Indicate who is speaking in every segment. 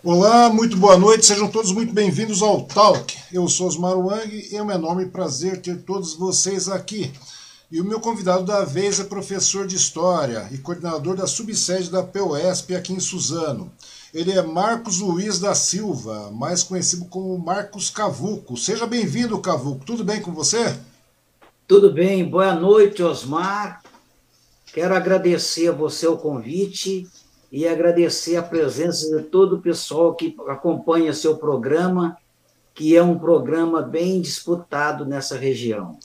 Speaker 1: Olá, muito boa noite, sejam todos muito bem-vindos ao Talk. Eu sou Osmar Wang e é um enorme prazer ter todos vocês aqui. E o meu convidado da vez é professor de História e coordenador da subsede da PUESP aqui em Suzano. Ele é Marcos Luiz da Silva, mais conhecido como Marcos Cavuco. Seja bem-vindo, Cavuco. Tudo bem com você?
Speaker 2: Tudo bem, boa noite, Osmar. Quero agradecer a você o convite e agradecer a presença de todo o pessoal que acompanha seu programa, que é um programa bem disputado nessa região.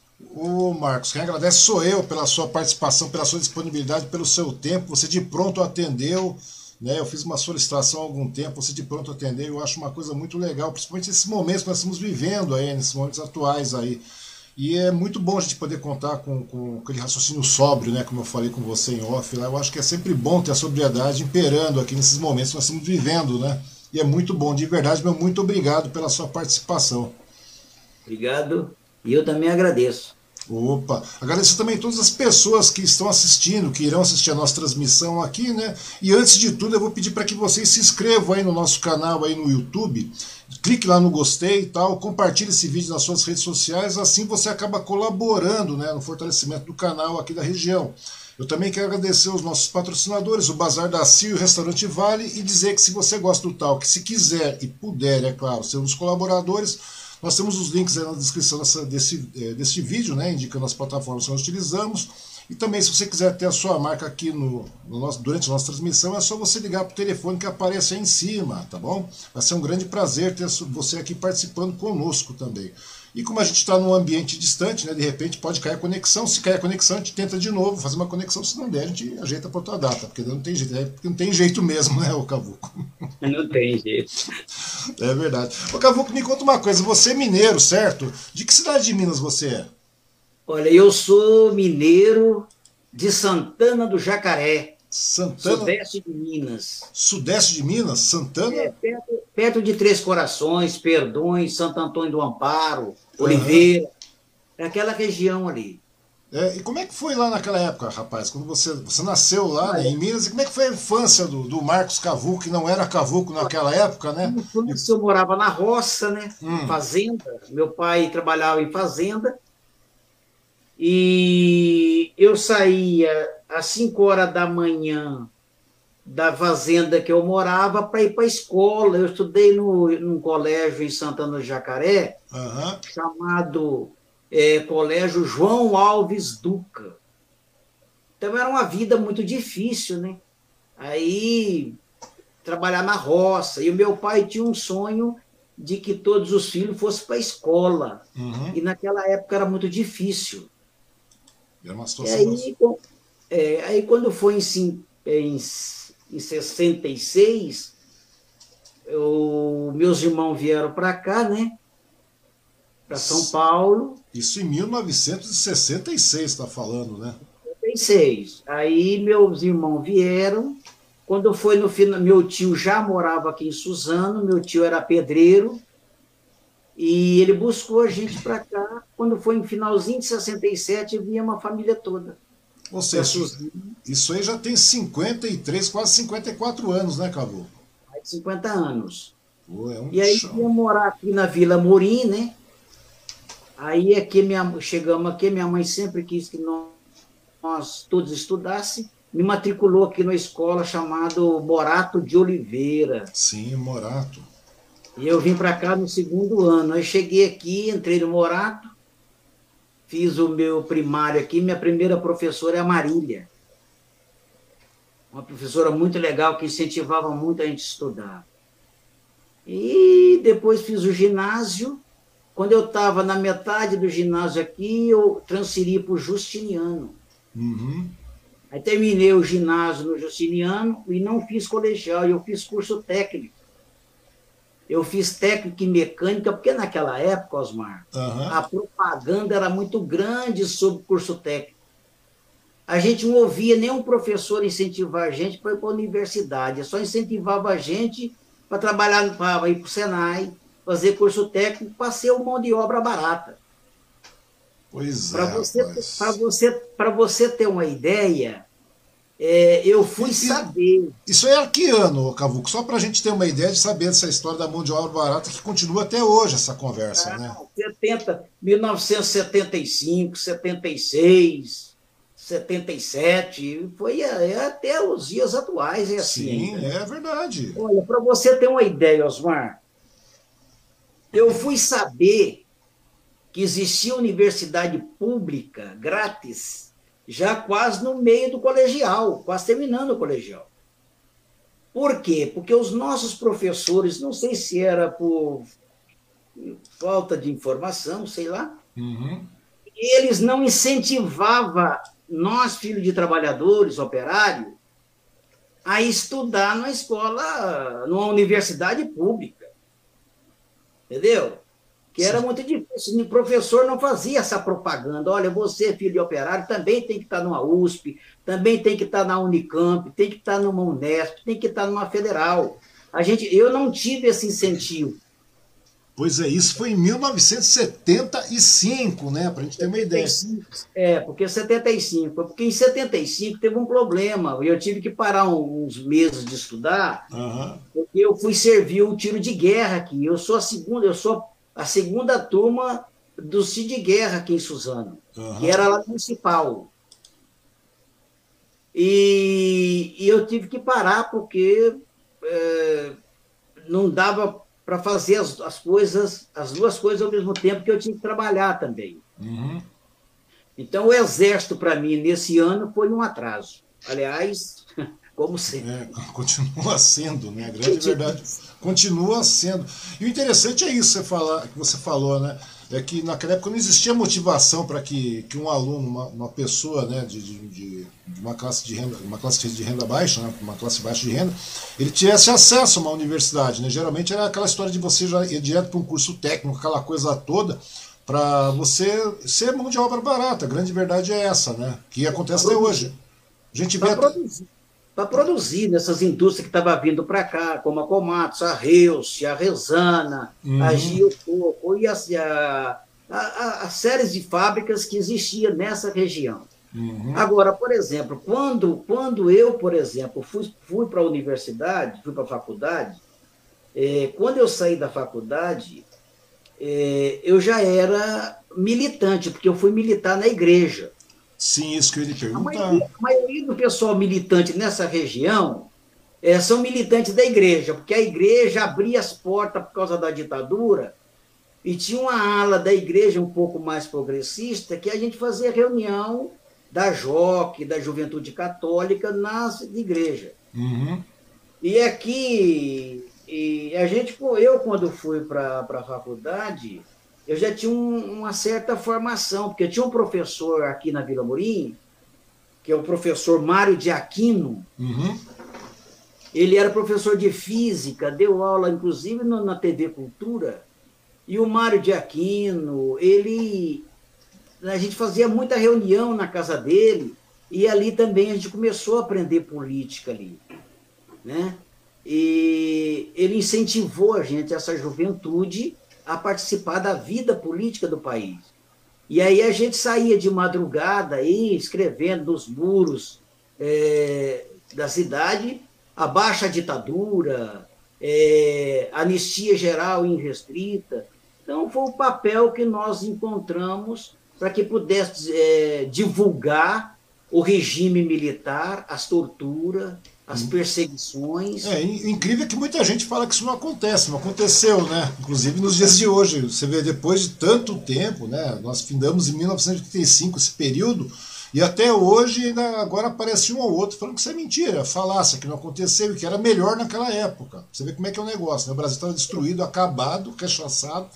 Speaker 1: Ô Marcos, quem agradece sou eu pela sua participação, pela sua disponibilidade, pelo seu tempo. Você de pronto atendeu, né? Eu fiz uma solicitação há algum tempo, você de pronto atendeu. Eu acho uma coisa muito legal, principalmente nesses momentos que nós estamos vivendo aí, nesses momentos atuais aí. E é muito bom a gente poder contar com aquele raciocínio sóbrio, né? Como eu falei com você em off lá. Eu acho que é sempre bom ter a sobriedade imperando aqui nesses momentos que nós estamos vivendo, né? E é muito bom, de verdade, meu muito obrigado pela sua participação.
Speaker 2: Obrigado, e eu também agradeço.
Speaker 1: Opa, agradeço também a todas as pessoas que estão assistindo, que irão assistir a nossa transmissão aqui, né? E antes de tudo, eu vou pedir para que vocês se inscrevam aí no nosso canal aí no YouTube, clique lá no gostei e tal, compartilhe esse vídeo nas suas redes sociais, assim você acaba colaborando, né, no fortalecimento do canal aqui da região. Eu também quero agradecer os nossos patrocinadores, o Bazar da Cia e o Restaurante Vale, e dizer que se você gosta do Talk, se quiser e puder, é claro, ser um dos colaboradores, nós temos os links aí na descrição desse vídeo, né, indicando as plataformas que nós utilizamos. E também, se você quiser ter a sua marca aqui durante a nossa transmissão, é só você ligar para o telefone que aparece aí em cima, tá bom? Vai ser um grande prazer ter você aqui participando conosco também. E como a gente está num ambiente distante, né, de repente pode cair a conexão. Se cair a conexão, a gente tenta de novo fazer uma conexão. Se não der, a gente ajeita para outra data, porque não tem jeito, porque não tem jeito mesmo, né, o Cavuco?
Speaker 2: Não tem jeito.
Speaker 1: É verdade. Ô Cavuco, me conta uma coisa, você é mineiro, certo? De que cidade de Minas você é?
Speaker 2: Olha, eu sou mineiro de Santana do Jacaré,
Speaker 1: Santana,
Speaker 2: sudeste de Minas.
Speaker 1: sudeste de Minas? Santana?
Speaker 2: Perto de Três Corações, Perdões, Santo Antônio do Amparo,
Speaker 1: Aham.
Speaker 2: Oliveira, é aquela região ali.
Speaker 1: É, e como é que foi lá naquela época, rapaz? Quando você nasceu lá, né,
Speaker 2: Olha,
Speaker 1: em Minas, e como é que foi a infância do Marcos Cavuco, que não era Cavuco naquela época, né?
Speaker 2: na
Speaker 1: E-
Speaker 2: infância eu morava na roça, né?
Speaker 1: hum,
Speaker 2: Fazenda. Meu pai trabalhava em fazenda e eu saía às 5 horas da manhã da fazenda que eu morava para ir para a escola. Eu estudei num colégio em Santana do Jacaré,
Speaker 1: aham.
Speaker 2: chamado Colégio João Alves Duca. Então era uma vida muito difícil, né? Aí trabalhar na roça. E o meu pai tinha um sonho de que todos os filhos fossem para a escola.
Speaker 1: Uhum.
Speaker 2: E naquela época era muito difícil.
Speaker 1: Era uma
Speaker 2: E
Speaker 1: situação.
Speaker 2: aí quando foi em 66, meus irmãos vieram para cá, né? Para São Paulo.
Speaker 1: Isso em 1966, está falando, né?
Speaker 2: 66. Aí meus irmãos vieram. Quando foi no final, meu tio já morava aqui em Suzano, meu tio era pedreiro, e ele buscou a gente para cá. Quando foi no finalzinho de 67, vinha uma família toda
Speaker 1: Ou
Speaker 2: para
Speaker 1: seja,
Speaker 2: Suzano,
Speaker 1: isso aí já tem 53, quase 54 anos, né, Cavuco?
Speaker 2: mais de 50 anos.
Speaker 1: Pô, é um
Speaker 2: E aí
Speaker 1: chão.
Speaker 2: ia morar aqui na Vila Morim, né? Aí aqui chegamos aqui, minha mãe sempre quis que nós todos estudássemos, me matriculou aqui numa escola chamada Morato de Oliveira.
Speaker 1: Sim, Morato.
Speaker 2: E eu vim para cá no segundo ano. Aí cheguei aqui, entrei no Morato, fiz o meu primário aqui. Minha primeira professora é a Marília, uma professora muito legal que incentivava muito a gente a estudar. E depois fiz o ginásio. Quando eu estava na metade do ginásio aqui, eu transferi para o Justiniano.
Speaker 1: Uhum.
Speaker 2: Aí terminei o ginásio no Justiniano e não fiz colegial, eu fiz curso técnico. Eu fiz técnica em mecânica, porque naquela época, Osmar,
Speaker 1: Aham.
Speaker 2: a propaganda era muito grande sobre curso técnico. A gente não ouvia nenhum professor incentivar a gente para ir para a universidade, só incentivava a gente para trabalhar, para ir para o Senai, fazer curso técnico, para ser uma mão de obra barata.
Speaker 1: Pois
Speaker 2: Para
Speaker 1: é,
Speaker 2: você, para
Speaker 1: rapaz.
Speaker 2: você, para você ter uma ideia, eu fui saber.
Speaker 1: Isso é que ano, Cavuco? Só para a gente ter uma ideia de saber essa história da mão de obra barata que continua até hoje, essa conversa, né?
Speaker 2: 1975, 76, 77, foi até os dias atuais, é assim.
Speaker 1: Sim, é verdade.
Speaker 2: Olha, para você ter uma ideia, Osmar, eu fui saber que existia universidade pública, grátis, já quase no meio do colegial, quase terminando o colegial. Por quê? Porque os nossos professores, não sei se era por falta de informação, sei lá, eles não incentivavam nós, filhos de trabalhadores, operários, a estudar numa escola, numa universidade pública. Entendeu? Que era muito difícil. O professor não fazia essa propaganda. Olha, você, filho de operário, também tem que estar numa USP, também tem que estar na Unicamp, tem que estar numa Unesp, tem que estar numa federal. Eu não tive esse incentivo.
Speaker 1: Pois é, isso foi em 1975, né? Para a gente ter uma ideia.
Speaker 2: Porque 75. Porque em 75 teve um problema. Eu tive que parar uns meses de estudar, porque eu fui servir um tiro de guerra aqui. Eu sou a segunda turma do tiro de guerra aqui em Suzano, que era lá municipal. E eu tive que parar porque não dava para fazer as duas coisas ao mesmo tempo, que eu tinha que trabalhar também. Então, o Exército, para mim, nesse ano, foi um atraso. Aliás, como sempre.
Speaker 1: Continua sendo, né? A grande verdade, continua sendo. E o interessante é isso que você falou, né? É que naquela época não existia motivação para que um aluno, uma pessoa, né, de uma classe de renda baixa, né, uma classe baixa de renda, ele tivesse acesso a uma universidade, né? Geralmente era aquela história de você já ir direto para um curso técnico, aquela coisa toda, para você ser mão de obra barata. A grande verdade é essa, né? Que acontece até hoje. A gente vê
Speaker 2: para produzir nessas indústrias que estavam vindo para cá, como a Komatsu, a Reus, a Resana, a Giococo e as séries de fábricas que existiam nessa região. Agora, por exemplo, quando eu, por exemplo, fui para a universidade, fui para a faculdade, quando eu saí da faculdade, eu já era militante, porque eu fui militar na igreja.
Speaker 1: Sim, isso que eu ia lhe perguntar.
Speaker 2: A maioria do pessoal militante nessa região são militantes da igreja, porque a igreja abria as portas por causa da ditadura e tinha uma ala da igreja um pouco mais progressista que a gente fazia reunião da JOC, da Juventude Católica, nas igrejas. E aqui, eu quando fui para a faculdade, eu já tinha uma certa formação, porque eu tinha um professor aqui na Vila Morim, que é o professor Mário de Aquino. Ele era professor de física, deu aula, inclusive, na TV Cultura. E o Mário de Aquino, a gente fazia muita reunião na casa dele, e ali também a gente começou a aprender política ali, né? E ele incentivou a gente, essa juventude, a participar da vida política do país. E aí a gente saía de madrugada aí, escrevendo nos muros da cidade, abaixa a ditadura, anistia geral e irrestrita. Então, foi o papel que nós encontramos para que pudesse divulgar o regime militar, as torturas, as perseguições.
Speaker 1: Incrível que muita gente fala que isso não acontece, não aconteceu, né? Inclusive nos dias de hoje. Você vê, depois de tanto tempo, né? Nós findamos em 1985 esse período, e até hoje ainda agora aparece um ou outro falando que isso é mentira, falácia, que não aconteceu e que era melhor naquela época. Você vê como é que é o negócio, né? O Brasil estava destruído, acabado, rechaçado.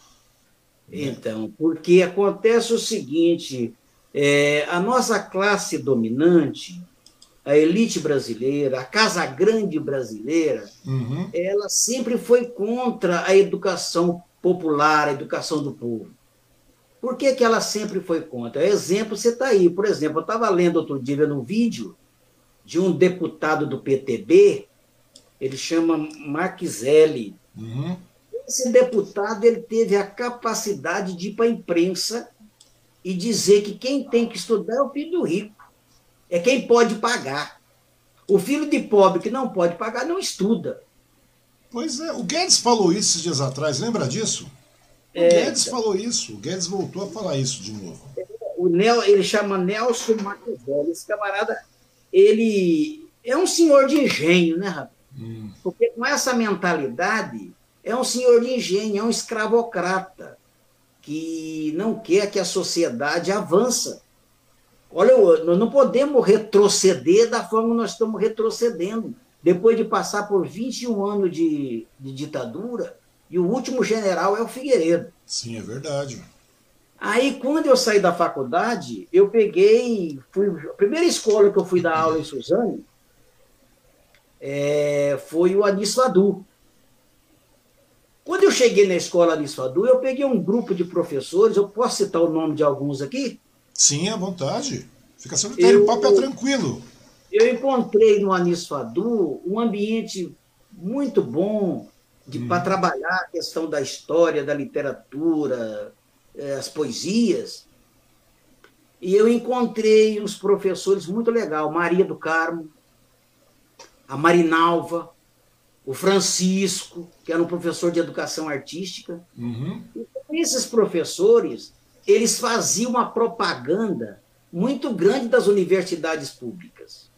Speaker 2: Então, porque acontece o seguinte, a nossa classe dominante, a elite brasileira, a Casa Grande brasileira, ela sempre foi contra a educação popular, a educação do povo. Por que ela sempre foi contra? Exemplo, você está aí. Por exemplo, eu estava lendo outro dia um vídeo de um deputado do PTB, ele chama Marquiselli. Esse deputado ele teve a capacidade de ir para a imprensa e dizer que quem tem que estudar é o filho do rico. É quem pode pagar. O filho de pobre que não pode pagar não estuda.
Speaker 1: Pois é, o Guedes falou isso esses dias atrás, lembra disso? O Guedes falou isso, o Guedes voltou a falar isso de novo.
Speaker 2: Ele chama Nelson Maquiavelli. Esse camarada, ele é um senhor de engenho, né, rapaz? Porque com essa mentalidade, é um senhor de engenho, é um escravocrata que não quer que a sociedade avance. Olha, nós não podemos retroceder da forma que nós estamos retrocedendo. Depois de passar por 21 anos de ditadura, e o último general é o Figueiredo.
Speaker 1: Sim, é verdade.
Speaker 2: Aí, quando eu saí da faculdade, eu peguei... a primeira escola que eu fui dar aula em Suzano foi o Anísio Adu. Quando eu cheguei na escola Anísio Adu, eu peguei um grupo de professores, eu posso citar o nome de alguns aqui?
Speaker 1: Sim, à vontade. Fica secretário, o papo é tranquilo.
Speaker 2: Eu encontrei no Anísio Adu um ambiente muito bom para trabalhar a questão da história, da literatura, as poesias. E eu encontrei uns professores muito legais, Maria do Carmo, a Marinalva, o Francisco, que era um professor de educação artística. E esses professores, eles faziam uma propaganda muito grande das universidades públicas,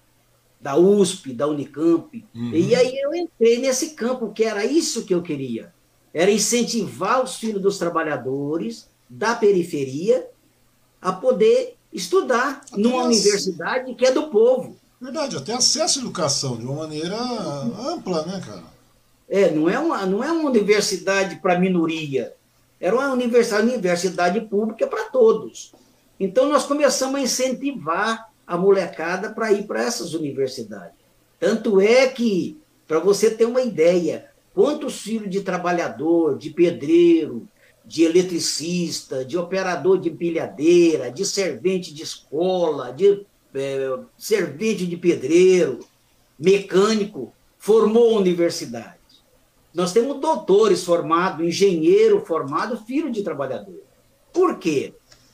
Speaker 2: da USP, da Unicamp. E aí eu entrei nesse campo, que era isso que eu queria. Era incentivar os filhos dos trabalhadores da periferia a poder estudar numa universidade que é do povo.
Speaker 1: Verdade, até acesso à educação de uma maneira ampla, né, cara?
Speaker 2: Não é uma universidade para minoria, era uma universidade pública para todos. Então, nós começamos a incentivar a molecada para ir para essas universidades. Tanto é que, para você ter uma ideia, quantos filhos de trabalhador, de pedreiro, de eletricista, de operador de empilhadeira, de servente de escola, de servente de pedreiro, mecânico, formou universidade. Nós temos doutores formados, engenheiro formado, filho de trabalhador. Por quê?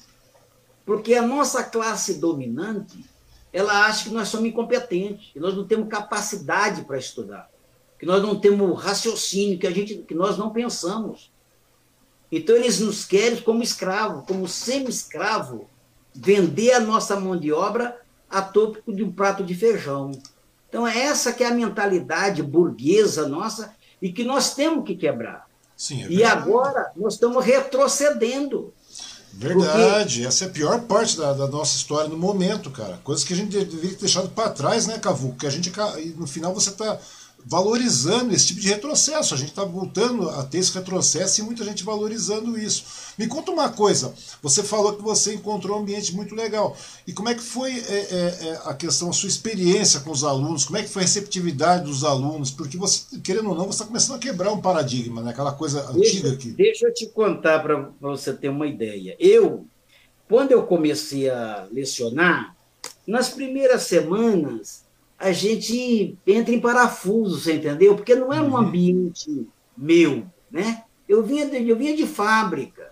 Speaker 2: Porque a nossa classe dominante, ela acha que nós somos incompetentes, que nós não temos capacidade para estudar, que nós não temos raciocínio, que nós não pensamos. Então, eles nos querem como escravo, como semi-escravo, vender a nossa mão de obra a tópico de um prato de feijão. Então, essa que é a mentalidade burguesa nossa e que nós temos que quebrar.
Speaker 1: Sim,
Speaker 2: e agora nós estamos retrocedendo.
Speaker 1: Verdade, porque essa é a pior parte da nossa história no momento, cara. Coisas que a gente deveria ter deixado para trás, né, Cavu? Que a gente, no final, você está valorizando esse tipo de retrocesso. A gente está voltando a ter esse retrocesso e muita gente valorizando isso. Me conta uma coisa, você falou que você encontrou um ambiente muito legal. E como é que foi a questão, a sua experiência com os alunos? Como é que foi a receptividade dos alunos? Porque você, querendo ou não, você está começando a quebrar um paradigma, né? Aquela coisa antiga que...
Speaker 2: Deixa eu te contar para você ter uma ideia. Quando eu comecei a lecionar, nas primeiras semanas, a gente entra em parafuso, você entendeu? Porque não é um ambiente meu, né? Eu vinha de fábrica.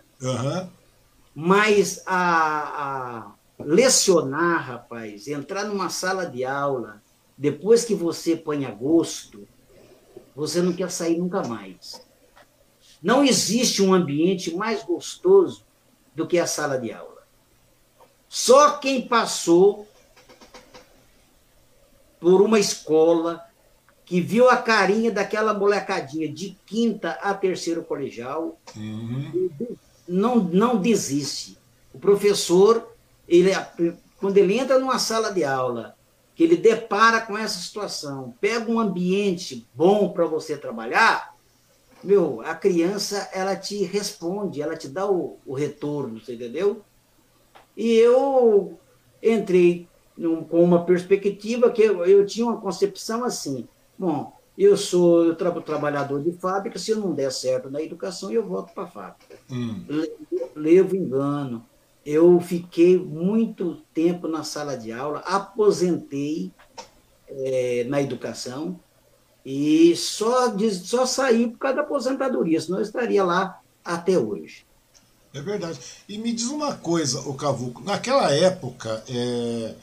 Speaker 2: Mas a lecionar, rapaz, entrar numa sala de aula, depois que você põe a gosto, você não quer sair nunca mais. Não existe um ambiente mais gostoso do que a sala de aula. Só quem passou por uma escola que viu a carinha daquela molecadinha de quinta a terceiro colegial, não desiste. O professor, quando ele entra numa sala de aula, que ele depara com essa situação, pega um ambiente bom para você trabalhar, a criança, ela te responde, ela te dá o retorno, você entendeu? E eu entrei com uma perspectiva que eu tinha uma concepção assim, bom, eu sou trabalhador de fábrica, se eu não der certo na educação, eu volto para a fábrica. Levo engano. Eu fiquei muito tempo na sala de aula, aposentei na educação e só saí por causa da aposentadoria, senão eu estaria lá até hoje.
Speaker 1: É verdade. E me diz uma coisa, o Cavuco, naquela época,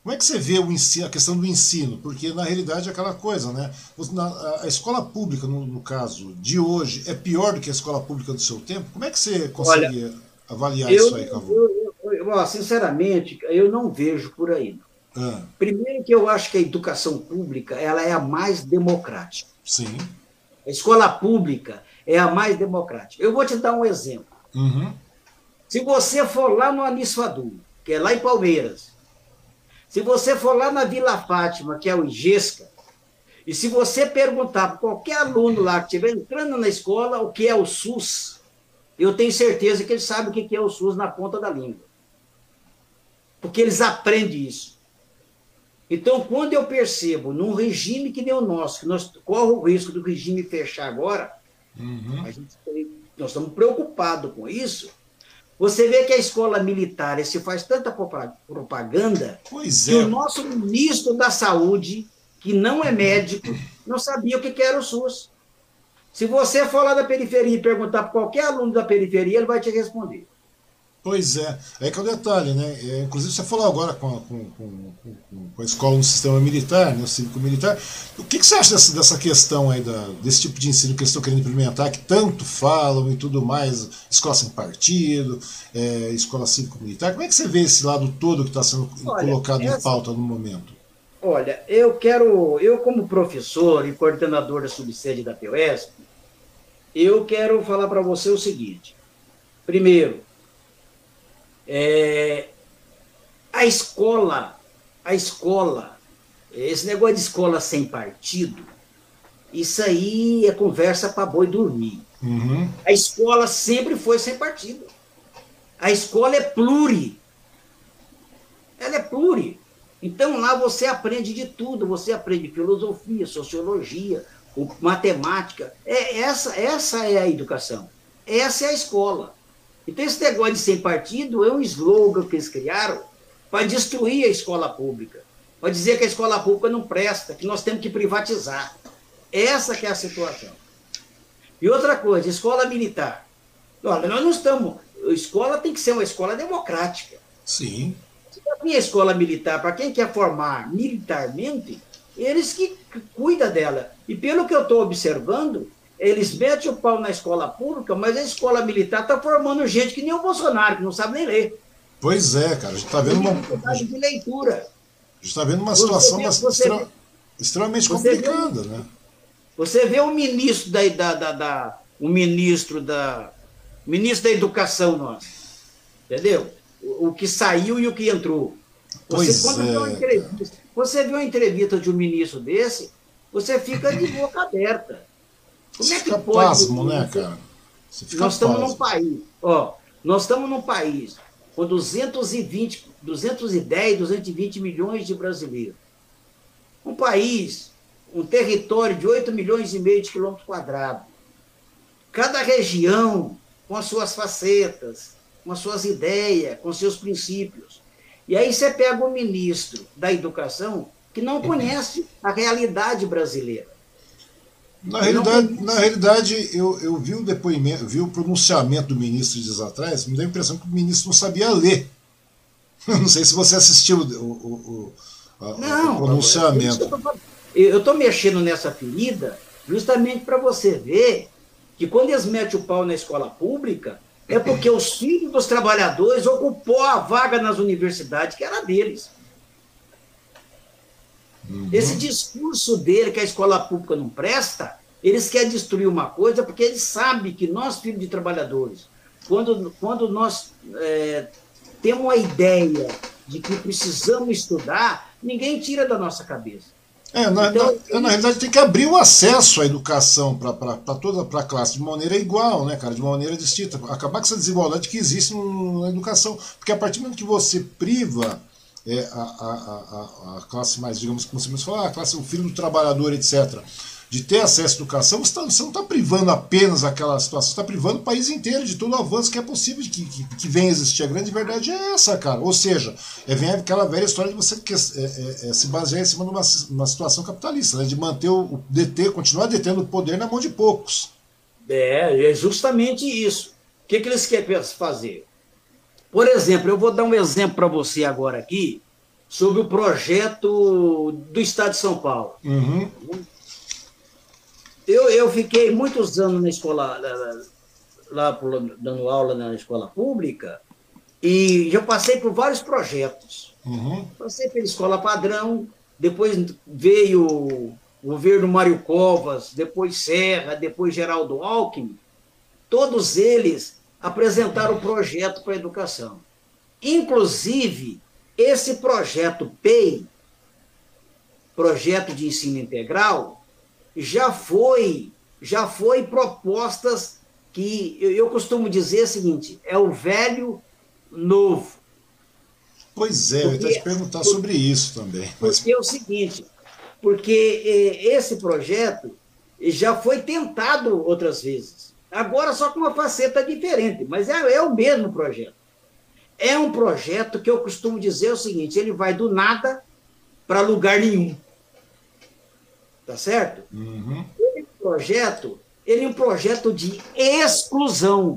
Speaker 1: Como é que você vê o ensino, a questão do ensino? Porque, na realidade, é aquela coisa, né? A escola pública, no caso de hoje, é pior do que a escola pública do seu tempo? Como é que você
Speaker 2: Olha,
Speaker 1: consegue avaliar
Speaker 2: eu,
Speaker 1: isso aí, Cavô?
Speaker 2: ó, sinceramente, eu não vejo por aí.
Speaker 1: Ah,
Speaker 2: Primeiro que eu acho que a educação pública ela é a mais democrática.
Speaker 1: sim.
Speaker 2: A escola pública é a mais democrática. Eu vou te dar um exemplo.
Speaker 1: Uhum.
Speaker 2: Se você for lá no Anis Fadul, que é lá em Palmeiras, se você for lá na Vila Fátima, que é o Igesca, e se você perguntar para qualquer aluno lá que estiver entrando na escola o que é o SUS, eu tenho certeza que ele sabe o que é o SUS na ponta da língua. Porque eles aprendem isso. Então, quando eu percebo, num regime que nem o nosso, que nós corremos o risco do regime fechar agora,
Speaker 1: Uhum.
Speaker 2: nós estamos preocupados com isso, você vê que a escola militar se faz tanta propaganda
Speaker 1: Pois
Speaker 2: que o
Speaker 1: é.
Speaker 2: nosso ministro da Saúde, que não é médico, não sabia o que era o SUS. Se você for lá da periferia e perguntar para qualquer aluno da periferia, ele vai te responder.
Speaker 1: Pois é, é que é o detalhe, né? Inclusive você falou agora com a escola no sistema militar, né, o cívico-militar. O que você acha dessa questão aí, desse tipo de ensino que eles estão querendo implementar, que tanto falam e tudo mais, escola sem partido, escola cívico-militar? Como é que você vê esse lado todo que está sendo colocado em pauta no momento?
Speaker 2: Olha, eu como professor e coordenador da subsede da PUESP, eu quero falar para você o seguinte. Primeiro, a escola, esse negócio de escola sem partido, isso aí é conversa para boi dormir.
Speaker 1: Uhum.
Speaker 2: A escola sempre foi sem partido. A escola é pluri. Ela é pluri. Então lá você aprende de tudo, você aprende filosofia, sociologia, matemática. Essa é a educação. Essa é a escola. Então, esse negócio de sem partido é um slogan que eles criaram para destruir a escola pública, para dizer que a escola pública não presta, que nós temos que privatizar. Essa que é a situação. E outra coisa, escola militar. Olha, nós não estamos... A escola tem que ser uma escola democrática.
Speaker 1: Sim.
Speaker 2: Se a minha escola militar, para quem quer formar militarmente, eles que cuidam dela. E pelo que eu estou observando, eles metem o pau na escola pública, mas a escola militar está formando gente que nem o Bolsonaro, que não sabe nem ler.
Speaker 1: Pois é, cara. A gente está vendo
Speaker 2: de leitura.
Speaker 1: A gente está vendo uma situação extremamente complicada, né?
Speaker 2: Você vê o ministro ministro da Educação nosso, entendeu? O que saiu e o que entrou. Você vê uma entrevista de um ministro desse, você fica de boca aberta. Como é que pode?
Speaker 1: Pasmo, né, cara?
Speaker 2: Nós estamos num país, nós estamos num país com 210, 220 milhões de brasileiros. Um país, um território de 8 milhões e meio de quilômetros quadrados. Cada região com as suas facetas, com as suas ideias, com seus princípios. E aí você pega o ministro da Educação que não conhece a realidade brasileira.
Speaker 1: Na realidade eu vi o depoimento, vi o pronunciamento do ministro dias atrás, me deu a impressão que o ministro não sabia ler. Não sei se você assistiu o pronunciamento.
Speaker 2: Eu estou mexendo nessa ferida justamente para você ver que quando eles metem o pau na escola pública, é porque os filhos dos trabalhadores ocupou a vaga nas universidades que era deles. Uhum. Esse discurso dele que a escola pública não presta, eles querem destruir uma coisa porque eles sabem que nós, filhos de trabalhadores, quando nós temos a ideia de que precisamos estudar, ninguém tira da nossa cabeça.
Speaker 1: Na realidade tem que abrir o acesso à educação para toda a classe de maneira igual, né, cara, de uma maneira distinta, acabar com essa desigualdade que existe na educação, porque a partir do momento que você priva a classe mais, digamos, como você mesmo falou, a classe, o filho do trabalhador, etc., de ter acesso à educação, você não está privando apenas aquela situação, você está privando o país inteiro de todo o avanço que é possível que venha a existir. A grande verdade é essa, cara. Ou seja, vem aquela velha história de você se basear em cima de uma situação capitalista, né, de manter continuar detendo o poder na mão de poucos.
Speaker 2: É justamente isso. O que eles querem fazer? Por exemplo, eu vou dar um exemplo para você agora aqui sobre o projeto do Estado de São Paulo.
Speaker 1: Uhum.
Speaker 2: Eu fiquei muitos anos na escola, lá dando aula na escola pública, e já passei por vários projetos.
Speaker 1: Uhum.
Speaker 2: Passei pela escola padrão, depois veio o governo Mário Covas, depois Serra, depois Geraldo Alckmin. Todos eles apresentaram o projeto para a educação. Inclusive, esse projeto PEI, Projeto de Ensino Integral, já foi propostas que eu costumo dizer o seguinte, é o velho novo.
Speaker 1: Pois é, eu ia te perguntar sobre isso também.
Speaker 2: Porque é o seguinte, porque esse projeto já foi tentado outras vezes, agora só com uma faceta diferente, mas é o mesmo projeto. É um projeto que eu costumo dizer o seguinte, ele vai do nada para lugar nenhum. Tá certo?
Speaker 1: Uhum.
Speaker 2: Ele é um projeto de exclusão.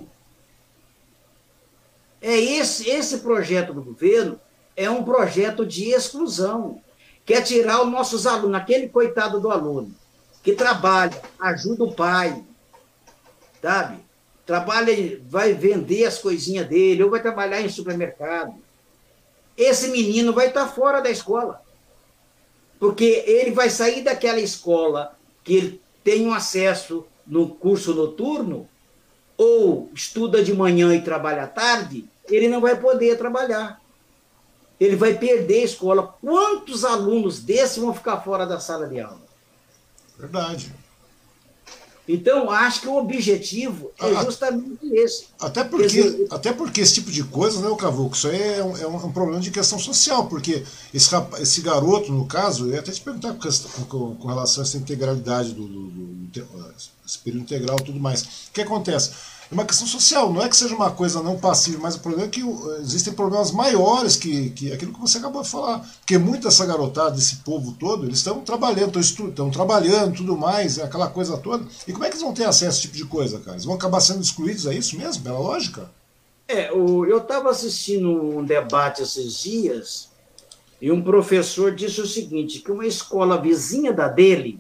Speaker 2: Esse projeto do governo é um projeto de exclusão. Quer tirar os nossos alunos, aquele coitado do aluno, que trabalha, ajuda o pai, sabe? Trabalha, vai vender as coisinhas dele, ou vai trabalhar em supermercado. Esse menino vai estar fora da escola. Porque ele vai sair daquela escola que ele tem um acesso no curso noturno, ou estuda de manhã e trabalha à tarde, ele não vai poder trabalhar. Ele vai perder a escola. Quantos alunos desses vão ficar fora da sala de aula?
Speaker 1: Verdade.
Speaker 2: Então, acho que o objetivo é justamente esse.
Speaker 1: Até porque esse tipo de coisa, né, Cavouco, isso aí é um problema de questão social, porque esse garoto, no caso, eu ia até te perguntar com relação a essa integralidade esse período integral e tudo mais. O que acontece? É uma questão social, não é que seja uma coisa não passível, mas o problema é que existem problemas maiores que aquilo que você acabou de falar. Porque muita dessa garotada, desse povo todo, eles estão trabalhando, estão trabalhando, tudo mais, aquela coisa toda. E como é que eles vão ter acesso a esse tipo de coisa, cara? Eles vão acabar sendo excluídos, é isso mesmo? Pela lógica?
Speaker 2: Eu estava assistindo um debate esses dias e um professor disse o seguinte, que uma escola vizinha da dele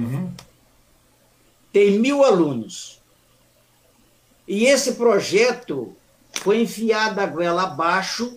Speaker 2: tem 1.000 alunos. E esse projeto foi enfiado a goela abaixo,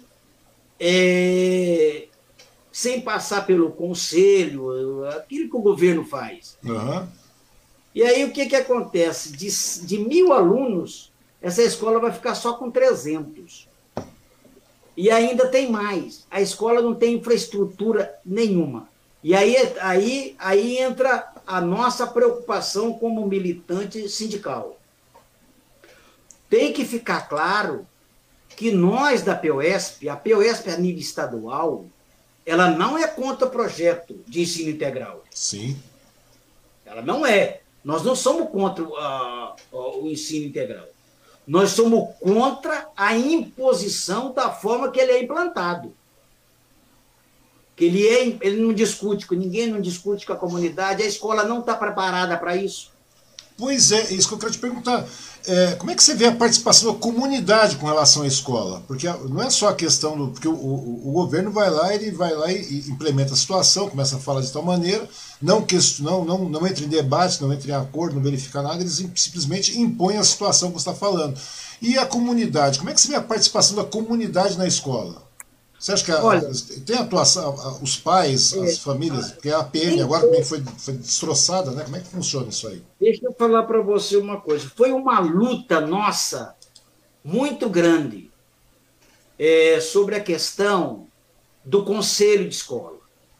Speaker 2: sem passar pelo conselho, aquilo que o governo faz.
Speaker 1: Uhum.
Speaker 2: E aí o que acontece? De 1.000 alunos, essa escola vai ficar só com 300. E ainda tem mais. A escola não tem infraestrutura nenhuma. E aí entra a nossa preocupação como militante sindical. Tem que ficar claro que nós da POESP, a POESP a nível estadual, ela não é contra o projeto de ensino integral.
Speaker 1: Sim.
Speaker 2: Ela não é. Nós não somos contra o ensino integral. Nós somos contra a imposição da forma que ele é implantado. Que ele não discute, ninguém não discute com a comunidade, a escola não está preparada para isso.
Speaker 1: Pois é, isso que eu quero te perguntar. Como é que você vê a participação da comunidade com relação à escola? Porque não é só a questão do... Porque o governo vai lá e implementa a situação, começa a falar de tal maneira, não entra em debate, não entra em acordo, não verifica nada, eles simplesmente impõem a situação que você está falando. E a comunidade? Como é que você vê a participação da comunidade na escola? Você acha que tem atuação, os pais, as famílias, porque a PM agora também foi destroçada, né? Como é que funciona isso aí?
Speaker 2: Deixa eu falar para você uma coisa. Foi uma luta nossa muito grande sobre a questão do conselho de escola.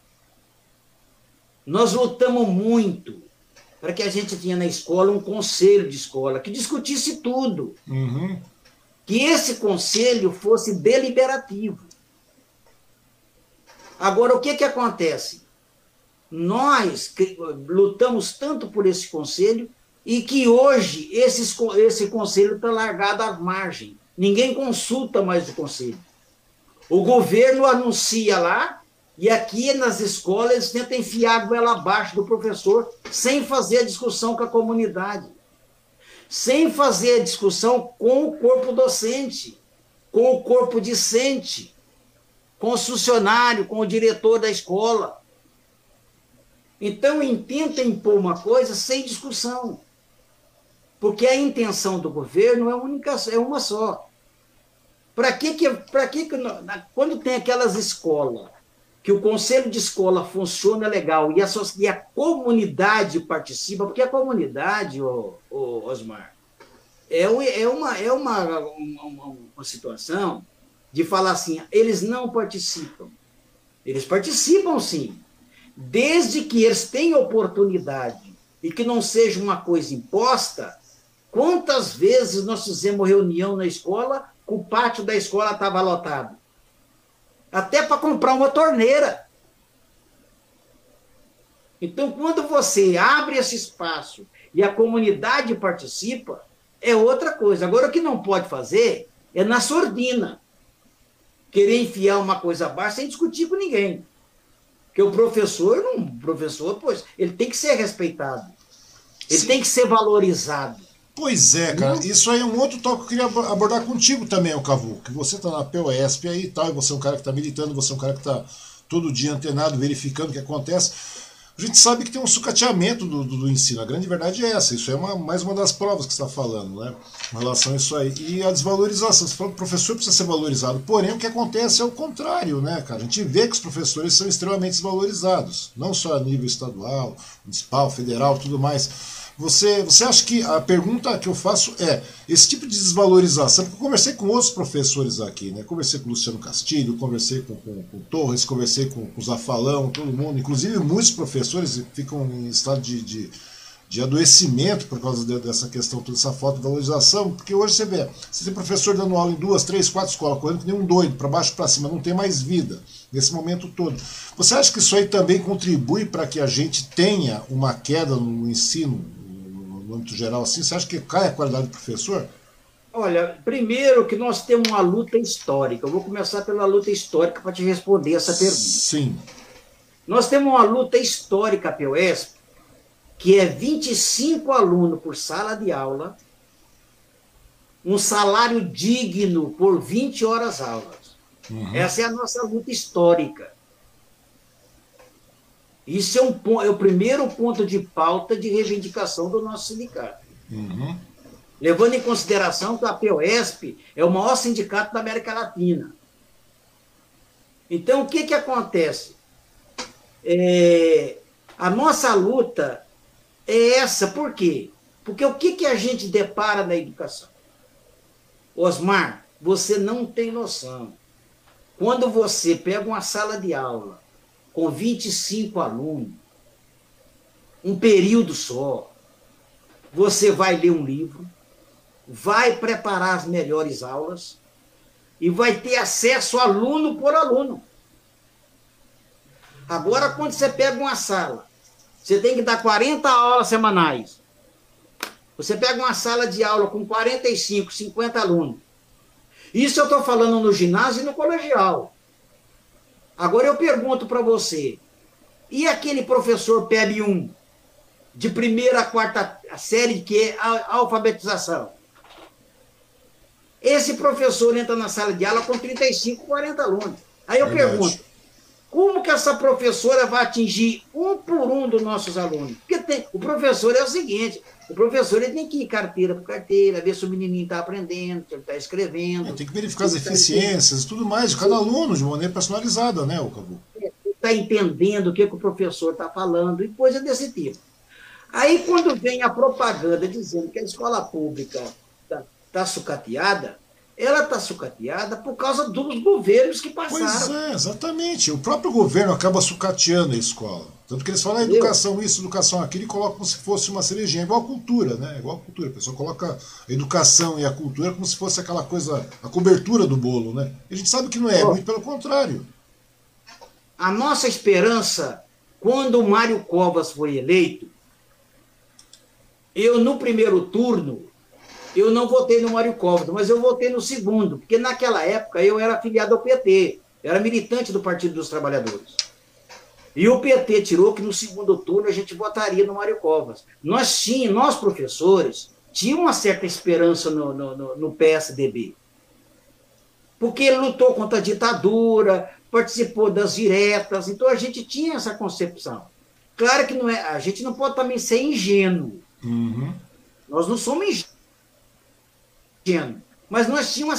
Speaker 2: Nós lutamos muito para que a gente tinha na escola um conselho de escola que discutisse tudo.
Speaker 1: Uhum.
Speaker 2: Que esse conselho fosse deliberativo. Agora, o que acontece? Nós lutamos tanto por esse conselho e que hoje esse conselho está largado à margem. Ninguém consulta mais o conselho. O governo anuncia lá e aqui nas escolas eles tentam enfiar a goela abaixo do professor sem fazer a discussão com a comunidade, sem fazer a discussão com o corpo docente, com o corpo discente, com os funcionários, com o diretor da escola. Então, tenta impor uma coisa sem discussão. Porque a intenção do governo é uma só. Quando tem aquelas escolas, que o conselho de escola funciona legal e a comunidade participa, porque a comunidade, Osmar, é uma situação de falar assim, eles não participam. Eles participam, sim, desde que eles tenham oportunidade e que não seja uma coisa imposta. Quantas vezes nós fizemos reunião na escola, o pátio da escola estava lotado? Até para comprar uma torneira. Então, quando você abre esse espaço e a comunidade participa, é outra coisa. Agora, o que não pode fazer é na sordina. Querer enfiar uma coisa abaixo sem discutir com ninguém. Porque o professor, pois, ele tem que ser respeitado. Ele
Speaker 1: Sim.
Speaker 2: tem que ser valorizado.
Speaker 1: Pois é, cara, isso aí é um outro tópico que eu queria abordar contigo também, Cavu, que você tá na POSP aí e tal, e você é um cara que tá militando, você é um cara que tá todo dia antenado, verificando o que acontece. A gente sabe que tem um sucateamento do ensino, a grande verdade é essa, isso é mais uma das provas que você está falando, né, em relação a isso aí. E a desvalorização, você falou que o professor precisa ser valorizado, porém o que acontece é o contrário, né, cara, a gente vê que os professores são extremamente desvalorizados, não só a nível estadual, municipal, federal, tudo mais. Você acha que a pergunta que eu faço é, esse tipo de desvalorização, porque eu conversei com outros professores aqui, né? Conversei com o Luciano Castilho, conversei com o Torres, conversei com o Zafalão, todo mundo, inclusive muitos professores ficam em estado de adoecimento por causa dessa questão, toda essa falta de valorização, porque hoje você vê, você tem professor dando aula em 2, 3, 4 escolas, correndo que nem um doido, para baixo e para cima, não tem mais vida nesse momento todo. Você acha que isso aí também contribui para que a gente tenha uma queda no ensino, no âmbito geral, assim? Você acha que cai a qualidade do professor?
Speaker 2: Olha, primeiro que nós temos uma luta histórica. Eu vou começar pela luta histórica para te responder essa pergunta.
Speaker 1: Sim.
Speaker 2: Nós temos uma luta histórica, POSP, que é 25 alunos por sala de aula, um salário digno por 20 horas aulas. Uhum. Essa é a nossa luta histórica. Isso é o primeiro ponto de pauta de reivindicação do nosso sindicato.
Speaker 1: Uhum.
Speaker 2: Levando em consideração que a POSP é o maior sindicato da América Latina. Então, o que acontece? A nossa luta é essa. Por quê? Porque o que a gente depara na educação? Osmar, você não tem noção. Quando você pega uma sala de aula com 25 alunos, um período só, você vai ler um livro, vai preparar as melhores aulas e vai ter acesso aluno por aluno. Agora, quando você pega uma sala, você tem que dar 40 aulas semanais. Você pega uma sala de aula com 45, 50 alunos. Isso eu estou falando no ginásio e no colegial. Agora eu pergunto para você, e aquele professor PEB 1, de primeira a quarta série, que é a alfabetização? Esse professor entra na sala de aula com 35, 40 alunos. Aí eu pergunto, como que essa professora vai atingir um por um dos nossos alunos? Porque o professor é o seguinte, o professor ele tem que ir carteira por carteira, ver se o menininho está aprendendo, se ele está escrevendo.
Speaker 1: Tem que verificar as eficiências e tudo mais de cada aluno, de maneira personalizada, né, Cavu?
Speaker 2: Está entendendo o que o professor está falando e coisa desse tipo. Aí, quando vem a propaganda dizendo que a escola pública está sucateada, ela está sucateada por causa dos governos que passaram.
Speaker 1: Pois é, exatamente. O próprio governo acaba sucateando a escola. Tanto que eles falam educação isso, educação aquilo, e colocam como se fosse uma cerejinha. É igual a cultura, né? É igual a cultura. A pessoa coloca a educação e a cultura como se fosse aquela coisa, a cobertura do bolo, né? E a gente sabe que não é, muito pelo contrário.
Speaker 2: A nossa esperança, quando o Mário Covas foi eleito, eu, no primeiro turno, eu não votei no Mário Covas, mas eu votei no segundo, porque naquela época eu era afiliado ao PT, eu era militante do Partido dos Trabalhadores. E o PT tirou que no segundo turno a gente votaria no Mário Covas. Nós professores, tínhamos uma certa esperança no PSDB. porque ele lutou contra a ditadura, participou das diretas, então a gente tinha essa concepção. Claro que não é, a gente não pode também ser ingênuo.
Speaker 1: Uhum.
Speaker 2: Nós não somos ingênuos, mas nós tínhamos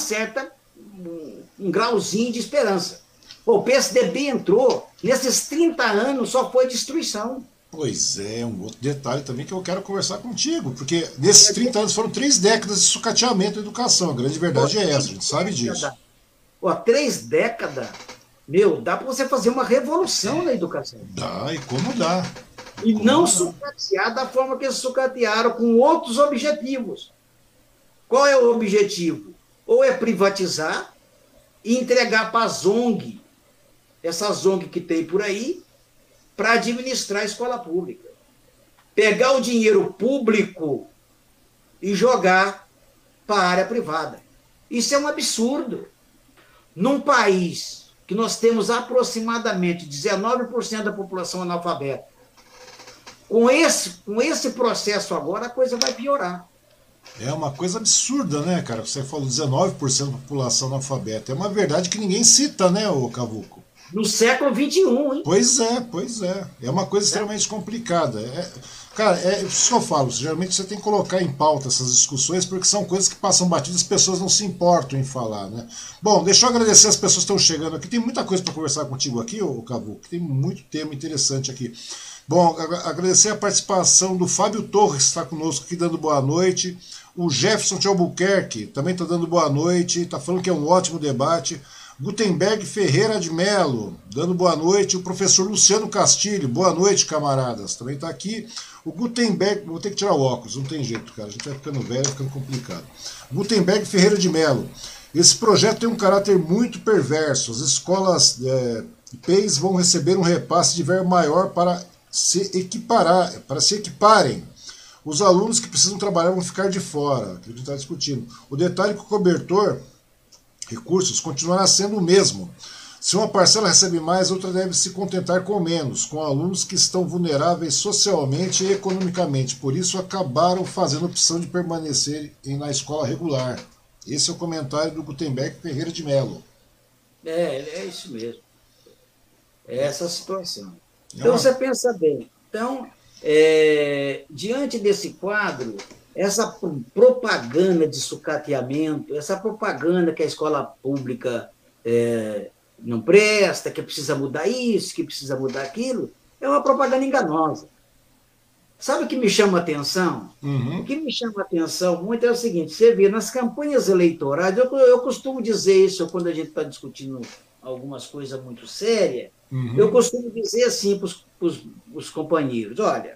Speaker 2: um grauzinho de esperança. Pô, o PSDB entrou, nesses 30 anos só foi destruição.
Speaker 1: Pois é, um outro detalhe também que eu quero conversar contigo, porque nesses 30 anos foram 3 décadas de sucateamento da educação, a grande verdade é essa, a gente sabe disso.
Speaker 2: Pô, 3 décadas, meu, dá para você fazer uma revolução na educação.
Speaker 1: Dá, e como dá.
Speaker 2: E não sucatear da forma que eles sucatearam, com outros objetivos. Qual é o objetivo? Ou é privatizar e entregar para as ONG, essas ONG que tem por aí, para administrar a escola pública. Pegar o dinheiro público e jogar para a área privada. Isso é um absurdo. Num país que nós temos aproximadamente 19% da população analfabeta, com esse processo agora, a coisa vai piorar.
Speaker 1: É uma coisa absurda, né, cara? Você falou 19% da população analfabeta. É uma verdade que ninguém cita, né, ô Cavuco?
Speaker 2: No século XXI, hein?
Speaker 1: Pois é, pois é. É uma coisa extremamente complicada. Cara, é isso que eu falo. Geralmente você tem que colocar em pauta essas discussões, porque são coisas que passam batidas e as pessoas não se importam em falar, né? Bom, deixa eu agradecer as pessoas que estão chegando aqui. Tem muita coisa para conversar contigo aqui, ô Cavuco. Tem muito tema interessante aqui. Bom, agradecer a participação do Fábio Torres, que está conosco aqui dando boa noite. O Jefferson de Albuquerque também está dando boa noite. Está falando que é um ótimo debate. Gutenberg Ferreira de Melo, dando boa noite. O professor Luciano Castilho, boa noite, camaradas. Também está aqui. O Gutenberg, vou ter que tirar o óculos, não tem jeito, cara. A gente vai ficando velho, vai ficando complicado. Gutenberg Ferreira de Melo. Esse projeto tem um caráter muito perverso. As escolas PEIs vão receber um repasse de verba maior para se equiparem. Os alunos que precisam trabalhar vão ficar de fora, que a gente está discutindo. O detalhe é que o cobertor, recursos, continuará sendo o mesmo. Se uma parcela recebe mais, outra deve se contentar com menos, com alunos que estão vulneráveis socialmente e economicamente. Por isso, acabaram fazendo a opção de permanecer na escola regular. Esse é o comentário do Gutenberg Ferreira de Melo.
Speaker 2: É isso mesmo. É essa a situação. Então, você pensa bem. Então, diante desse quadro, essa propaganda de sucateamento, essa propaganda que a escola pública não presta, que precisa mudar isso, que precisa mudar aquilo, é uma propaganda enganosa. Sabe o que me chama a atenção?
Speaker 1: Uhum.
Speaker 2: O que me chama a atenção muito é o seguinte, você vê, nas campanhas eleitorais, eu costumo dizer isso quando a gente está discutindo algumas coisas muito sérias, eu costumo dizer assim para os companheiros, olha,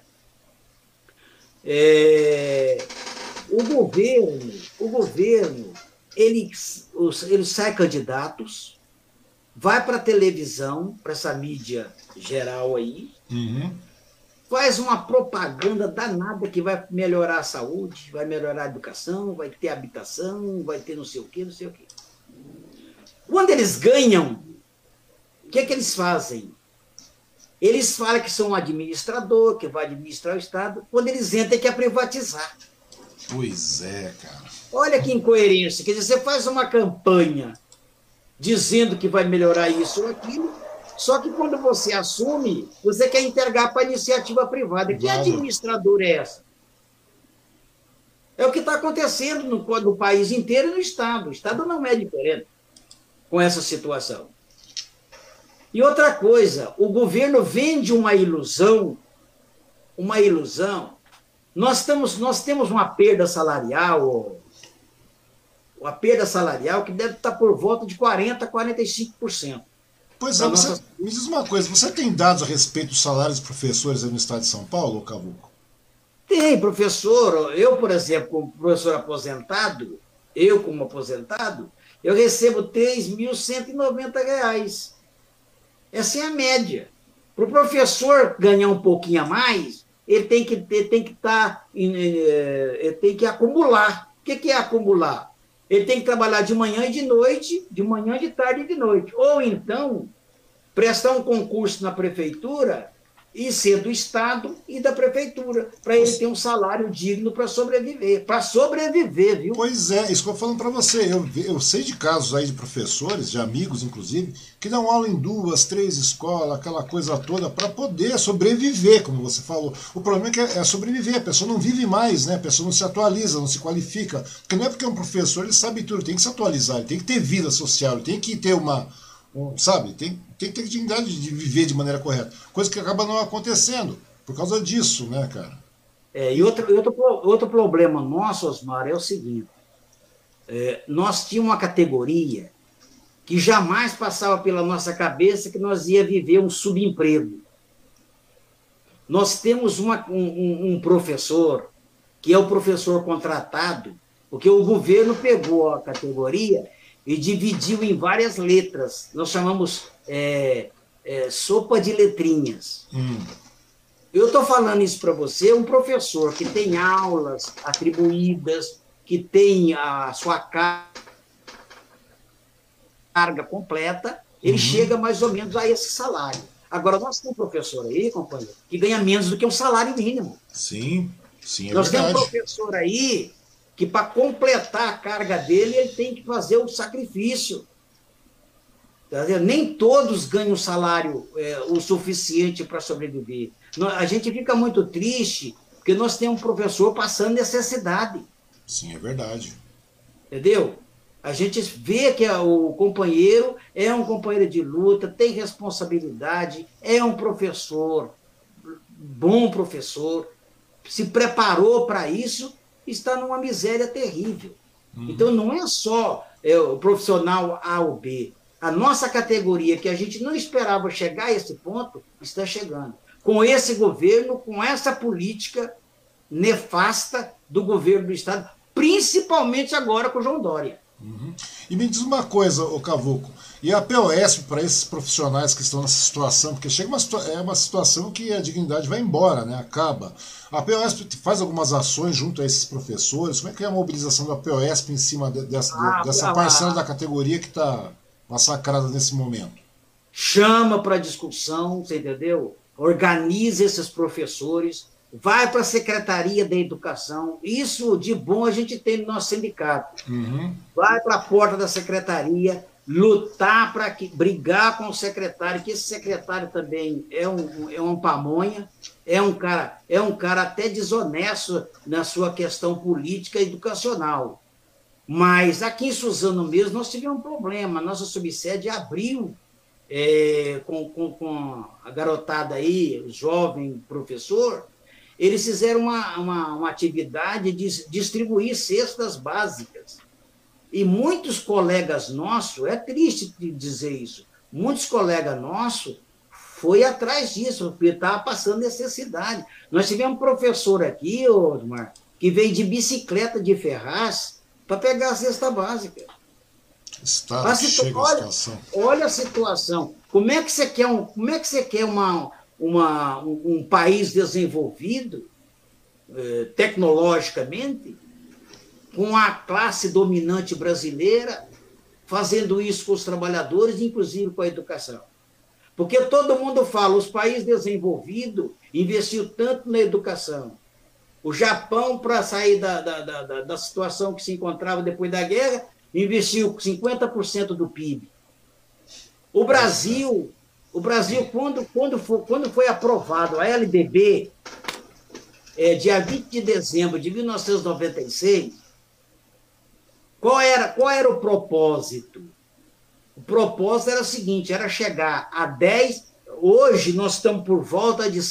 Speaker 2: o governo ele sai candidatos, vai para a televisão, para essa mídia geral aí, faz uma propaganda danada que vai melhorar a saúde, vai melhorar a educação, vai ter habitação, vai ter não sei o quê, não sei o quê. Quando eles ganham, o que eles fazem? Eles falam que são um administrador, que vai administrar o Estado. Quando eles entram, quer privatizar.
Speaker 1: Pois é, cara.
Speaker 2: Olha que incoerência. Quer dizer, você faz uma campanha dizendo que vai melhorar isso ou aquilo, só que quando você assume, você quer entregar para a iniciativa privada. Que administrador é essa? É o que está acontecendo no país inteiro e no Estado. O Estado não é diferente com essa situação. E outra coisa, o governo vende uma ilusão. Nós temos uma perda salarial, que deve estar por volta de 40% a 45%.
Speaker 1: Pois é, me diz uma coisa, você tem dados a respeito dos salários dos professores aí no estado de São Paulo, Cavuco?
Speaker 2: Tem, professor. Eu, por exemplo, como professor aposentado, eu recebo R$ 3.190. Essa é a média. Para o professor ganhar um pouquinho a mais, ele tem que acumular. O que é acumular? Ele tem que trabalhar de manhã e de noite, de manhã, de tarde e de noite. Ou então, prestar um concurso na prefeitura e ser do Estado e da Prefeitura, para ele ter um salário digno para sobreviver, viu?
Speaker 1: Pois é, isso que eu tô falando para você. Eu sei de casos aí de professores, de amigos inclusive, que dão aula em 2, 3 escolas, aquela coisa toda, para poder sobreviver, como você falou. O problema é que é sobreviver, a pessoa não vive mais, né? A pessoa não se atualiza, não se qualifica. Porque não é porque é um professor, ele sabe tudo, tem que se atualizar, ele tem que ter vida social, ele tem que ter sabe, tem que ter dignidade de viver de maneira correta. Coisa que acaba não acontecendo por causa disso, né, cara?
Speaker 2: E outro problema nosso, Osmar, é o seguinte: nós tínhamos uma categoria que jamais passava pela nossa cabeça que nós ia viver um subemprego. Nós temos um professor, que é o professor contratado, porque o governo pegou a categoria e dividiu em várias letras. Nós chamamos sopa de letrinhas. Eu estou falando isso para você, um professor que tem aulas atribuídas, que tem a sua carga completa, ele chega mais ou menos a esse salário. Agora, nós temos um professor aí, companheiro, que ganha menos do que um salário mínimo.
Speaker 1: Sim, sim, é
Speaker 2: nós
Speaker 1: verdade.
Speaker 2: Temos um professor aí que, para completar a carga dele, ele tem que fazer o sacrifício. Tá vendo? Nem todos ganham salário o suficiente para sobreviver. A gente fica muito triste porque nós temos um professor passando necessidade.
Speaker 1: Sim, é verdade.
Speaker 2: Entendeu? A gente vê que o companheiro é um companheiro de luta, tem responsabilidade, é um professor, bom professor, se preparou para isso, está numa miséria terrível. Então, não é só o profissional A ou B. A nossa categoria, que a gente não esperava chegar a esse ponto, está chegando. Com esse governo, com essa política nefasta do governo do Estado, principalmente agora com o João Dória.
Speaker 1: E me diz uma coisa, ô Cavuco, e a POSP para esses profissionais que estão nessa situação, porque chega uma situação que a dignidade vai embora, né? Acaba. A POSP faz algumas ações junto a esses professores. Como é que é a mobilização da POSP em cima dessa parcela da categoria que está massacrada nesse momento?
Speaker 2: Chama para discussão, você entendeu? Organiza esses professores, vai para a Secretaria da Educação. Isso de bom a gente tem no nosso sindicato. Vai para a porta da secretaria, lutar para brigar com o secretário, que esse secretário também é um pamonha, é um cara até desonesto na sua questão política e educacional. Mas aqui em Suzano mesmo nós tivemos um problema. Nossa subsede abriu com a garotada aí, o jovem professor. Eles fizeram uma atividade de distribuir cestas básicas. E muitos colegas nossos, é triste dizer isso, muitos colegas nossos foi atrás disso, porque estava passando necessidade. Nós tivemos um professor aqui, Osmar, que veio de bicicleta de Ferraz para pegar a cesta básica. Olha a situação. Como é que você quer um país desenvolvido tecnologicamente, com a classe dominante brasileira, fazendo isso com os trabalhadores, inclusive com a educação? Porque todo mundo fala, os países desenvolvidos investiram tanto na educação. O Japão, para sair da situação que se encontrava depois da guerra, investiu 50% do PIB. O Brasil, quando foi aprovado a LDB, dia 20 de dezembro de 1996, qual era o propósito? O propósito era o seguinte, era chegar a 10%, hoje nós estamos por volta de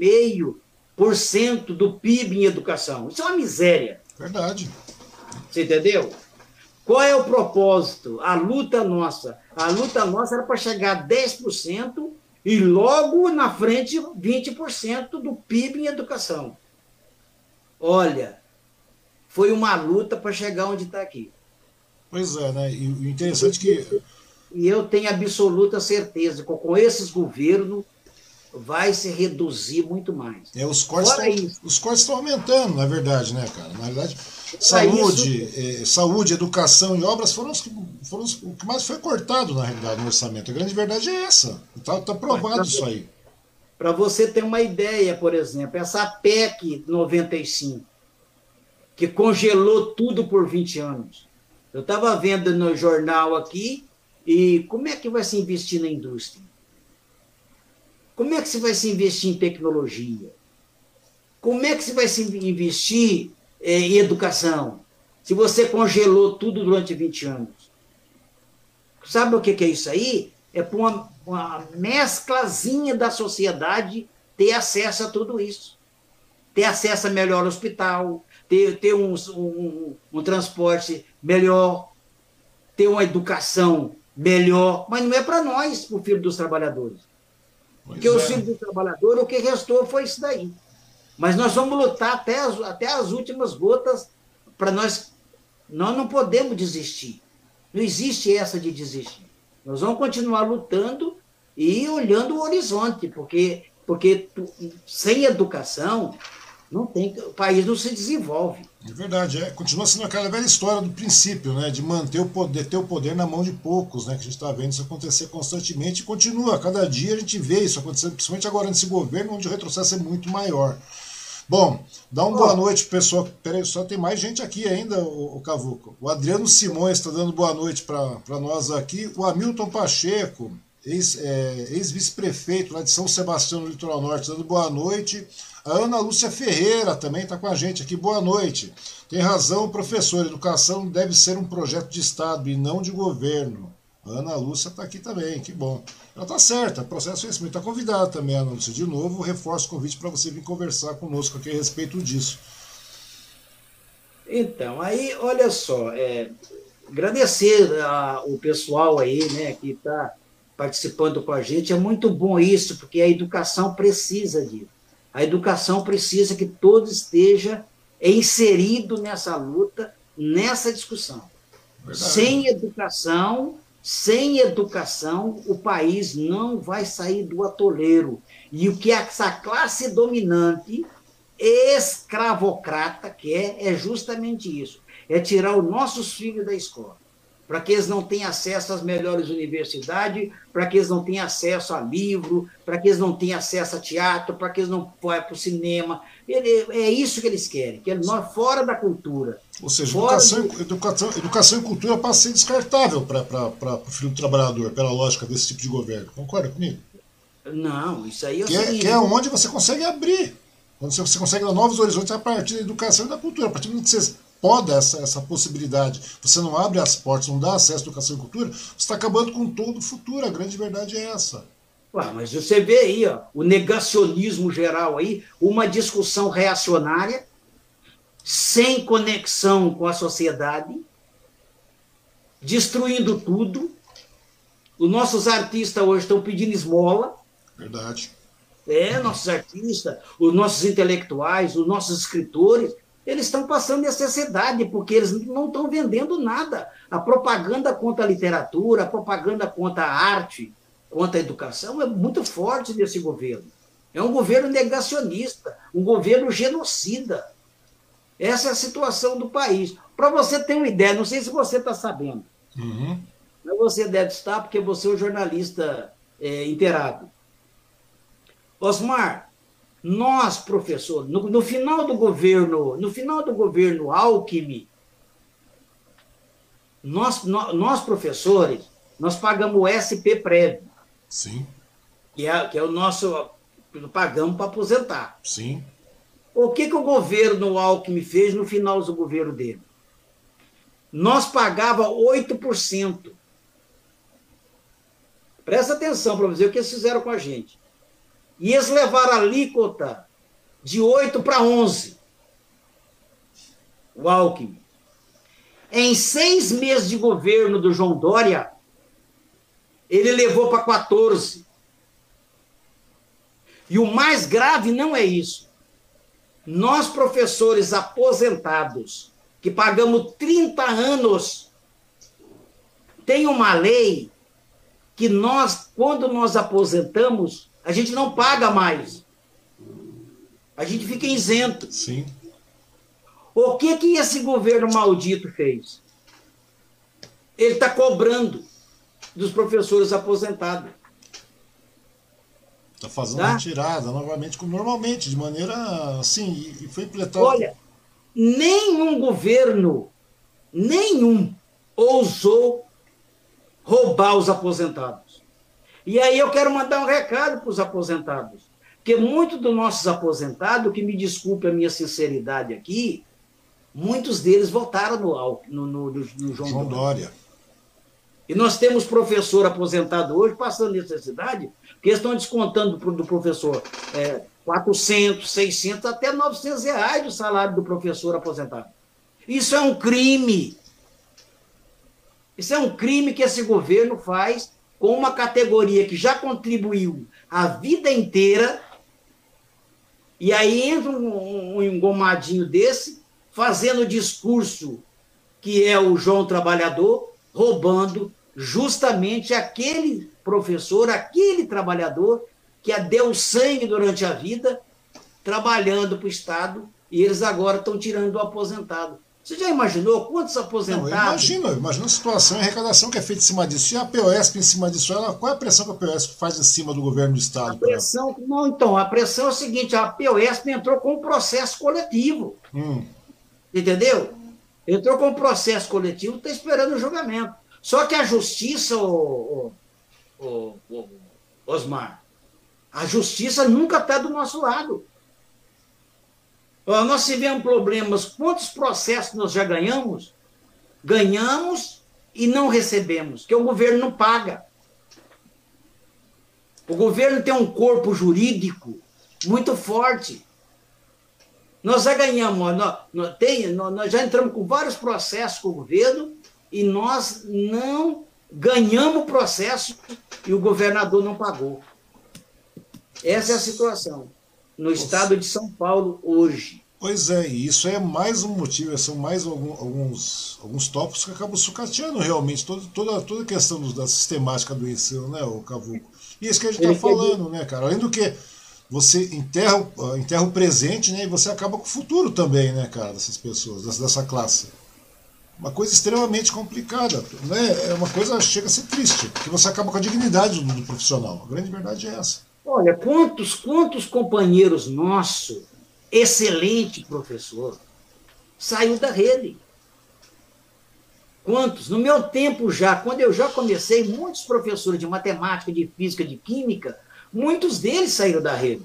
Speaker 2: 7,5% do PIB em educação. Isso é uma miséria.
Speaker 1: Verdade.
Speaker 2: Você entendeu? Qual é o propósito? A luta nossa era para chegar a 10% e logo na frente 20% do PIB em educação. Olha, foi uma luta para chegar onde está aqui.
Speaker 1: Pois é, né? E o interessante é que...
Speaker 2: E eu tenho absoluta certeza que com esses governos vai se reduzir muito mais.
Speaker 1: Os cortes estão aumentando, na verdade, né, cara? Na verdade, saúde, educação e obras foram o que mais foi cortado, na realidade, no orçamento. A grande verdade é essa. Está provado isso aí.
Speaker 2: Para você ter uma ideia, por exemplo, essa PEC 95, que congelou tudo por 20 anos. Eu estava vendo no jornal aqui, e como é que vai se investir na indústria? Como é que se vai se investir em tecnologia? Como é que se vai se investir em educação? Se você congelou tudo durante 20 anos. Sabe o que é isso aí? É para uma mesclazinha da sociedade ter acesso a tudo isso. Ter acesso a melhor hospital, ter um transporte melhor, ter uma educação melhor, mas não é para nós, o filho dos trabalhadores. Porque os filhos dos trabalhadores, o que restou foi isso daí. Mas nós vamos lutar até as últimas gotas para nós. Nós não podemos desistir. Não existe essa de desistir. Nós vamos continuar lutando e olhando o horizonte, porque sem educação não tem, o país não se desenvolve.
Speaker 1: É verdade, continua sendo aquela velha história do princípio, né, de manter o poder, ter o poder na mão de poucos, né, que a gente está vendo isso acontecer constantemente e continua. Cada dia a gente vê isso acontecendo, principalmente agora nesse governo, onde o retrocesso é muito maior. Bom, dá uma boa noite, pessoal. Peraí, só tem mais gente aqui ainda, o Cavuco. O Adriano Simões está dando boa noite para nós aqui. O Hamilton Pacheco, ex-vice-prefeito lá de São Sebastião, no Litoral Norte, dando boa noite. A Ana Lúcia Ferreira também está com a gente aqui. Boa noite. Tem razão, professor. Educação deve ser um projeto de Estado e não de governo. A Ana Lúcia está aqui também, que bom. Ela está certa, o processo é esse. Está convidada também, Ana Lúcia. De novo, reforço o convite para você vir conversar conosco aqui a respeito disso.
Speaker 2: Então, aí, olha só, agradecer o pessoal aí, né, que está participando com a gente. É muito bom isso, porque a educação precisa disso. A educação precisa que todo esteja inserido nessa luta, nessa discussão. Verdade. Sem educação, o país não vai sair do atoleiro. E o que essa classe dominante, escravocrata, quer é justamente isso. É tirar os nossos filhos da escola, para que eles não tenham acesso às melhores universidades, para que eles não tenham acesso a livro, para que eles não tenham acesso a teatro, para que eles não vão para o cinema. É isso que eles querem, que nós fora da cultura.
Speaker 1: Ou seja, educação e cultura passa a ser descartável para o filho do trabalhador, pela lógica desse tipo de governo. Concorda comigo?
Speaker 2: Não, isso aí
Speaker 1: que é onde você consegue abrir. Quando você consegue dar novos horizontes a partir da educação e da cultura. A partir do momento que você poda essa possibilidade, você não abre as portas, não dá acesso à educação e cultura, você está acabando com todo o futuro. A grande verdade é essa.
Speaker 2: Ué, mas você vê aí, ó, o negacionismo geral aí, uma discussão reacionária, sem conexão com a sociedade, destruindo tudo. Os nossos artistas hoje estão pedindo esmola.
Speaker 1: Verdade.
Speaker 2: Nossos artistas, os nossos intelectuais, os nossos escritores, eles estão passando necessidade, porque eles não estão vendendo nada. A propaganda contra a literatura, a propaganda contra a arte, contra a educação é muito forte desse governo. É um governo negacionista, um governo genocida. Essa é a situação do país. Para você ter uma ideia, não sei se você está sabendo, mas você deve estar, porque você é um jornalista inteirado. Osmar, nós, professor, no final do governo Alckmin, nós professores, nós pagamos o SP-Prev.
Speaker 1: Sim.
Speaker 2: Que é o nosso... Pagamos para aposentar.
Speaker 1: Sim.
Speaker 2: O que o governo Alckmin fez no final do governo dele? Nós pagava 8%. Presta atenção para ver o que eles fizeram com a gente. E eles levaram a alíquota de 8 para 11. O Alckmin. Em 6 meses de governo do João Dória, ele levou para 14. E o mais grave não é isso. Nós, professores aposentados, que pagamos 30 anos, tem uma lei que nós, quando nós aposentamos, a gente não paga mais. A gente fica isento.
Speaker 1: Sim.
Speaker 2: O que esse governo maldito fez? Ele está cobrando dos professores aposentados.
Speaker 1: Está fazendo
Speaker 2: tá?
Speaker 1: retirada novamente, como normalmente, de maneira assim, e foi implementado.
Speaker 2: Olha, nenhum governo, nenhum, ousou roubar os aposentados. E aí eu quero mandar um recado para os aposentados, porque muitos dos nossos aposentados, que me desculpe a minha sinceridade aqui, muitos deles votaram no
Speaker 1: João
Speaker 2: João Dória.
Speaker 1: Dória.
Speaker 2: E nós temos professor aposentado hoje passando necessidade, porque eles estão descontando do professor 400, 600, até 900 reais do salário do professor aposentado. Isso é um crime. Isso é um crime que esse governo faz com uma categoria que já contribuiu a vida inteira, e aí entra um engomadinho desse, fazendo discurso que é o João Trabalhador, roubando justamente aquele professor, aquele trabalhador que deu sangue durante a vida, trabalhando para o Estado, e eles agora estão tirando do aposentado. Você já imaginou quantos aposentados?
Speaker 1: Não, eu imagino a situação, a arrecadação que é feita em cima disso. E a POSP em cima disso, qual é a pressão que a POSP faz em cima do governo do Estado?
Speaker 2: A pressão, não, então, a pressão é o seguinte, a POSP entrou com um processo coletivo. Entendeu? Entrou com um processo coletivo, está esperando o julgamento. Só que a justiça, Osmar, a justiça nunca está do nosso lado. Nós tivemos problemas, quantos processos nós já ganhamos? Ganhamos e não recebemos, que o governo não paga. O governo tem um corpo jurídico muito forte. Nós já ganhamos, nós já entramos com vários processos com o governo e nós não ganhamos o processo e o governador não pagou. Essa é a situação no estado de São Paulo hoje.
Speaker 1: Pois é, e isso é mais um motivo, são mais alguns tópicos que acabam sucateando realmente toda a questão da sistemática do ensino, né, o Cavuco? E é isso que a gente está falando, né, cara? Além do que você enterra o presente, né, e você acaba com o futuro também, né, cara, dessas pessoas, dessa classe. Uma coisa extremamente complicada, né? É uma coisa chega a ser triste, porque você acaba com a dignidade do profissional. A grande verdade é essa.
Speaker 2: Olha, quantos companheiros nossos, excelente professor, saiu da rede? Quantos? No meu tempo já, quando eu já comecei, muitos professores de matemática, de física, de química, muitos deles saíram da rede.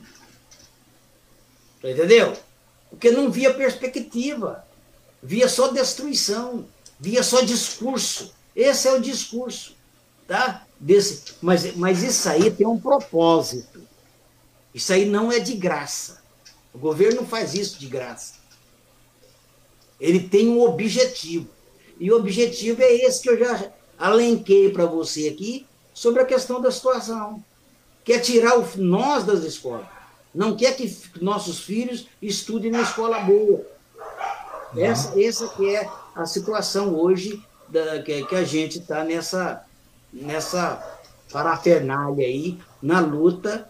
Speaker 2: Entendeu? Porque não via perspectiva, via só destruição, via só discurso. Esse é o discurso, tá? Mas isso aí tem um propósito. Isso aí não é de graça. O governo não faz isso de graça. Ele tem um objetivo. E o objetivo é esse que eu já alenquei para você aqui sobre a questão da situação. Quer tirar nós das escolas. Não quer que nossos filhos estudem na escola boa. Essa que é a situação hoje que a gente está nessa parafernália aí, na luta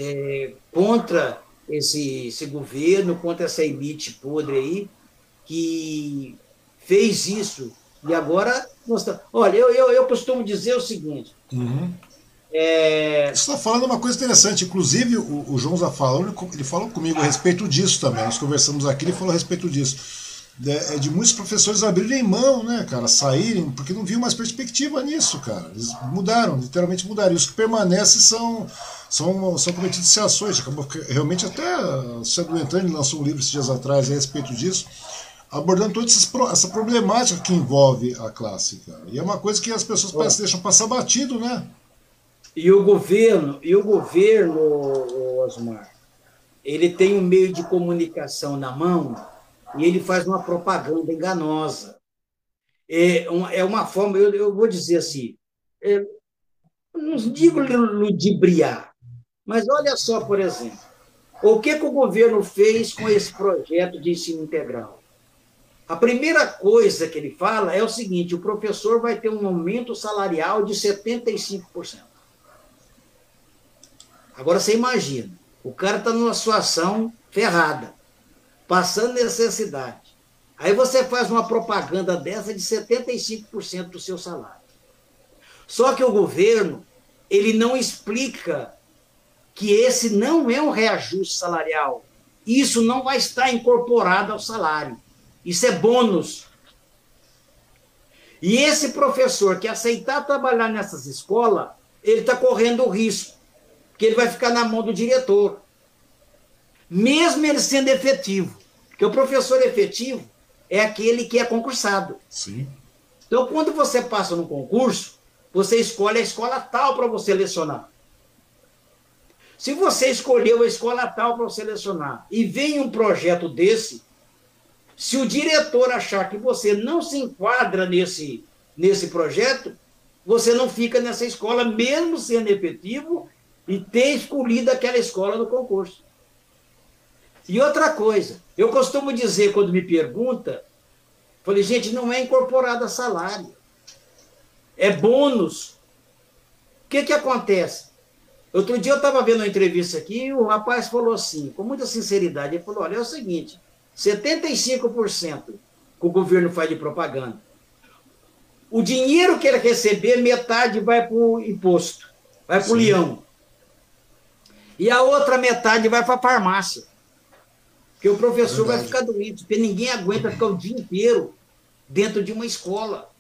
Speaker 2: contra esse governo, contra essa elite podre aí, que fez isso. E agora, olha, eu costumo dizer o seguinte...
Speaker 1: Você está falando uma coisa interessante, inclusive o João Zafalão, ele falou comigo a respeito disso também, nós conversamos aqui, ele falou a respeito disso, de muitos professores abrirem mão, né, cara, saírem, porque não viam mais perspectiva nisso, cara, eles mudaram, literalmente mudaram, e os que permanecem são cometidos de ações, acabou realmente até se adoentando, ele lançou um livro esses dias atrás a respeito disso, abordando toda essa problemática que envolve a classe, cara, e é uma coisa que as pessoas parecem que deixam passar batido, né?
Speaker 2: E o governo, Osmar, ele tem um meio de comunicação na mão e ele faz uma propaganda enganosa. É uma forma, eu vou dizer assim, não digo ludibriar, mas olha só, por exemplo, o que o governo fez com esse projeto de ensino integral? A primeira coisa que ele fala é o seguinte, o professor vai ter um aumento salarial de 75%. Agora você imagina, o cara está numa situação ferrada, passando necessidade. Aí você faz uma propaganda dessa de 75% do seu salário. Só que o governo, ele não explica que esse não é um reajuste salarial. Isso não vai estar incorporado ao salário. Isso é bônus. E esse professor que aceitar trabalhar nessas escolas, ele está correndo o risco, porque ele vai ficar na mão do diretor. Mesmo ele sendo efetivo. Porque o professor efetivo é aquele que é concursado.
Speaker 1: Sim.
Speaker 2: Então, quando você passa no concurso, você escolhe a escola tal para você lecionar. Se você escolheu a escola tal para você lecionar e vem um projeto desse, se o diretor achar que você não se enquadra nesse projeto, você não fica nessa escola, mesmo sendo efetivo e ter escolhido aquela escola no concurso. E outra coisa, eu costumo dizer, quando me pergunta, falei, gente, não é incorporado a salário, é bônus. O que acontece? Outro dia eu estava vendo uma entrevista aqui e o rapaz falou assim, com muita sinceridade, ele falou, olha, é o seguinte, 75% que o governo faz de propaganda. O dinheiro que ele receber, metade vai para o imposto, vai para o leão. E a outra metade vai para a farmácia. Porque o professor vai ficar doente, porque ninguém aguenta ficar o dia inteiro dentro de uma escola.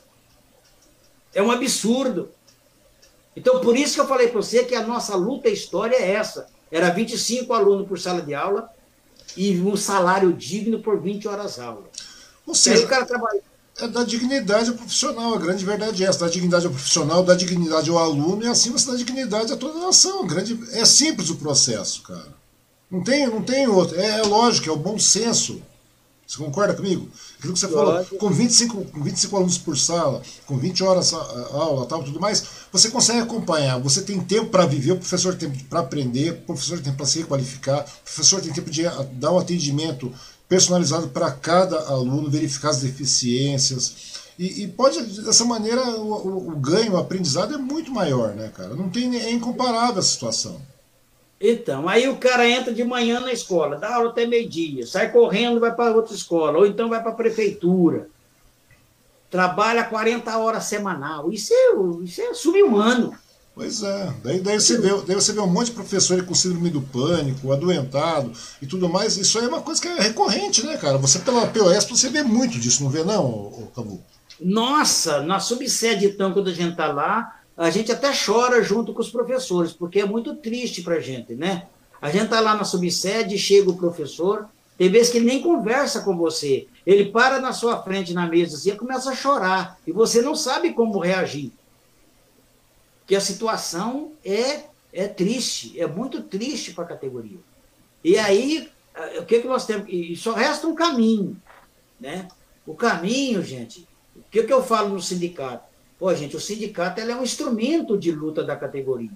Speaker 2: É um absurdo. Então, por isso que eu falei para você que a nossa luta e história é essa. Era 25 alunos por sala de aula e um salário digno por 20 horas aula.
Speaker 1: Ou seja,
Speaker 2: aí o cara trabalha.
Speaker 1: É da dignidade ao profissional, a grande verdade é essa, dá dignidade ao profissional, dá dignidade ao aluno, e assim você dá dignidade a toda a nação. É simples o processo, cara. Não tem outro. É lógico, é o bom senso. Você concorda comigo? Aquilo que você falou, com 25 alunos por sala, com 20 horas a aula, tal, tudo mais, você consegue acompanhar, você tem tempo para viver, o professor tem tempo para aprender, o professor tem tempo para se qualificar, o professor tem tempo de dar um atendimento personalizado para cada aluno, verificar as deficiências, e pode, dessa maneira, o ganho, o aprendizado é muito maior, né, cara? É incomparável a situação.
Speaker 2: Então, aí o cara entra de manhã na escola, dá aula até meio-dia, sai correndo, vai para outra escola, ou então vai para a prefeitura, trabalha 40 horas semanal. Isso é subhumano.
Speaker 1: Pois é, daí você vê um monte de professor com síndrome do pânico, adoentado e tudo mais. Isso aí é uma coisa que é recorrente, né, cara? Você pela POS você vê muito disso, não vê não, Cabu?
Speaker 2: Nossa, na subsede, então, quando a gente está lá, a gente até chora junto com os professores, porque é muito triste para a gente, né? A gente está lá na subsede, chega o professor, tem vezes que ele nem conversa com você, ele para na sua frente na mesa assim, e começa a chorar, e você não sabe como reagir. Porque a situação é triste, é muito triste para a categoria. E aí, o que nós temos? E só resta um caminho, né? O caminho, gente, o que eu falo no sindicato? Pô, gente, o sindicato é um instrumento de luta da categoria.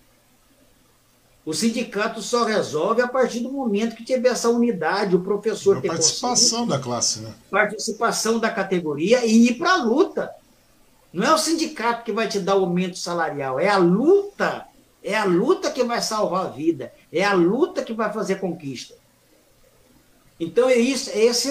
Speaker 2: O sindicato só resolve a partir do momento que tiver essa unidade, o professor ter
Speaker 1: participação da classe, né?
Speaker 2: Participação da categoria e ir para a luta. Não é o sindicato que vai te dar aumento salarial, é a luta. É a luta que vai salvar a vida, é a luta que vai fazer conquista. Então, esse é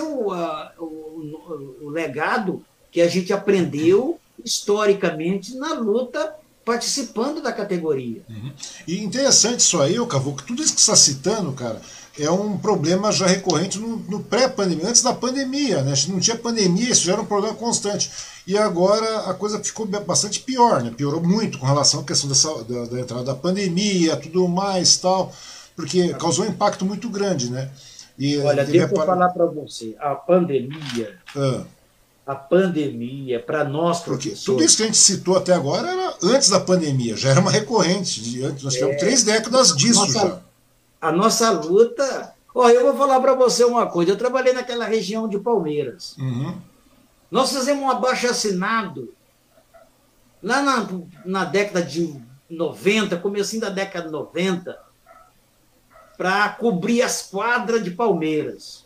Speaker 2: o legado que a gente aprendeu historicamente na luta, participando da categoria.
Speaker 1: Uhum. E interessante isso aí, Cavu, que tudo isso que você está citando, cara, é um problema já recorrente no pré-pandemia, antes da pandemia, né? Não tinha pandemia, isso já era um problema constante. E agora a coisa ficou bastante pior, né? Piorou muito com relação à questão da entrada da pandemia, tudo mais, tal, porque causou um impacto muito grande, né?
Speaker 2: E olha, deixa eu falar para você, a pandemia... A pandemia, para nós, professores...
Speaker 1: Tudo isso que a gente citou até agora era antes da pandemia, já era uma recorrente. Nós tivemos 3 décadas disso já.
Speaker 2: A nossa luta... eu vou falar para você uma coisa. Eu trabalhei naquela região de Palmeiras.
Speaker 1: Uhum.
Speaker 2: Nós fizemos um abaixo-assinado lá na década de 90, comecinho da década de 90, para cobrir as quadras de Palmeiras.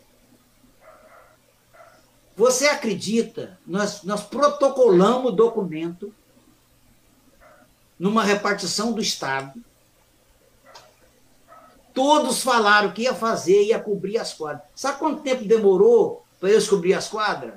Speaker 2: Você acredita? Nós protocolamos o documento numa repartição do Estado. Todos falaram que ia fazer, ia cobrir as quadras. Sabe quanto tempo demorou para eles cobrir as quadras?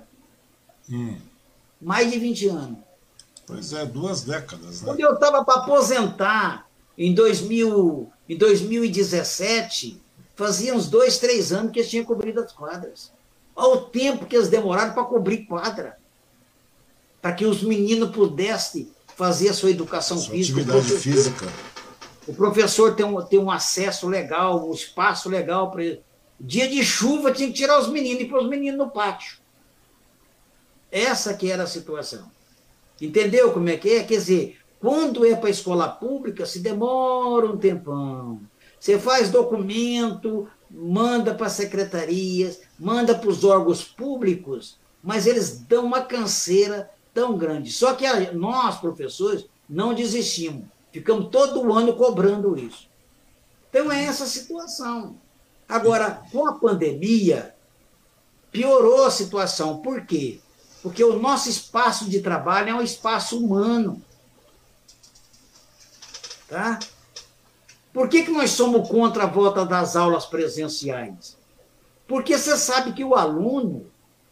Speaker 2: Mais de 20 anos.
Speaker 1: Pois é, 2 décadas. Né?
Speaker 2: Quando eu estava para aposentar, Em 2017, fazia uns 2, 3 anos que eles tinham cobrido as quadras. Olha o tempo que eles demoraram para cobrir quadra, para que os meninos pudessem fazer a sua educação física.
Speaker 1: Atividade física.
Speaker 2: O professor tem um acesso legal, um espaço legal para ele. Dia de chuva tinha que tirar os meninos e pôr os meninos no pátio. Essa que era a situação. Entendeu como é que é? Quer dizer, quando é para a escola pública, se demora um tempão. Você faz documento, manda para as secretarias, manda para os órgãos públicos, mas eles dão uma canseira tão grande. Só que nós, professores, não desistimos. Ficamos todo ano cobrando isso. Então, é essa a situação. Agora, com a pandemia, piorou a situação. Por quê? Porque o nosso espaço de trabalho é um espaço humano. Tá? Por que nós somos contra a volta das aulas presenciais? Porque você sabe que o aluno,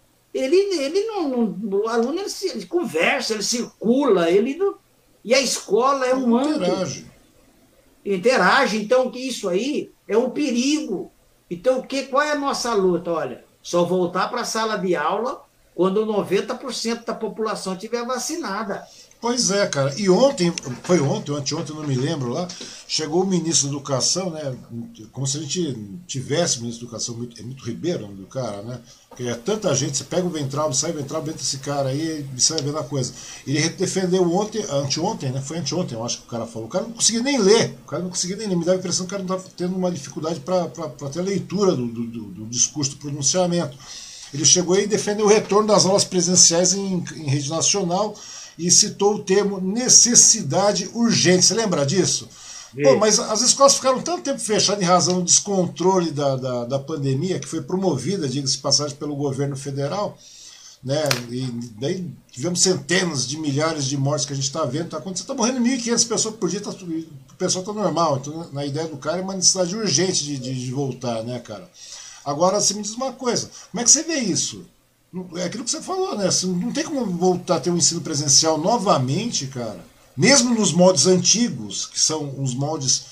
Speaker 2: o aluno ele conversa, ele circula, e a escola é um âmbito. Interage. Então, que isso aí é um perigo. Então, qual é a nossa luta? Olha, só voltar para a sala de aula quando 90% da população estiver vacinada.
Speaker 1: Pois é, cara. E ontem, foi ontem, anteontem, não me lembro lá, chegou o ministro da Educação, né? Como se a gente tivesse ministro da Educação, é muito Ribeiro o nome do cara, né? Porque é tanta gente, você pega o Weintraub, sai o Weintraub, entra esse cara aí, e sai vendo a coisa. Ele defendeu anteontem, né? Foi anteontem, eu acho que o cara falou. O cara não conseguia nem ler, me dava a impressão que o cara não estava tendo uma dificuldade para ter a leitura do discurso, do pronunciamento. Ele chegou aí e defendeu o retorno das aulas presenciais em rede nacional, e citou o termo necessidade urgente. Você lembra disso? Pô, mas as escolas ficaram tanto tempo fechadas em razão do descontrole da pandemia, que foi promovida, diga-se de passagem, pelo governo federal, né? E daí tivemos centenas de milhares de mortes que a gente está vendo. Tá acontecendo, está morrendo 1.500 pessoas por dia, o pessoal está normal. Então, na ideia do cara, é uma necessidade urgente de voltar, né, cara? Agora, você me diz uma coisa, como é que você vê isso? É aquilo que você falou, né? Não tem como voltar a ter um ensino presencial novamente, cara. Mesmo nos moldes antigos, que são uns moldes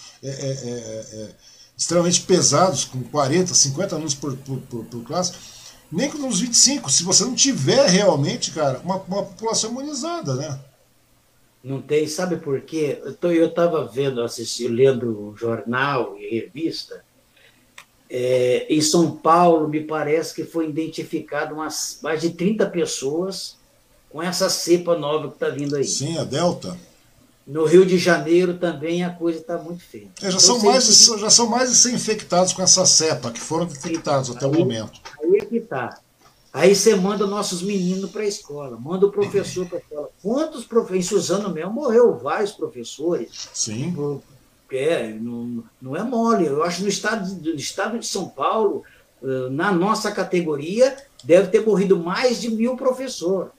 Speaker 1: extremamente pesados, com 40, 50 alunos por classe, nem com uns 25, se você não tiver realmente, cara, uma população imunizada, né?
Speaker 2: Não tem, sabe por quê? Eu estava vendo, lendo jornal e revista. Em São Paulo, me parece que foi identificado mais de 30 pessoas com essa cepa nova que está vindo aí.
Speaker 1: Sim, a Delta.
Speaker 2: No Rio de Janeiro também a coisa está muito feia.
Speaker 1: Já são mais de 100 infectados com essa cepa, que foram infectados até o momento.
Speaker 2: Aí é que está. Aí você manda nossos meninos para a escola, manda o professor para a escola. Quantos professores? Em Suzano mesmo morreu vários professores.
Speaker 1: Sim.
Speaker 2: Não é mole. Eu acho que no estado de São Paulo, na nossa categoria, deve ter morrido mais de 1.000 professores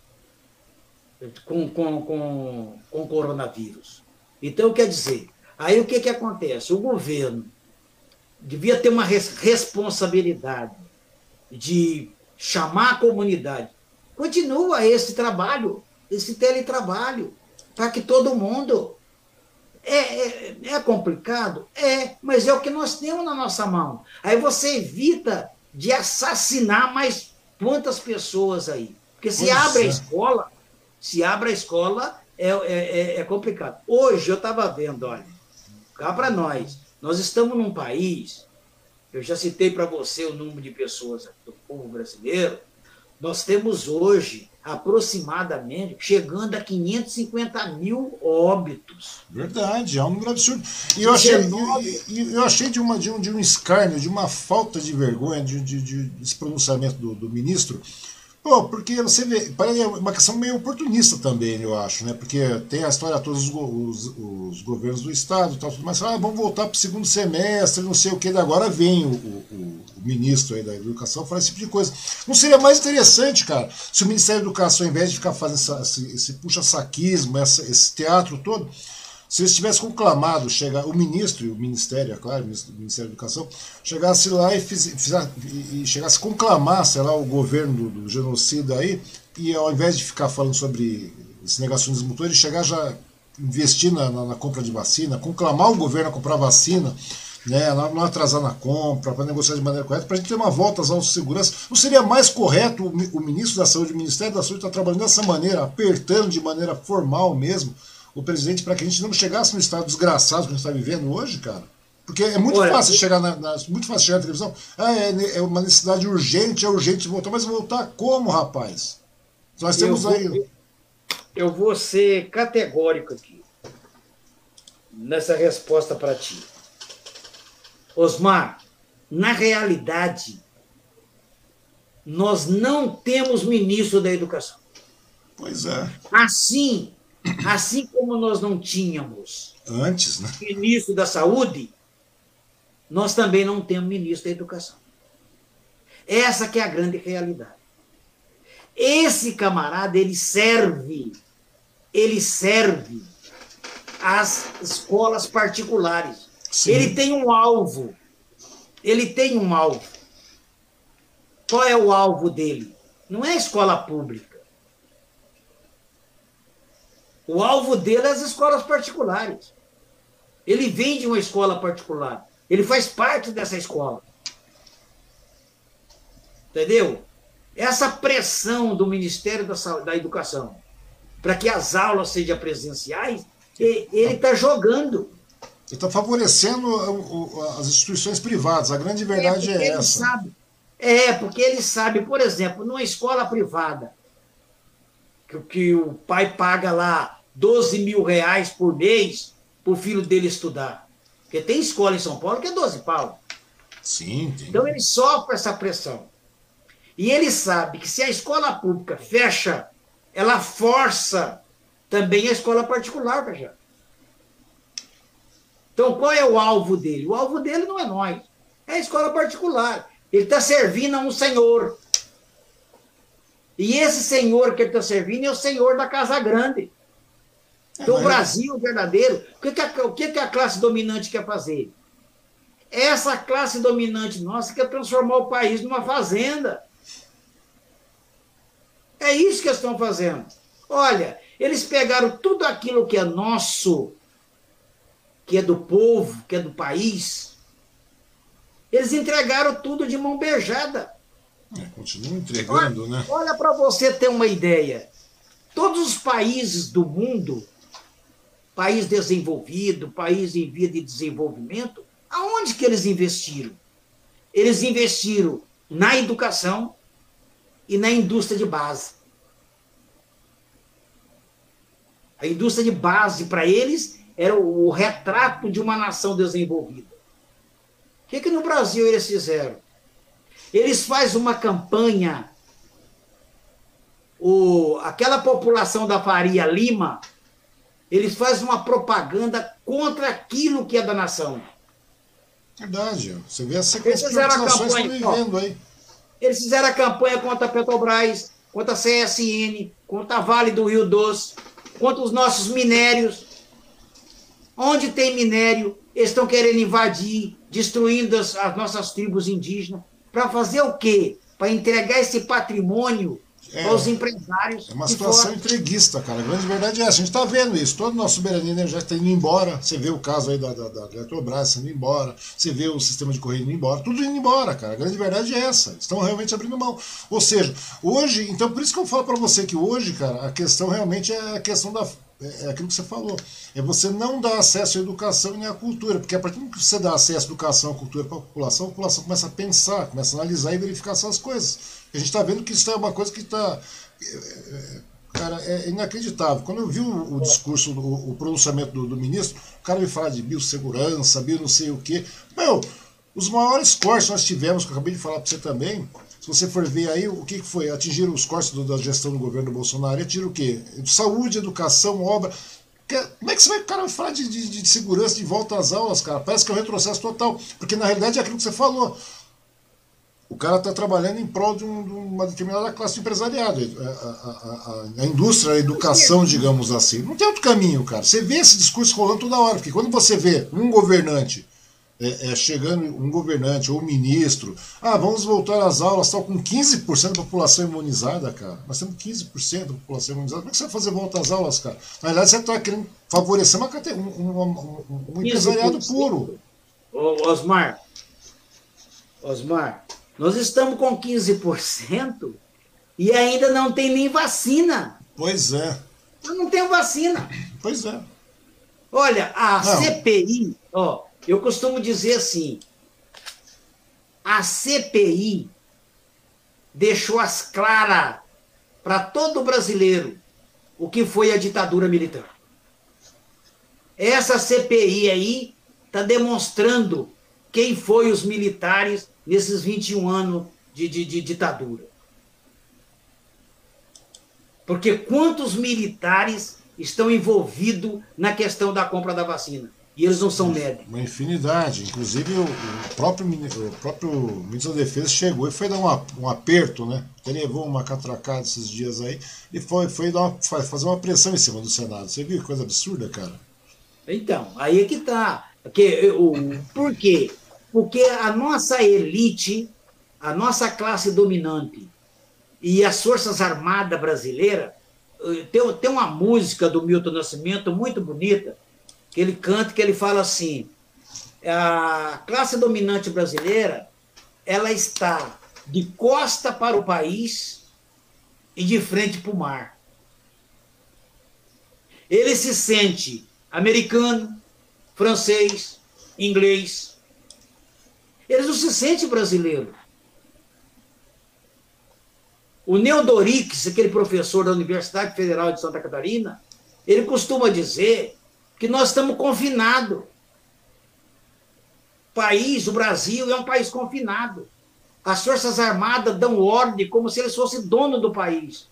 Speaker 2: com coronavírus. Então, quer dizer, aí o que acontece? O governo devia ter uma responsabilidade de chamar a comunidade. Continua esse trabalho, esse teletrabalho, para que todo mundo... É complicado? Mas é o que nós temos na nossa mão. Aí você evita de assassinar mais quantas pessoas aí. Porque se abre a escola, é complicado. Hoje eu estava vendo, olha, cá para nós estamos num país, eu já citei para você o número de pessoas do povo brasileiro, nós temos hoje aproximadamente chegando a 550 mil óbitos.
Speaker 1: Verdade, é um número absurdo. E eu achei de um escárnio, de uma falta de vergonha, desse pronunciamento do ministro. Pô, porque você vê, parece uma questão meio oportunista também, eu acho, né? Porque tem a história de todos os governos do Estado e tal, tudo mais, vamos voltar para o segundo semestre, não sei o que, agora vem o ministro aí da Educação falar esse tipo de coisa. Não seria mais interessante, cara, se o Ministério da Educação, ao invés de ficar fazendo esse puxa-saquismo, esse teatro todo, se eles tivessem conclamado, o ministro e o Ministério, é claro, o Ministério da Educação, chegasse lá e chegasse a conclamar, sei lá, o governo do genocida aí, e ao invés de ficar falando sobre esse negacionismo todo, ele chegar já investir na compra de vacina, conclamar o governo a comprar vacina, né, não atrasar na compra, para negociar de maneira correta, para a gente ter uma volta às aulas de segurança. Não seria mais correto o ministro da Saúde, o Ministério da Saúde, estar trabalhando dessa maneira, apertando de maneira formal mesmo o presidente, para que a gente não chegasse no estado desgraçado que a gente está vivendo hoje, cara? Porque é muito fácil chegar muito fácil chegar na televisão. É uma necessidade urgente, é urgente voltar, mas voltar como, rapaz? Nós temos aí.
Speaker 2: Eu vou ser categórico aqui nessa resposta para ti. Osmar, na realidade, nós não temos ministro da Educação.
Speaker 1: Pois é.
Speaker 2: Assim como nós não tínhamos
Speaker 1: antes, né,
Speaker 2: ministro da Saúde, nós também não temos ministro da Educação. Essa que é a grande realidade. Esse camarada, ele serve às escolas particulares. Sim. Ele tem um alvo. Qual é o alvo dele? Não é a escola pública. O alvo dele é as escolas particulares. Ele vem de uma escola particular. Ele faz parte dessa escola. Entendeu? Essa pressão do Ministério da Educação para que as aulas sejam presenciais, ele está jogando.
Speaker 1: Ele está favorecendo as instituições privadas. A grande verdade é essa.
Speaker 2: Porque ele sabe, por exemplo, numa escola privada, que o pai paga lá 12 mil reais por mês para o filho dele estudar. Porque tem escola em São Paulo que é 12 pau.
Speaker 1: Sim, tem.
Speaker 2: Então ele sofre essa pressão. E ele sabe que se a escola pública fecha, ela força também a escola particular para fechar. Então, qual é o alvo dele? O alvo dele não é nós, é a escola particular. Ele está servindo a um senhor. E esse senhor que ele está servindo é o senhor da Casa Grande. Então, o Brasil verdadeiro, o que a classe dominante quer fazer? Essa classe dominante nossa quer transformar o país numa fazenda. É isso que eles estão fazendo. Olha, eles pegaram tudo aquilo que é nosso, que é do povo, que é do país, eles entregaram tudo de mão beijada.
Speaker 1: Continuam entregando, né?
Speaker 2: Olha para você ter uma ideia. Todos os países do mundo, país desenvolvido, país em via de desenvolvimento, aonde que eles investiram? Eles investiram na educação e na indústria de base. A indústria de base, para eles, era o retrato de uma nação desenvolvida. O que no Brasil eles fizeram? Eles fazem uma campanha, aquela população da Faria Lima, eles fazem uma propaganda contra aquilo que é da nação.
Speaker 1: Verdade. Você vê a sequência de organizações que estão vivendo aí.
Speaker 2: Eles fizeram a campanha contra a Petrobras, contra a CSN, contra a Vale do Rio Doce, contra os nossos minérios. Onde tem minério, eles estão querendo invadir, destruindo as nossas tribos indígenas. Para fazer o quê? Para entregar esse patrimônio aos empresários.
Speaker 1: É uma situação entreguista, cara. A grande verdade é essa. A gente está vendo isso. Toda a nossa soberania já está indo embora. Você vê o caso aí da Petrobras indo embora. Você vê o sistema de correio indo embora. Tudo indo embora, cara. A grande verdade é essa. Eles estão realmente abrindo mão. Ou seja, hoje... Então, por isso que eu falo para você que hoje, cara, a questão realmente é a questão da... É aquilo que você falou. É você não dar acesso à educação e nem à cultura. Porque a partir do que você dá acesso à educação e à cultura para a população começa a pensar, começa a analisar e verificar essas coisas. A gente está vendo que isso é uma coisa que está... Cara, é inacreditável. Quando eu vi o discurso, o pronunciamento do ministro, o cara me fala de biossegurança, bio não sei o quê. Meu, os maiores cortes nós tivemos, que eu acabei de falar para você também, se você for ver aí, o que foi? Atingiram os cortes da gestão do governo Bolsonaro, e atingiram o quê? Saúde, educação, obra. Como é que o cara vai falar de segurança, de volta às aulas, cara? Parece que é um retrocesso total. Porque na realidade é aquilo que você falou. O cara está trabalhando em prol de uma determinada classe de empresariado. A indústria, a educação, digamos assim. Não tem outro caminho, cara. Você vê esse discurso rolando toda hora. Porque quando você vê um governante chegando um governante ou um ministro, vamos voltar às aulas tal, com 15% da população imunizada, cara. Nós temos 15% da população imunizada. Como é que você vai fazer volta às aulas, cara? Na verdade, você está querendo favorecer um empresariado puro.
Speaker 2: Osmar, nós estamos com 15% e ainda não tem nem vacina.
Speaker 1: Pois é.
Speaker 2: Eu não tenho vacina.
Speaker 1: Pois é.
Speaker 2: Olha, CPI, eu costumo dizer assim, a CPI deixou as claras para todo brasileiro o que foi a ditadura militar. Essa CPI aí está demonstrando quem foi os militares nesses 21 anos de ditadura. Porque quantos militares estão envolvidos na questão da compra da vacina? E eles não são médicos.
Speaker 1: Uma infinidade. Inclusive, o próprio ministro da Defesa chegou e foi dar um aperto, né? Ele levou uma catracada esses dias aí e foi fazer uma pressão em cima do Senado. Você viu que coisa absurda, cara?
Speaker 2: Então, aí é que tá. Por quê? Porque a nossa elite, a nossa classe dominante e as Forças Armadas brasileiras, tem uma música do Milton Nascimento muito bonita, que ele canta, que ele fala assim, a classe dominante brasileira, ela está de costa para o país e de frente para o mar. Ele se sente americano, francês, inglês. Eles não se sentem brasileiro. O Neodorix, aquele professor da Universidade Federal de Santa Catarina, ele costuma dizer que nós estamos confinados. O Brasil é um país confinado. As Forças Armadas dão ordem como se eles fossem dono do país.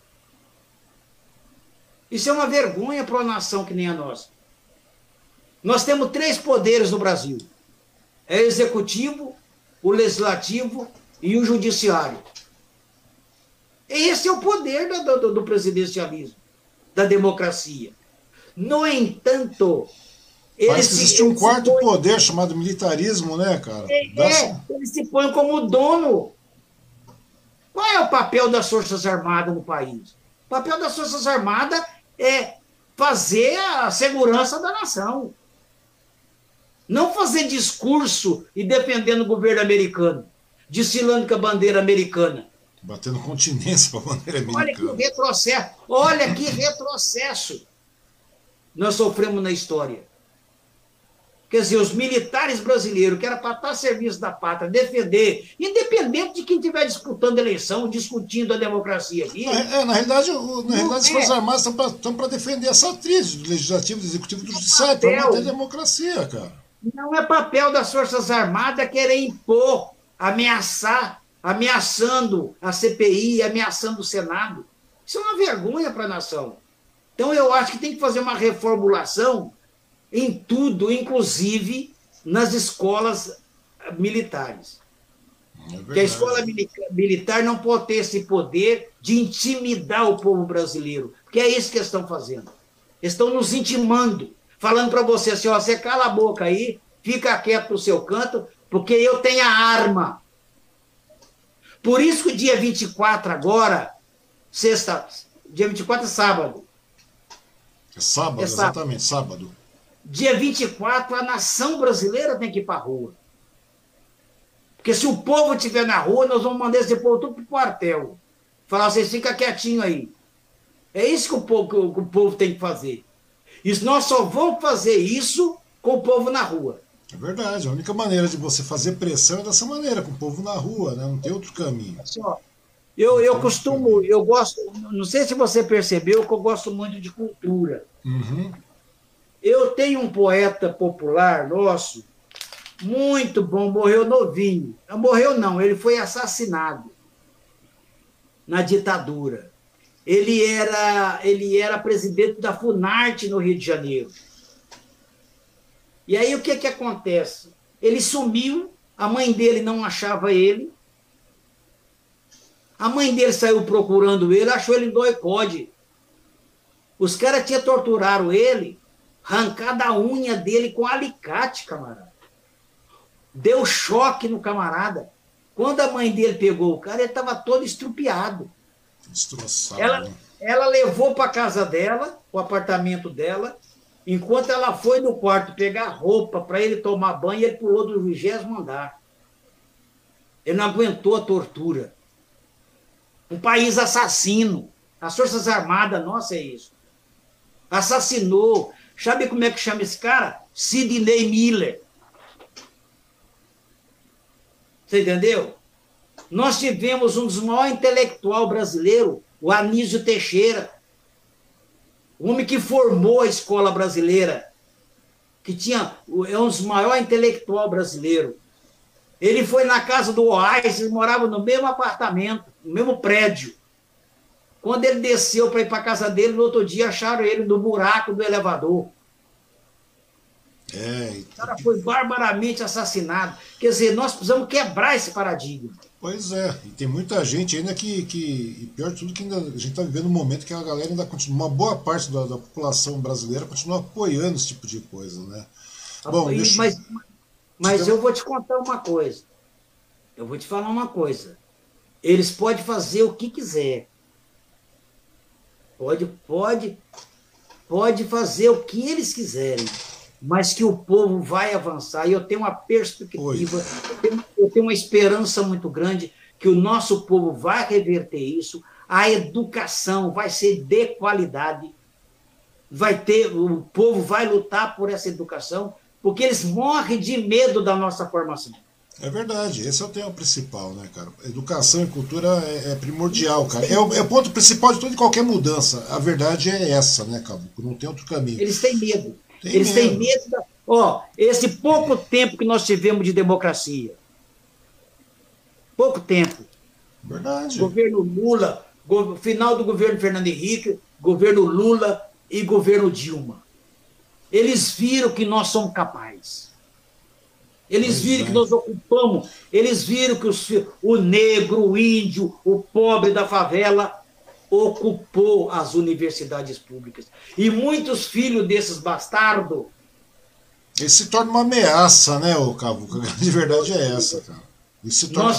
Speaker 2: Isso é uma vergonha para uma nação que nem a nossa. Nós temos 3 poderes no Brasil. É o executivo, o legislativo e o judiciário. Esse é o poder do presidencialismo, da democracia. No entanto,
Speaker 1: parece que existe um quarto poder chamado militarismo, né, cara?
Speaker 2: Eles se põem como dono. Qual é o papel das Forças Armadas no país? O papel das Forças Armadas é fazer a segurança da nação. Não fazer discurso e defendendo o governo americano, desfilando com a bandeira americana.
Speaker 1: Batendo continência para a bandeira americana.
Speaker 2: Olha que retrocesso nós sofremos na história. Quer dizer, os militares brasileiros, que era para estar a serviço da pátria, defender, independente de quem estiver disputando a eleição, discutindo a democracia aqui.
Speaker 1: Na realidade, as Forças Armadas estão para defender essa atriz do Legislativo, do Executivo e do Judiciário, para manter a democracia, cara.
Speaker 2: Não é papel das Forças Armadas querer impor, ameaçando a CPI, ameaçando o Senado. Isso é uma vergonha para a nação. Então, eu acho que tem que fazer uma reformulação em tudo, inclusive nas escolas militares. Porque a escola militar não pode ter esse poder de intimidar o povo brasileiro, porque é isso que eles estão fazendo. Eles estão nos intimando, falando para você assim, você cala a boca aí, fica quieto no seu canto, porque eu tenho a arma. Por isso que o dia 24 agora, dia 24 é sábado.
Speaker 1: É sábado, exatamente, sábado.
Speaker 2: Dia 24, a nação brasileira tem que ir para a rua. Porque se o povo estiver na rua, nós vamos mandar esse povo tudo para o quartel. Falar, vocês ficam quietinhos aí. É isso que o povo tem que fazer. E nós só vamos fazer isso com o povo na rua.
Speaker 1: É verdade, a única maneira de você fazer pressão é dessa maneira, com o povo na rua, né? Não tem outro caminho.
Speaker 2: Eu gosto, não sei se você percebeu que eu gosto muito de cultura.
Speaker 1: Uhum.
Speaker 2: Eu tenho um poeta popular nosso, muito bom, morreu novinho. Não morreu não, ele foi assassinado na ditadura. Ele era presidente da Funarte no Rio de Janeiro. E aí o que acontece? Ele sumiu, a mãe dele não achava ele, a mãe dele saiu procurando ele, achou ele em doicode. Os caras tinham torturado ele, arrancado a unha dele com alicate, camarada. Deu choque no camarada. Quando a mãe dele pegou o cara, ele estava todo estrupiado.
Speaker 1: Destroçado.
Speaker 2: Ela levou para a casa dela, o apartamento dela, enquanto ela foi no quarto pegar roupa para ele tomar banho, ele pulou do 20º andar. Ele não aguentou a tortura. Um país assassino. As Forças Armadas, nossa, é isso. Assassinou. Sabe como é que chama esse cara? Sidney Miller. Você entendeu? Nós tivemos um dos maiores intelectuais brasileiros, o Anísio Teixeira, o homem que formou a escola brasileira, é um dos maiores intelectuais brasileiros. Ele foi na casa do Oás, eles moravam no mesmo apartamento, no mesmo prédio. Quando ele desceu para ir para a casa dele, no outro dia acharam ele no buraco do elevador. O cara foi barbaramente assassinado. Quer dizer, nós precisamos quebrar esse paradigma.
Speaker 1: Pois é, e tem muita gente ainda e pior de tudo, que ainda, a gente está vivendo um momento que a galera ainda continua, uma boa parte da população brasileira continua apoiando esse tipo de coisa, né? Bom,
Speaker 2: mas eu vou te contar uma coisa. Eu vou te falar uma coisa. Eles podem fazer o que quiser. Pode fazer o que eles quiserem, mas que o povo vai avançar. E eu tenho uma perspectiva, eu tenho uma esperança muito grande que o nosso povo vai reverter isso. A educação vai ser de qualidade. O povo vai lutar por essa educação, porque eles morrem de medo da nossa formação.
Speaker 1: É verdade, esse é o tema principal, né, cara? Educação e cultura é primordial, cara. É o ponto principal de toda e qualquer mudança. A verdade é essa, né, Cabuco? Não tem outro caminho.
Speaker 2: Eles têm medo. Eles têm medo esse pouco tempo que nós tivemos de democracia. Pouco tempo.
Speaker 1: Verdade.
Speaker 2: Governo Lula, final do governo Fernando Henrique, governo Lula e governo Dilma. Eles viram que nós somos capazes. Eles viram que nós ocupamos, eles viram que o negro, o índio, o pobre da favela ocupou as universidades públicas. E muitos filhos desses bastardos...
Speaker 1: Eles se tornam uma ameaça, né, o Cavuca? A grande verdade é essa, cara. Eles se tornam...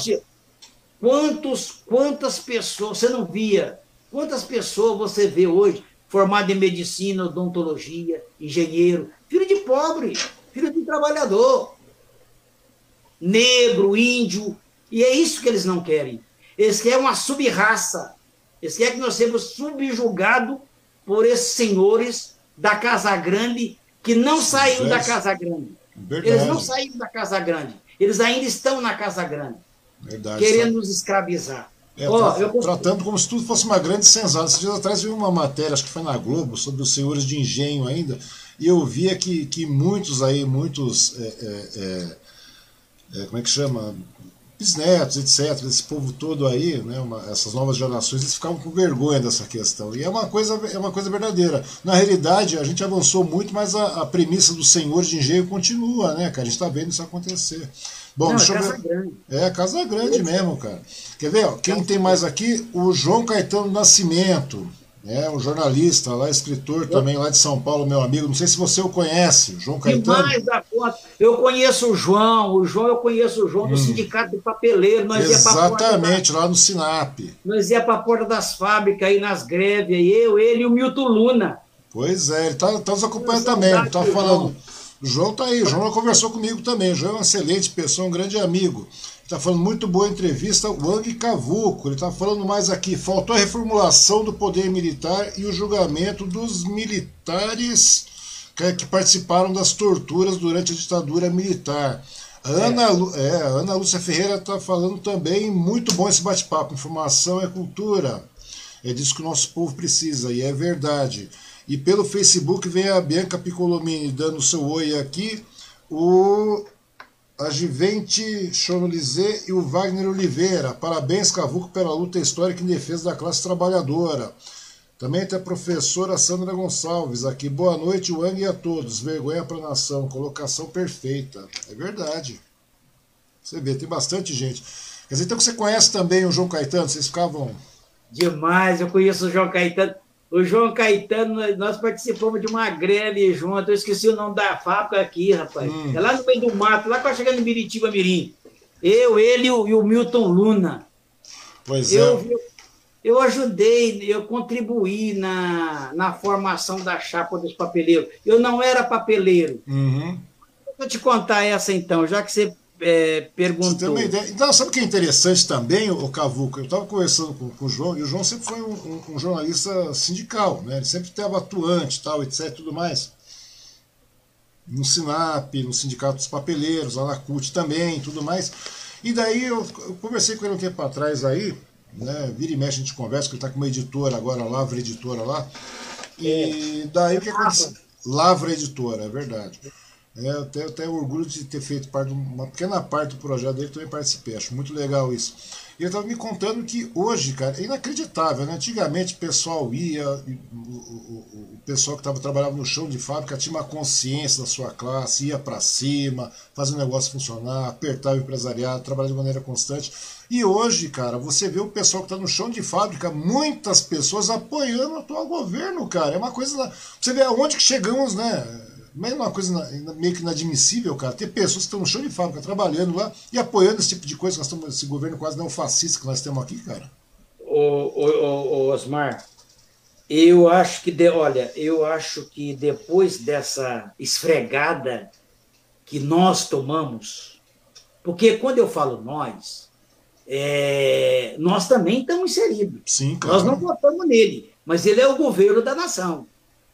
Speaker 2: Quantas pessoas você não via? Quantas pessoas você vê hoje formadas em medicina, odontologia, engenheiro, filho de pobre, filho de trabalhador, negro, índio, e é isso que eles não querem. Eles querem uma sub-raça. Eles querem que nós sejamos subjugados por esses senhores da Casa Grande que não saíram da Casa Grande.
Speaker 1: Verdade.
Speaker 2: Eles não saíram da Casa Grande. Eles ainda estão na Casa Grande.
Speaker 1: Verdade,
Speaker 2: querendo nos escravizar.
Speaker 1: Tratando como se tudo fosse uma grande senzala. Esses dias atrás vi uma matéria, acho que foi na Globo, sobre os senhores de engenho ainda, e eu via que muitos como é que chama? Bisnetos, etc., esse povo todo aí, né, essas novas gerações, eles ficavam com vergonha dessa questão. E é uma coisa verdadeira. Na realidade, a gente avançou muito, mas a premissa do senhor de engenho continua, né, cara? A gente está vendo isso acontecer. Bom, deixa eu ver. Casa Grande. Casa Grande mesmo, cara. Quer ver? Ó, quem tem mais aqui? O João Caetano Nascimento. Um jornalista lá, escritor também lá de São Paulo, meu amigo. Não sei se você o conhece, João Caetano.
Speaker 2: Demais da conta. Eu conheço o João. Eu conheço o João do Sindicato de Papeleiro.
Speaker 1: Exatamente, lá no Sinap.
Speaker 2: Nós ia para a porta das fábricas, aí nas greves, ele e o Milton Luna.
Speaker 1: Pois é, ele tá nos acompanhando também. Tá falando. O João tá aí, o João conversou comigo também. O João é uma excelente pessoa, um grande amigo. Está falando muito boa entrevista, o Wang Cavuco. Ele está falando mais aqui. Faltou a reformulação do poder militar e o julgamento dos militares que participaram das torturas durante a ditadura militar. A Ana Lúcia Ferreira está falando também. Muito bom esse bate-papo. Informação é cultura. É disso que o nosso povo precisa, e é verdade. E pelo Facebook vem a Bianca Piccolomini dando seu oi aqui. A Givente Chonolizé e o Wagner Oliveira. Parabéns, Cavuco, pela luta histórica em defesa da classe trabalhadora. Também tem a professora Sandra Gonçalves aqui. Boa noite, Wang, e a todos. Vergonha para a nação. Colocação perfeita. É verdade. Você vê, tem bastante gente. Quer dizer, então que você conhece também o João Caetano? Vocês ficavam...
Speaker 2: Demais, eu conheço o João Caetano. o João Caetano, nós participamos de uma greve junto, eu esqueci o nome da fábrica aqui, rapaz. É lá no meio do mato, lá quase chegando em Biritiba Mirim. Eu, ele e o Milton Luna.
Speaker 1: Pois
Speaker 2: eu ajudei, eu contribuí na formação da chapa dos papeleiros. Eu não era papeleiro.
Speaker 1: Uhum.
Speaker 2: Vou te contar essa então, já que você perguntou. Você tem uma
Speaker 1: ideia? Então, sabe o que é interessante também, o Cavuco? Eu estava conversando com o João, e o João sempre foi um jornalista sindical, né? Ele sempre estava atuante, tal, etc, tudo mais. No Sinap, no Sindicato dos Papeleiros, lá na CUT também, tudo mais. E daí eu conversei com ele um tempo atrás aí, né? Vira e mexe a gente conversa, porque ele está com uma editora agora, Lavra Editora lá. E daí o que aconteceu? Lavra Editora, é verdade. Eu tenho até orgulho de ter feito uma pequena parte do projeto dele, também participei, acho muito legal isso. E ele estava me contando que hoje, cara, é inacreditável, né? Antigamente o pessoal ia, o pessoal que trabalhava no chão de fábrica tinha uma consciência da sua classe, ia para cima, fazia o negócio funcionar, apertava o empresariado, trabalhava de maneira constante. E hoje, cara, você vê o pessoal que está no chão de fábrica, muitas pessoas apoiando o atual governo, cara. É uma coisa. Você vê aonde que chegamos, né? Mas é uma coisa meio que inadmissível, cara, ter pessoas que estão no chão de fábrica trabalhando lá e apoiando esse tipo de coisa, esse governo quase não fascista que nós temos aqui, cara.
Speaker 2: Osmar, eu acho que depois dessa esfregada que nós tomamos, porque quando eu falo nós também estamos inseridos.
Speaker 1: Sim, claro.
Speaker 2: Nós não votamos nele, mas ele é o governo da nação.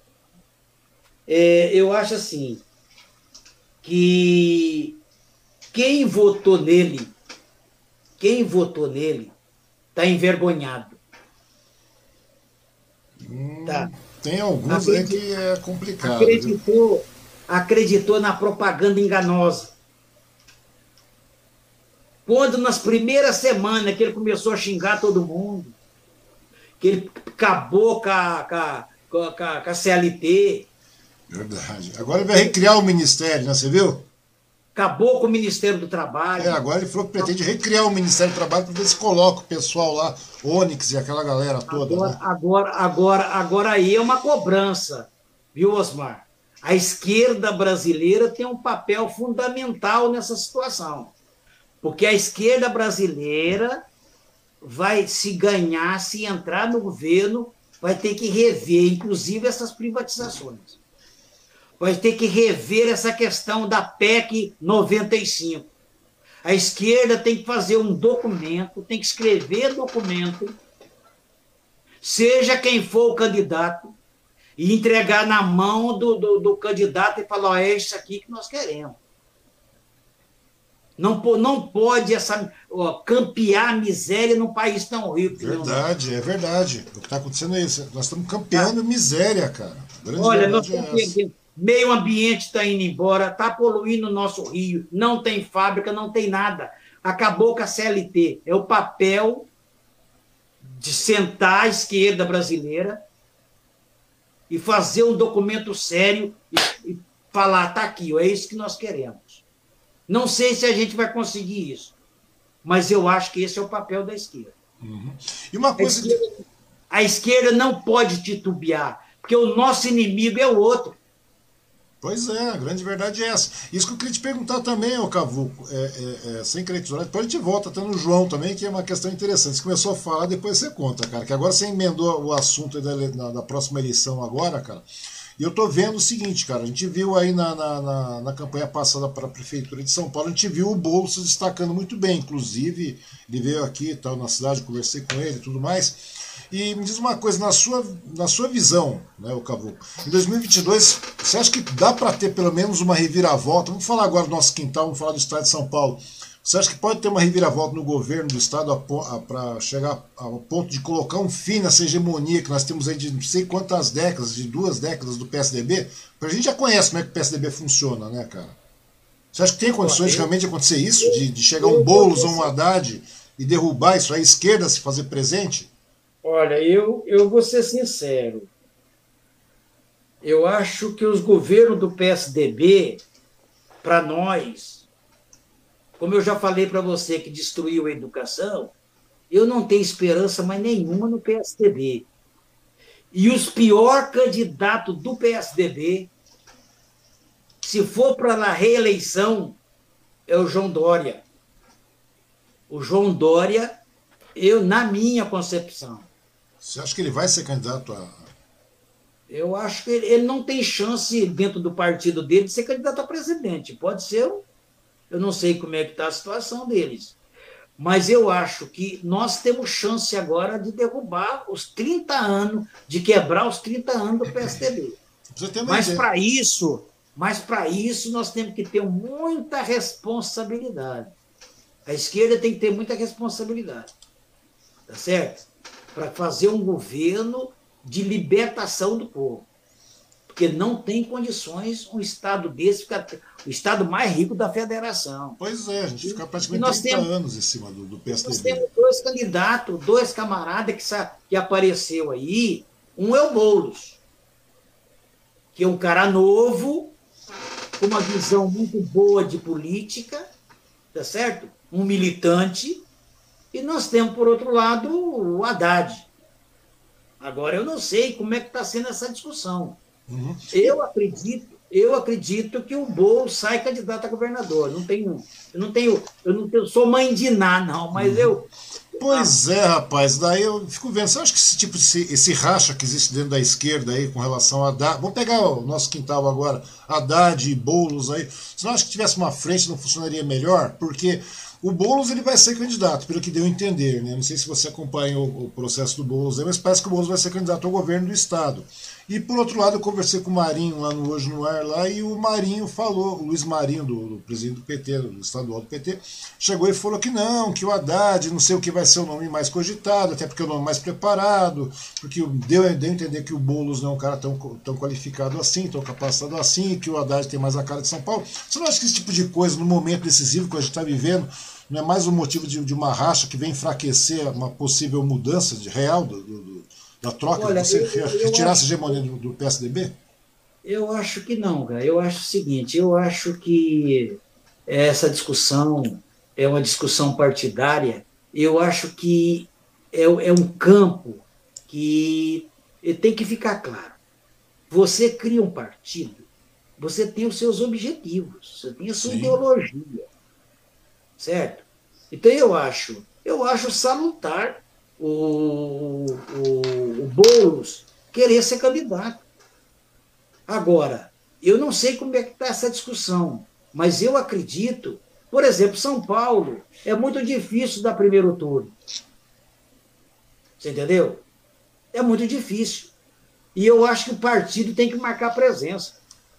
Speaker 2: Eu acho assim que quem votou nele está envergonhado. Tá.
Speaker 1: Tem alguns aí que é complicado.
Speaker 2: Acreditou na propaganda enganosa. Quando nas primeiras semanas que ele começou a xingar todo mundo, que ele acabou com a CLT.
Speaker 1: Verdade. Agora ele vai recriar o Ministério, né? Você viu?
Speaker 2: Acabou com o Ministério do Trabalho.
Speaker 1: Agora ele falou que pretende recriar o Ministério do Trabalho para ver se coloca o pessoal lá, Onyx e aquela galera toda.
Speaker 2: Agora aí é uma cobrança, viu, Osmar? A esquerda brasileira tem um papel fundamental nessa situação. Porque a esquerda brasileira vai se ganhar, se entrar no governo, vai ter que rever, inclusive, essas privatizações. Vai ter que rever essa questão da PEC 95. A esquerda tem que fazer um documento, tem que escrever documento, seja quem for o candidato, e entregar na mão do candidato e falar, é isso aqui que nós queremos. Não pode campear a miséria num país tão rico.
Speaker 1: Verdade, é verdade. O que está acontecendo é isso. Nós estamos campeando miséria, cara.
Speaker 2: Olha, nós estamos perdendo. Meio ambiente está indo embora, está poluindo o nosso rio, não tem fábrica, não tem nada. Acabou com a CLT. É o papel de sentar a esquerda brasileira e fazer um documento sério e falar, tá aqui, é isso que nós queremos. Não sei se a gente vai conseguir isso, mas eu acho que esse é o papel da esquerda.
Speaker 1: Uhum. E uma coisa
Speaker 2: a esquerda não pode titubear, porque o nosso inimigo é o outro.
Speaker 1: Pois é, a grande verdade é essa. Isso que eu queria te perguntar também, ô Cavuco, sem querer te depois a gente volta, até no João também, que é uma questão interessante. Você começou a falar, depois você conta, cara, que agora você emendou o assunto da próxima eleição agora, cara, e eu tô vendo o seguinte, cara, a gente viu aí na campanha passada para a Prefeitura de São Paulo, a gente viu o Boulos se destacando muito bem, inclusive ele veio aqui, tal, na cidade, conversei com ele e tudo mais. E me diz uma coisa, na sua visão, né, o Cavuco, em 2022, você acha que dá para ter pelo menos uma reviravolta? Vamos falar agora do nosso quintal, vamos falar do estado de São Paulo. Você acha que pode ter uma reviravolta no governo do estado para chegar ao ponto de colocar um fim nessa hegemonia que nós temos aí de não sei quantas décadas, de 2 décadas do PSDB? Porque a gente já conhece como é que o PSDB funciona, né, cara? Você acha que tem condições de realmente acontecer isso? De chegar um Boulos ou um Haddad e derrubar isso aí, a esquerda se fazer presente?
Speaker 2: Olha, eu vou ser sincero. Eu acho que os governos do PSDB, para nós, como eu já falei para você que destruiu a educação, eu não tenho esperança mais nenhuma no PSDB. E os piores candidatos do PSDB, se for para a reeleição, é o João Dória. O João Dória, na minha concepção.
Speaker 1: Você acha que ele vai ser candidato a...
Speaker 2: Eu acho que ele não tem chance, dentro do partido dele, de ser candidato a presidente. Pode ser, eu não sei como é que está a situação deles. Mas eu acho que nós temos chance agora de derrubar os 30 anos, de quebrar os 30 anos do PSDB. Mas para isso nós temos que ter muita responsabilidade. A esquerda tem que ter muita responsabilidade. Tá certo? Para fazer um governo de libertação do povo. Porque não tem condições um Estado desse ficar o Estado mais rico da federação.
Speaker 1: Pois é, a gente fica praticamente 30 anos em cima do PSDB.
Speaker 2: Nós temos dois candidatos, dois camaradas que apareceu aí. Um é o Boulos, que é um cara novo, com uma visão muito boa de política, tá certo? Um militante. E nós temos, por outro lado, o Haddad. Agora, eu não sei como é que está sendo essa discussão.
Speaker 1: Uhum.
Speaker 2: Eu acredito que o Boulos sai candidato a governador. Eu não sou mãe de nada, não, mas
Speaker 1: Pois é, rapaz, daí eu fico vendo, você acha que esse tipo esse racha que existe dentro da esquerda aí com relação a Haddad, vamos pegar o nosso quintal agora, Haddad e Boulos aí, você não acha que tivesse uma frente não funcionaria melhor? Porque o Boulos ele vai ser candidato, pelo que deu a entender, né? Não sei se você acompanha o processo do Boulos aí, mas parece que o Boulos vai ser candidato ao governo do Estado. E por outro lado, eu conversei com o Marinho lá no Hoje no Ar lá, e o Marinho falou, o Luiz Marinho, do presidente do PT, do estadual do PT, chegou e falou que não, que o Haddad, não sei o que vai ser o nome mais cogitado, até porque é o nome mais preparado, porque deu a entender que o Boulos não é um cara tão qualificado assim, tão capacitado assim, que o Haddad tem mais a cara de São Paulo. Você não acha que esse tipo de coisa, no momento decisivo que a gente está vivendo, não é mais um motivo de uma racha que vem enfraquecer uma possível mudança real da troca?
Speaker 2: Olha,
Speaker 1: você retirar essa hegemonia do PSDB?
Speaker 2: Eu acho que não, cara. Eu acho o seguinte, eu acho que essa discussão é uma discussão partidária. Eu acho que é um campo que tem que ficar claro. Você cria um partido, você tem os seus objetivos, você tem a sua ideologia, certo? Então eu acho salutar o Boulos querer ser candidato. Agora, eu não sei como é que está essa discussão, mas eu acredito, por exemplo, São Paulo, é muito difícil dar primeiro turno. Você entendeu? É muito difícil. E eu acho que o partido tem que marcar presença.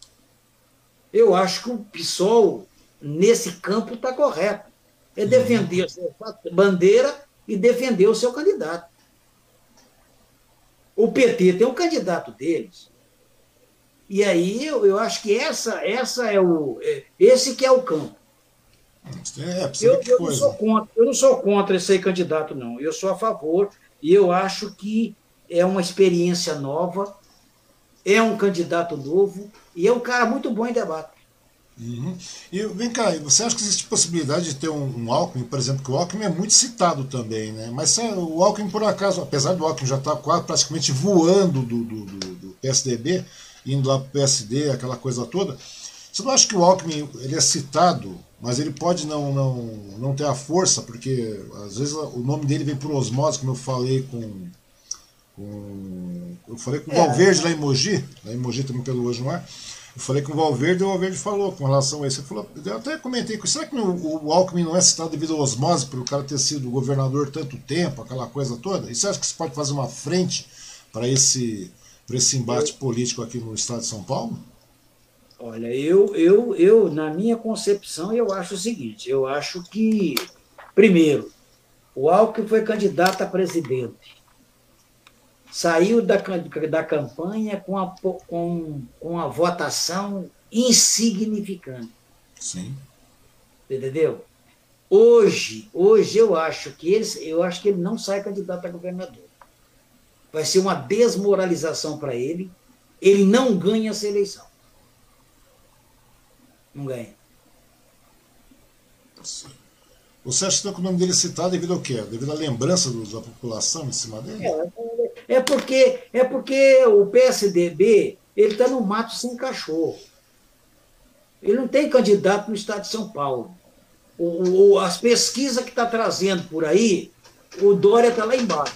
Speaker 2: Eu acho que o PSOL, nesse campo, está correto. É defender a sua bandeira e defender o seu candidato. O PT tem um candidato deles. E aí eu acho que esse que é o campo. Eu não sou contra esse candidato, não. Eu sou a favor e eu acho que é uma experiência nova, é um candidato novo e é um cara muito bom em debate.
Speaker 1: Uhum. E vem cá, você acha que existe possibilidade de ter um Alckmin, por exemplo, que o Alckmin é muito citado também, né? Mas o Alckmin, por acaso, apesar do Alckmin já estar praticamente voando do PSDB, indo lá para o PSD, aquela coisa toda, você não acha que o Alckmin ele é citado, mas ele pode não ter a força, porque às vezes o nome dele vem por osmose, como eu falei com o Valverde lá em Mogi também pelo Hoje no Ar. Eu falei com o Valverde falou com relação a isso. Eu até comentei, será que o Alckmin não é citado devido à osmose, por o cara ter sido governador tanto tempo, aquela coisa toda? E você acha que você pode fazer uma frente para esse embate político aqui no estado de São Paulo?
Speaker 2: Olha, na minha concepção, eu acho o seguinte, eu acho que, primeiro, o Alckmin foi candidato a presidente. Saiu da campanha com a votação insignificante.
Speaker 1: Sim.
Speaker 2: Entendeu? Hoje eu acho que ele não sai candidato a governador. Vai ser uma desmoralização para ele. Ele não ganha essa eleição. Não ganha.
Speaker 1: Você acha que o nome dele é citado devido ao quê? Devido à lembrança da população em cima dele?
Speaker 2: É porque o PSDB ele está no mato sem cachorro. Ele não tem candidato no estado de São Paulo. As pesquisas que está trazendo por aí, o Dória está lá embaixo.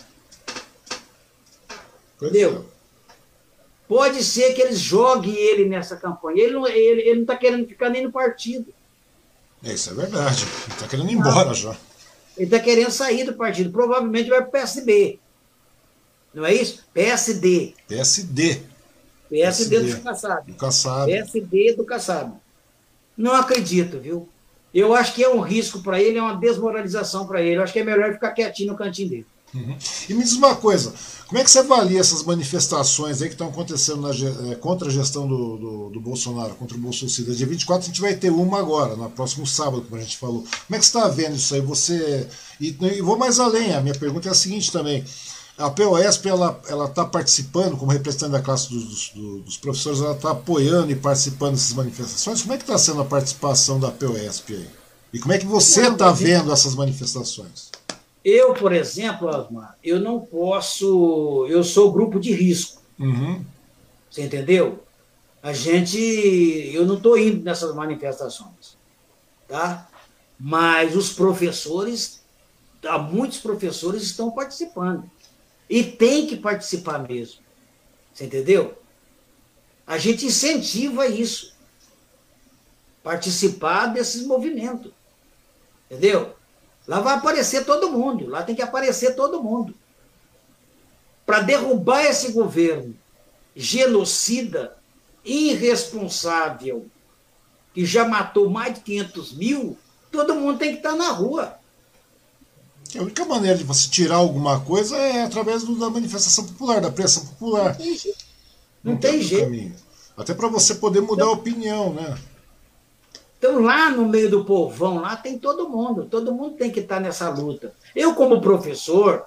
Speaker 2: Entendeu? Pode ser que eles joguem ele nessa campanha. Ele não está querendo ficar nem no partido.
Speaker 1: Isso é verdade. Ele está querendo ir embora já.
Speaker 2: Ele está querendo sair do partido. Provavelmente vai para o PSB. Não é isso? PSD.
Speaker 1: PSD.
Speaker 2: PSD do Kassab. PSD do Kassab. Não acredito, viu? Eu acho que é um risco para ele, é uma desmoralização para ele. Eu acho que é melhor ficar quietinho no cantinho dele.
Speaker 1: Uhum. E me diz uma coisa, como é que você avalia essas manifestações aí que estão acontecendo contra a gestão do Bolsonaro, contra o Bolsonaro? Dia 24 a gente vai ter uma agora, no próximo sábado, como a gente falou. Como é que você está vendo isso aí? E vou mais além, a minha pergunta é a seguinte também. A POSP, ela está participando, como representante da classe dos professores, ela está apoiando e participando dessas manifestações. Como é que está sendo a participação da POSP aí? E como é que você está vendo essas manifestações?
Speaker 2: Eu, por exemplo, Osmar, eu não posso... Eu sou grupo de risco.
Speaker 1: Uhum.
Speaker 2: Você entendeu? Eu não estou indo nessas manifestações. Tá? Mas os professores, muitos professores estão participando. E tem que participar mesmo. Você entendeu? A gente incentiva isso. Participar desses movimentos. Entendeu? Lá vai aparecer todo mundo. Lá tem que aparecer todo mundo. Para derrubar esse governo genocida, irresponsável, que já matou mais de 500 mil, todo mundo tem que estar na rua.
Speaker 1: A única maneira de você tirar alguma coisa é através da manifestação popular, da pressão popular.
Speaker 2: Não tem jeito.
Speaker 1: Caminho. Até para você poder mudar a opinião, né?
Speaker 2: Então, lá no meio do povão, lá tem todo mundo tem que estar nessa luta. Eu, como professor,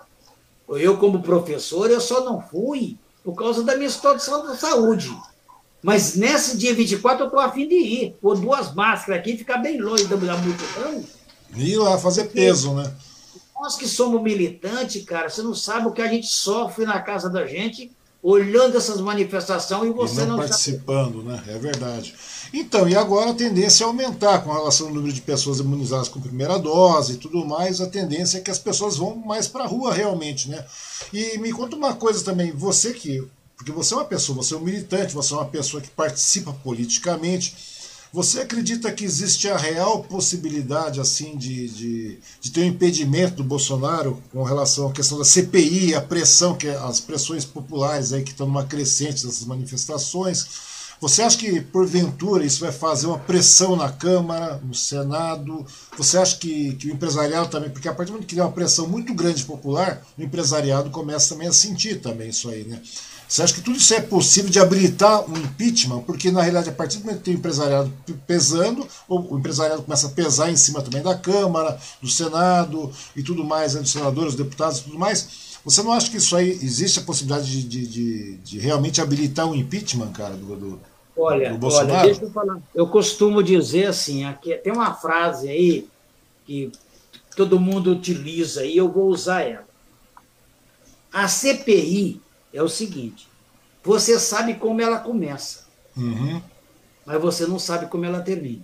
Speaker 2: eu só não fui por causa da minha situação da saúde. Mas nesse dia 24 eu estou a fim de ir, pôr 2 máscaras aqui e ficar bem longe da multidão.
Speaker 1: E ir lá fazer peso, né?
Speaker 2: Nós que somos militantes, cara, você não sabe o que a gente sofre na casa da gente olhando essas manifestações e você não
Speaker 1: participando, né? É verdade. Então, e agora a tendência é aumentar com relação ao número de pessoas imunizadas com primeira dose e tudo mais, a tendência é que as pessoas vão mais para a rua realmente, né? E me conta uma coisa também, porque você é uma pessoa, você é um militante, você é uma pessoa que participa politicamente, você acredita que existe a real possibilidade assim de ter um impedimento do Bolsonaro com relação à questão da CPI, a pressão, as pressões populares aí que estão numa crescente dessas manifestações? Você acha que, porventura, isso vai fazer uma pressão na Câmara, no Senado? Você acha que o empresariado também, porque a partir do momento que tem uma pressão muito grande popular, o empresariado começa também a sentir também isso aí, né? Você acha que tudo isso é possível de habilitar um impeachment? Porque, na realidade, a partir do momento que tem o empresariado pesando, o empresariado começa a pesar em cima também da Câmara, do Senado e tudo mais, né, dos senadores, dos deputados e tudo mais. Você não acha que isso aí, existe a possibilidade de realmente habilitar um impeachment, cara, do Bolsonaro?
Speaker 2: Olha, deixa eu falar. Eu costumo dizer assim, aqui, tem uma frase aí que todo mundo utiliza e eu vou usar ela. A CPI é o seguinte, você sabe como ela começa, mas você não sabe como ela termina.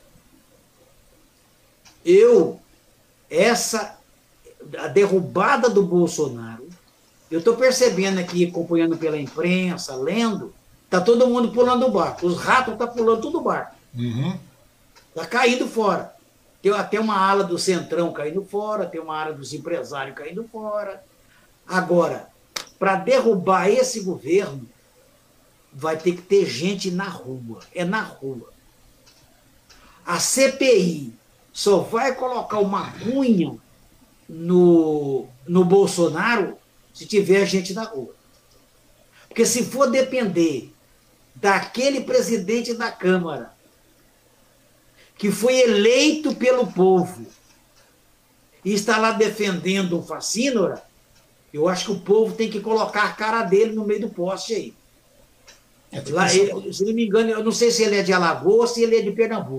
Speaker 2: A derrubada do Bolsonaro, eu estou percebendo aqui, acompanhando pela imprensa, lendo, está todo mundo pulando o barco. Os ratos estão pulando tudo o barco. Está caindo fora. Tem até uma ala do Centrão caindo fora, tem uma ala dos empresários caindo fora. Agora, para derrubar esse governo, vai ter que ter gente na rua. É na rua. A CPI só vai colocar uma cunha no Bolsonaro se tiver gente na rua. Porque se for depender daquele presidente da Câmara que foi eleito pelo povo e está lá defendendo o Facínora, eu acho que o povo tem que colocar a cara dele no meio do poste aí. Lá, se não me engano, eu não sei se ele é de Alagoas ou se ele é de Pernambuco.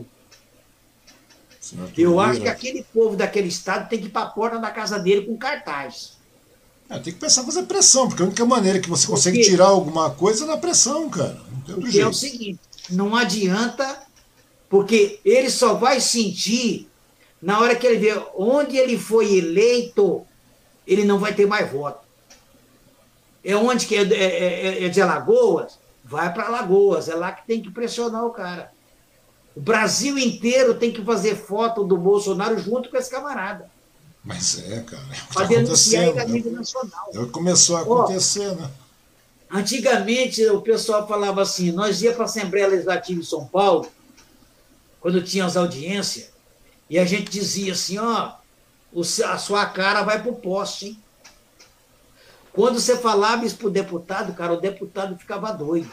Speaker 2: Eu acho que aquele povo daquele estado tem que ir para a porta da casa dele com cartaz.
Speaker 1: Tem que pensar em fazer pressão, porque a única maneira que você consegue
Speaker 2: Porque,
Speaker 1: tirar alguma coisa é na pressão, cara. Não tem outro
Speaker 2: porque é o
Speaker 1: jeito.
Speaker 2: seguinte, não adianta, porque ele só vai sentir na hora que ele vê onde ele foi eleito, ele não vai ter mais voto. É onde que é de Alagoas? Vai para Alagoas, é lá que tem que pressionar o cara. O Brasil inteiro tem que fazer foto do Bolsonaro junto com esse camarada,
Speaker 1: Mas cara, é o que está
Speaker 2: para denunciar ele
Speaker 1: acontecendo.
Speaker 2: a nível nacional.
Speaker 1: É o que começou a
Speaker 2: Ó,
Speaker 1: acontecer, né?
Speaker 2: antigamente o pessoal falava assim, nós ia para a Assembleia Legislativa em São Paulo, quando tinha as audiências, e a gente dizia assim, ó, a sua cara vai para o poste, hein? Quando você falava isso para o deputado, cara, o deputado ficava doido.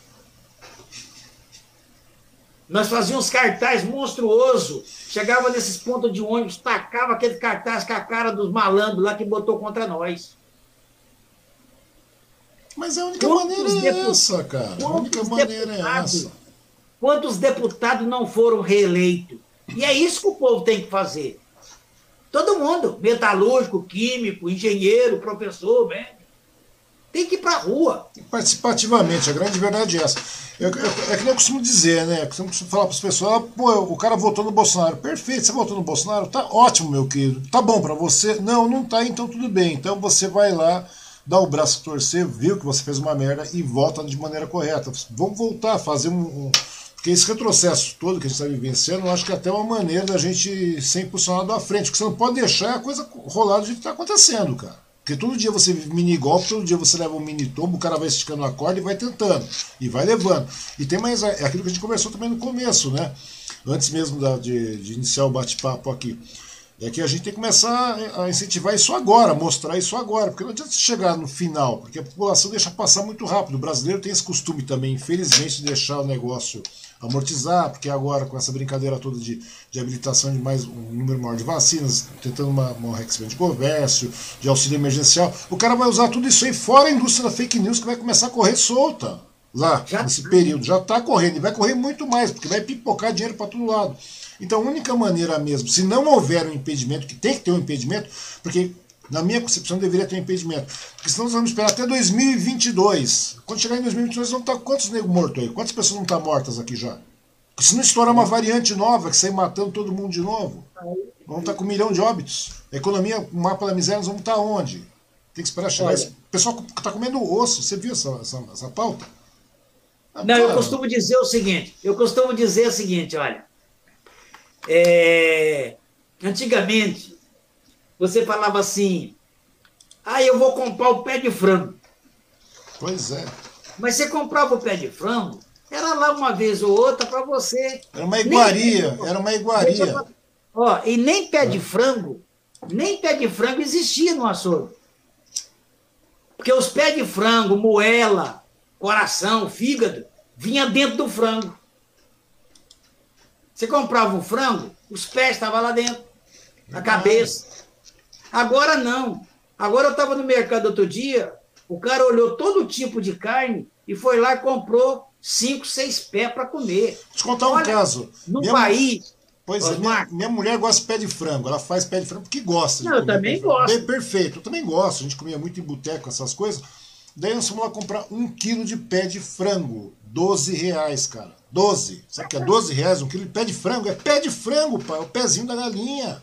Speaker 2: Nós fazíamos cartaz monstruoso, chegava nesses pontos de ônibus, tacava aquele cartaz com a cara dos malandros lá que botou contra nós.
Speaker 1: Mas a única maneira é essa, cara. A única maneira é essa.
Speaker 2: Quantos deputados não foram reeleitos? E é isso que o povo tem que fazer. Todo mundo, metalúrgico, químico, engenheiro, professor, médico, tem que ir para a rua.
Speaker 1: Participativamente, a grande verdade é essa. É que nem eu costumo dizer, né? Eu costumo falar para as pessoas, pô, o cara votou no Bolsonaro. Perfeito, você votou no Bolsonaro? Tá ótimo, meu querido. Tá bom para você? Não, não tá, então tudo bem. Então você vai lá, dá o braço a torcer, viu que você fez uma merda e volta de maneira correta. Vamos voltar a fazer porque esse retrocesso todo que a gente está vivenciando, eu acho que é até uma maneira da gente ser impulsionado à frente, porque você não pode deixar a coisa rolar do jeito que está acontecendo, cara. Porque todo dia você vive mini golpe, todo dia você leva um mini tombo, o cara vai esticando a corda e vai tentando, e vai levando. E tem mais, é aquilo que a gente conversou também no começo, né? Antes mesmo de iniciar o bate-papo aqui. É que a gente tem que começar a incentivar isso agora, mostrar isso agora, porque não adianta você chegar no final, porque a população deixa passar muito rápido. O brasileiro tem esse costume também, infelizmente, de deixar o negócio amortizar, porque agora com essa brincadeira toda de habilitação de mais um número maior de vacinas, tentando um enriquecimento de comércio, de auxílio emergencial, o cara vai usar tudo isso aí fora a indústria da fake news que vai começar a correr solta lá, nesse período. Já está correndo e vai correr muito mais, porque vai pipocar dinheiro para todo lado. Então a única maneira mesmo, se não houver um impedimento, que tem que ter um impedimento, porque na minha concepção deveria ter um impedimento, porque senão nós vamos esperar até 2022. Quando chegar em 2022, vão estar quantos negros mortos aí? Quantas pessoas não estão mortas aqui já? Porque se não estourar uma variante nova, que sair matando todo mundo de novo, vamos estar com 1 milhão de óbitos. A economia, o mapa da miséria, nós vamos estar onde? Tem que esperar chegar. O pessoal está comendo osso. Você viu essa pauta?
Speaker 2: Não, cara, eu costumo dizer o seguinte, olha. Antigamente, você falava assim, eu vou comprar o pé de frango.
Speaker 1: Pois é.
Speaker 2: Mas você comprava o pé de frango, era lá uma vez ou outra para você.
Speaker 1: Era uma iguaria,
Speaker 2: E nem pé de frango existia no açougue. Porque os pés de frango, moela, coração, fígado, vinha dentro do frango. Você comprava o frango, os pés estavam lá dentro, a cabeça. Agora não. Agora eu estava no mercado outro dia, o cara olhou todo tipo de carne e foi lá e comprou 5, 6 pés para comer.
Speaker 1: Deixa eu contar um caso.
Speaker 2: No país...
Speaker 1: Pois é, minha mulher gosta de pé de frango, ela faz pé de frango porque gosta.
Speaker 2: Não, eu também gosto.
Speaker 1: Bem, perfeito, eu também gosto, a gente comia muito em boteco, essas coisas. Daí nós fomos lá comprar 1 quilo de pé de frango, R$12, cara. 12. Sabe o que é R$12 1 quilo de pé de frango? É pé de frango, pai, é o pezinho da galinha.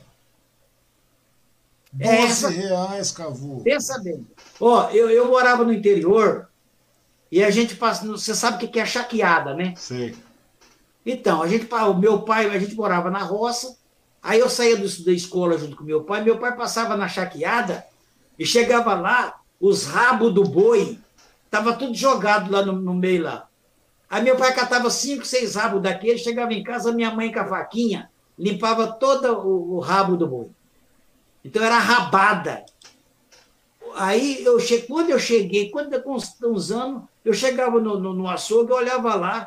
Speaker 1: R$12, Cavu.
Speaker 2: Pensa bem. Eu morava no interior e a gente passa. Você sabe o que é chaqueada, né?
Speaker 1: Sei.
Speaker 2: Então, o meu pai, a gente morava na roça, aí eu saía da escola junto com meu pai passava na chaqueada e chegava lá, os rabos do boi, tava tudo jogado lá no meio lá. Aí meu pai catava 5, 6 rabos daquele, chegava em casa, minha mãe com a faquinha limpava todo o rabo do boi. Então era rabada. Aí quando eu cheguei, com uns anos, eu chegava no açougue, eu olhava lá,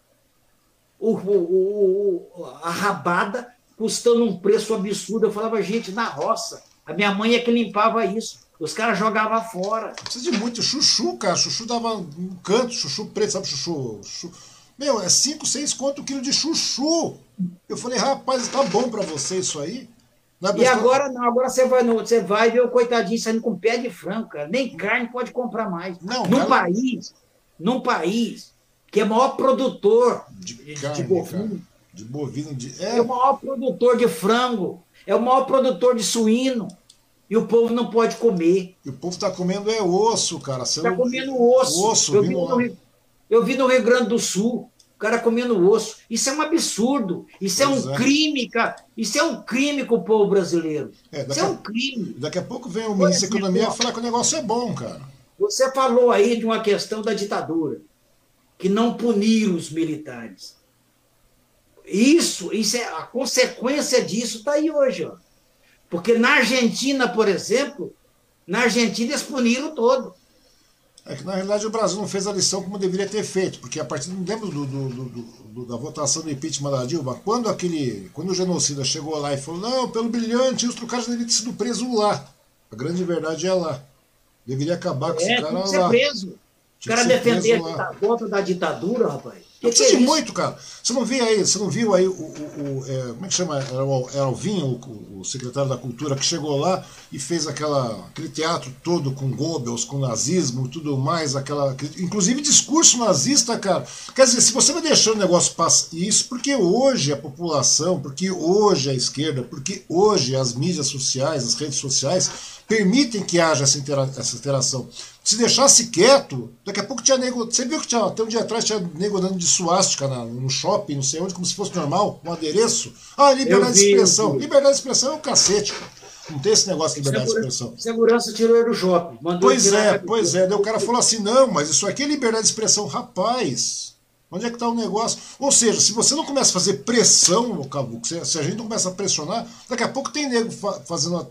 Speaker 2: a rabada custando um preço absurdo. Eu falava, gente, na roça, a minha mãe é que limpava isso. Os caras jogavam fora.
Speaker 1: Não precisa de muito. Chuchu, cara. Chuchu dava um canto, chuchu preto, sabe chuchu? Meu, é 5, 6 conto o quilo de chuchu. Eu falei, rapaz, tá bom pra você isso aí?
Speaker 2: E agora não, agora você vai ver o coitadinho saindo com pé de frango, cara. Nem carne pode comprar mais.
Speaker 1: Não,
Speaker 2: num país que é o maior produtor
Speaker 1: de
Speaker 2: bovino,
Speaker 1: é
Speaker 2: o maior produtor de frango, é o maior produtor de suíno, e o povo não pode comer.
Speaker 1: E o povo está comendo osso, cara.
Speaker 2: Está comendo osso. Eu vi no Rio Grande do Sul, o cara comendo osso. Isso é um absurdo. Isso é um crime, cara. Isso é um crime com o povo brasileiro. Isso é um crime.
Speaker 1: Daqui a pouco vem o ministro da Economia falar que o negócio é bom, cara.
Speaker 2: Você falou aí de uma questão da ditadura, que não puniram os militares. Isso é a consequência disso está aí hoje, ó. Porque na Argentina, por exemplo, eles puniram todo.
Speaker 1: É que, na realidade, o Brasil não fez a lição como deveria ter feito, porque a partir, não lembro da votação do impeachment da Dilma, quando o genocida chegou lá e falou, não, pelo brilhante, os caras deveriam ter sido presos lá. A grande verdade é lá. Deveria acabar com esse cara lá.
Speaker 2: Ser preso. O cara defender a volta da ditadura, rapaz.
Speaker 1: Não precisa de muito, cara. Você não viu aí como é que chama? Era Alvin, o secretário da Cultura, que chegou lá e fez aquele teatro todo com Goebbels, com nazismo e tudo mais, inclusive discurso nazista, cara. Quer dizer, se você vai deixando o negócio passar, isso porque hoje a população, porque hoje a esquerda, porque hoje as mídias sociais, as redes sociais, permitem que haja essa interação. Se deixasse quieto, daqui a pouco tinha nego. Você viu que até um dia atrás tinha nego dando de suástica no shopping, não sei onde, como se fosse normal, um adereço. Ah, liberdade de expressão. Liberdade de expressão é o cacete, cara. Não tem esse negócio de liberdade de expressão.
Speaker 2: Segurança tirou ele do shopping.
Speaker 1: Pois é. Daí o cara falou assim: não, mas isso aqui é liberdade de expressão. Rapaz, onde é que está o negócio? Ou seja, se você não começa a fazer pressão no Cavuco, se a gente não começa a pressionar, daqui a pouco tem nego fazendo.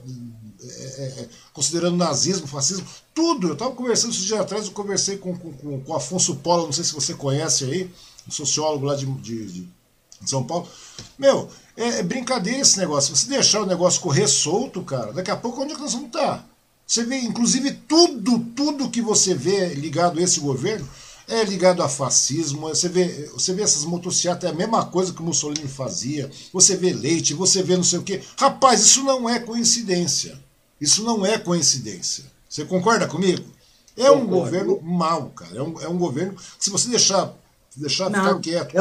Speaker 1: Considerando nazismo, fascismo, tudo. Eu estava conversando esses dias atrás, eu conversei com o Afonso Polo, não sei se você conhece aí, um sociólogo lá de São Paulo. Meu, é brincadeira esse negócio. Se você deixar o negócio correr solto, cara, daqui a pouco onde é que nós vamos estar? Você vê, inclusive, tudo que você vê ligado a esse governo é ligado a fascismo. Você vê essas motocicletas, é a mesma coisa que o Mussolini fazia. Você vê leite, você vê não sei o quê. Rapaz, isso não é coincidência. Isso não é coincidência. Você concorda comigo? É um governo mau, cara. É um governo que, se você deixar ficar quieto,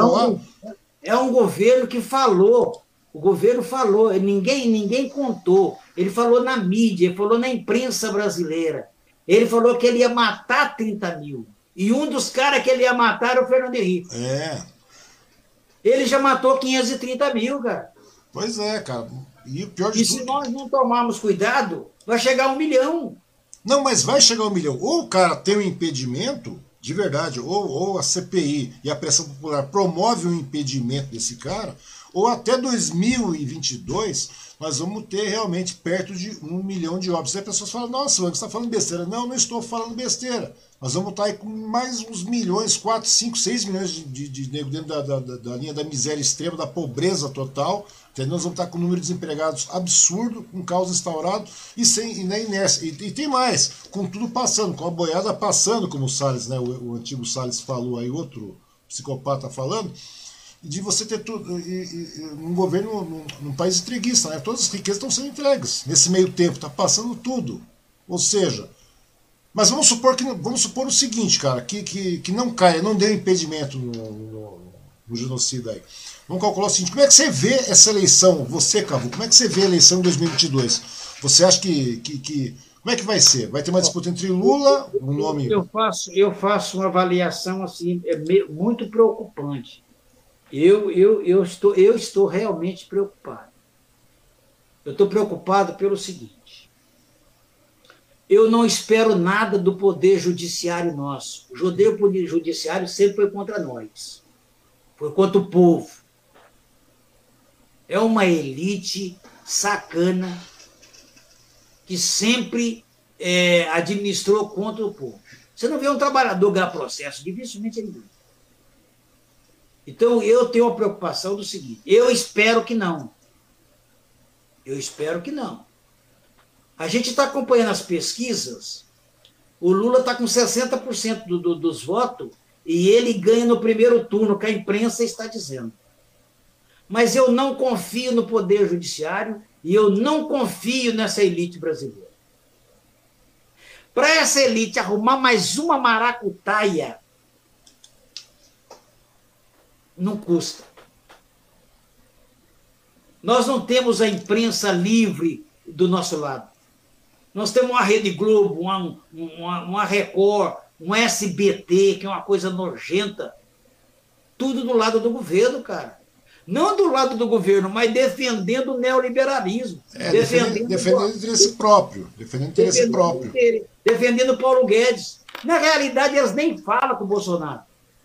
Speaker 2: é um governo que falou. O governo falou. Ninguém contou. Ele falou na mídia, ele falou na imprensa brasileira. Ele falou que ele ia matar 30 mil. E um dos caras que ele ia matar era o Fernando Henrique. Ele já matou 530 mil, cara.
Speaker 1: Pois é, cara. E o pior de tudo,
Speaker 2: se nós não tomarmos cuidado, vai chegar a 1 milhão.
Speaker 1: Não, mas vai chegar a 1 milhão. Ou o cara tem um impedimento, de verdade, ou a CPI e a pressão popular promove um impedimento desse cara, ou até 2022 nós vamos ter realmente perto de 1 milhão de óbitos. Aí as pessoas falam, nossa, você está falando besteira. Não estou falando besteira. Nós vamos estar aí com mais uns milhões, 4, 5, 6 milhões de negros dentro da linha da miséria extrema, da pobreza total. Entendeu? Nós vamos estar com um número de desempregados absurdo, com caos instaurado e na inércia. E tem mais, com tudo passando, com a boiada passando, como o Salles, né, o antigo Salles falou aí, outro psicopata falando, de você ter tudo, um governo, num país entreguista, né? Todas as riquezas estão sendo entregues nesse meio tempo, está passando tudo. Ou seja, mas vamos supor o seguinte, cara, que não caia, não dê impedimento no genocida aí. Vamos calcular o seguinte, como é que você vê essa eleição, você, Cavu, como é que você vê a eleição em 2022? Você acha como é que vai ser? Vai ter uma disputa entre Lula, um nome...
Speaker 2: Eu faço uma avaliação assim, muito preocupante. Eu estou realmente preocupado. Eu estou preocupado pelo seguinte: eu não espero nada do poder judiciário nosso. O poder judiciário sempre foi contra nós, foi contra o povo. É uma elite sacana que sempre administrou contra o povo. Você não vê um trabalhador ganhar processo, dificilmente ele ganha. Então, eu tenho uma preocupação do seguinte: eu espero que não. A gente está acompanhando as pesquisas, o Lula está com 60% dos votos e ele ganha no primeiro turno, que a imprensa está dizendo. Mas eu não confio no Poder Judiciário E eu não confio nessa elite brasileira. Para essa elite arrumar mais uma maracutaia, não custa. Nós não temos a imprensa livre do nosso lado. Nós temos uma Rede Globo, uma Record, um SBT, que é uma coisa nojenta. Tudo do lado do governo, cara. Não do lado do governo, mas defendendo o neoliberalismo.
Speaker 1: Defendendo o interesse próprio.
Speaker 2: Defendendo Paulo Guedes. Na realidade, eles nem falam com o Bolsonaro.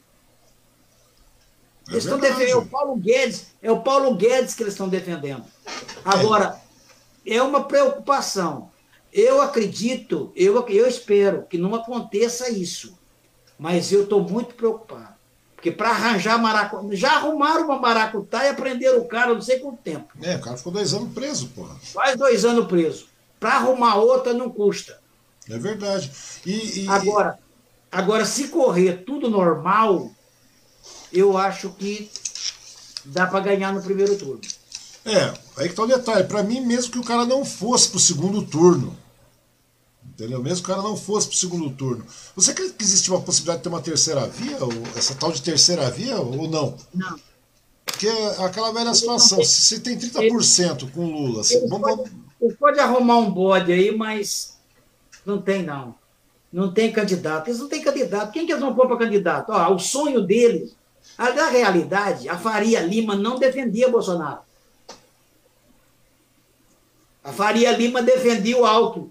Speaker 2: Eles estão defendendo o Paulo Guedes que eles estão defendendo. Agora, é uma preocupação. Eu acredito, eu espero que não aconteça isso. Mas eu estou muito preocupado. Porque para arranjar maracutaia, já arrumaram uma maracutaia e prenderam o cara não sei quanto tempo.
Speaker 1: O cara ficou 2 anos preso, porra.
Speaker 2: Faz 2 anos preso. Para arrumar outra não custa.
Speaker 1: É verdade.
Speaker 2: Agora, se correr tudo normal, eu acho que dá para ganhar no primeiro turno.
Speaker 1: Aí que está o detalhe. Para mim, mesmo que o cara não fosse para o segundo turno, entendeu? Mesmo que o cara não fosse para o segundo turno, você acredita que existe uma possibilidade de ter uma terceira via, ou essa tal de terceira via, ou não?
Speaker 2: Não.
Speaker 1: Porque é aquela velha situação, se você tem 30% com Lula...
Speaker 2: Ele pode arrumar um bode aí, mas não tem, não. Não tem candidato. Eles não têm candidato. Quem que eles vão pôr para candidato? O sonho deles... Na realidade, a Faria Lima não defendia Bolsonaro. A Faria Lima defendia o Alckmin.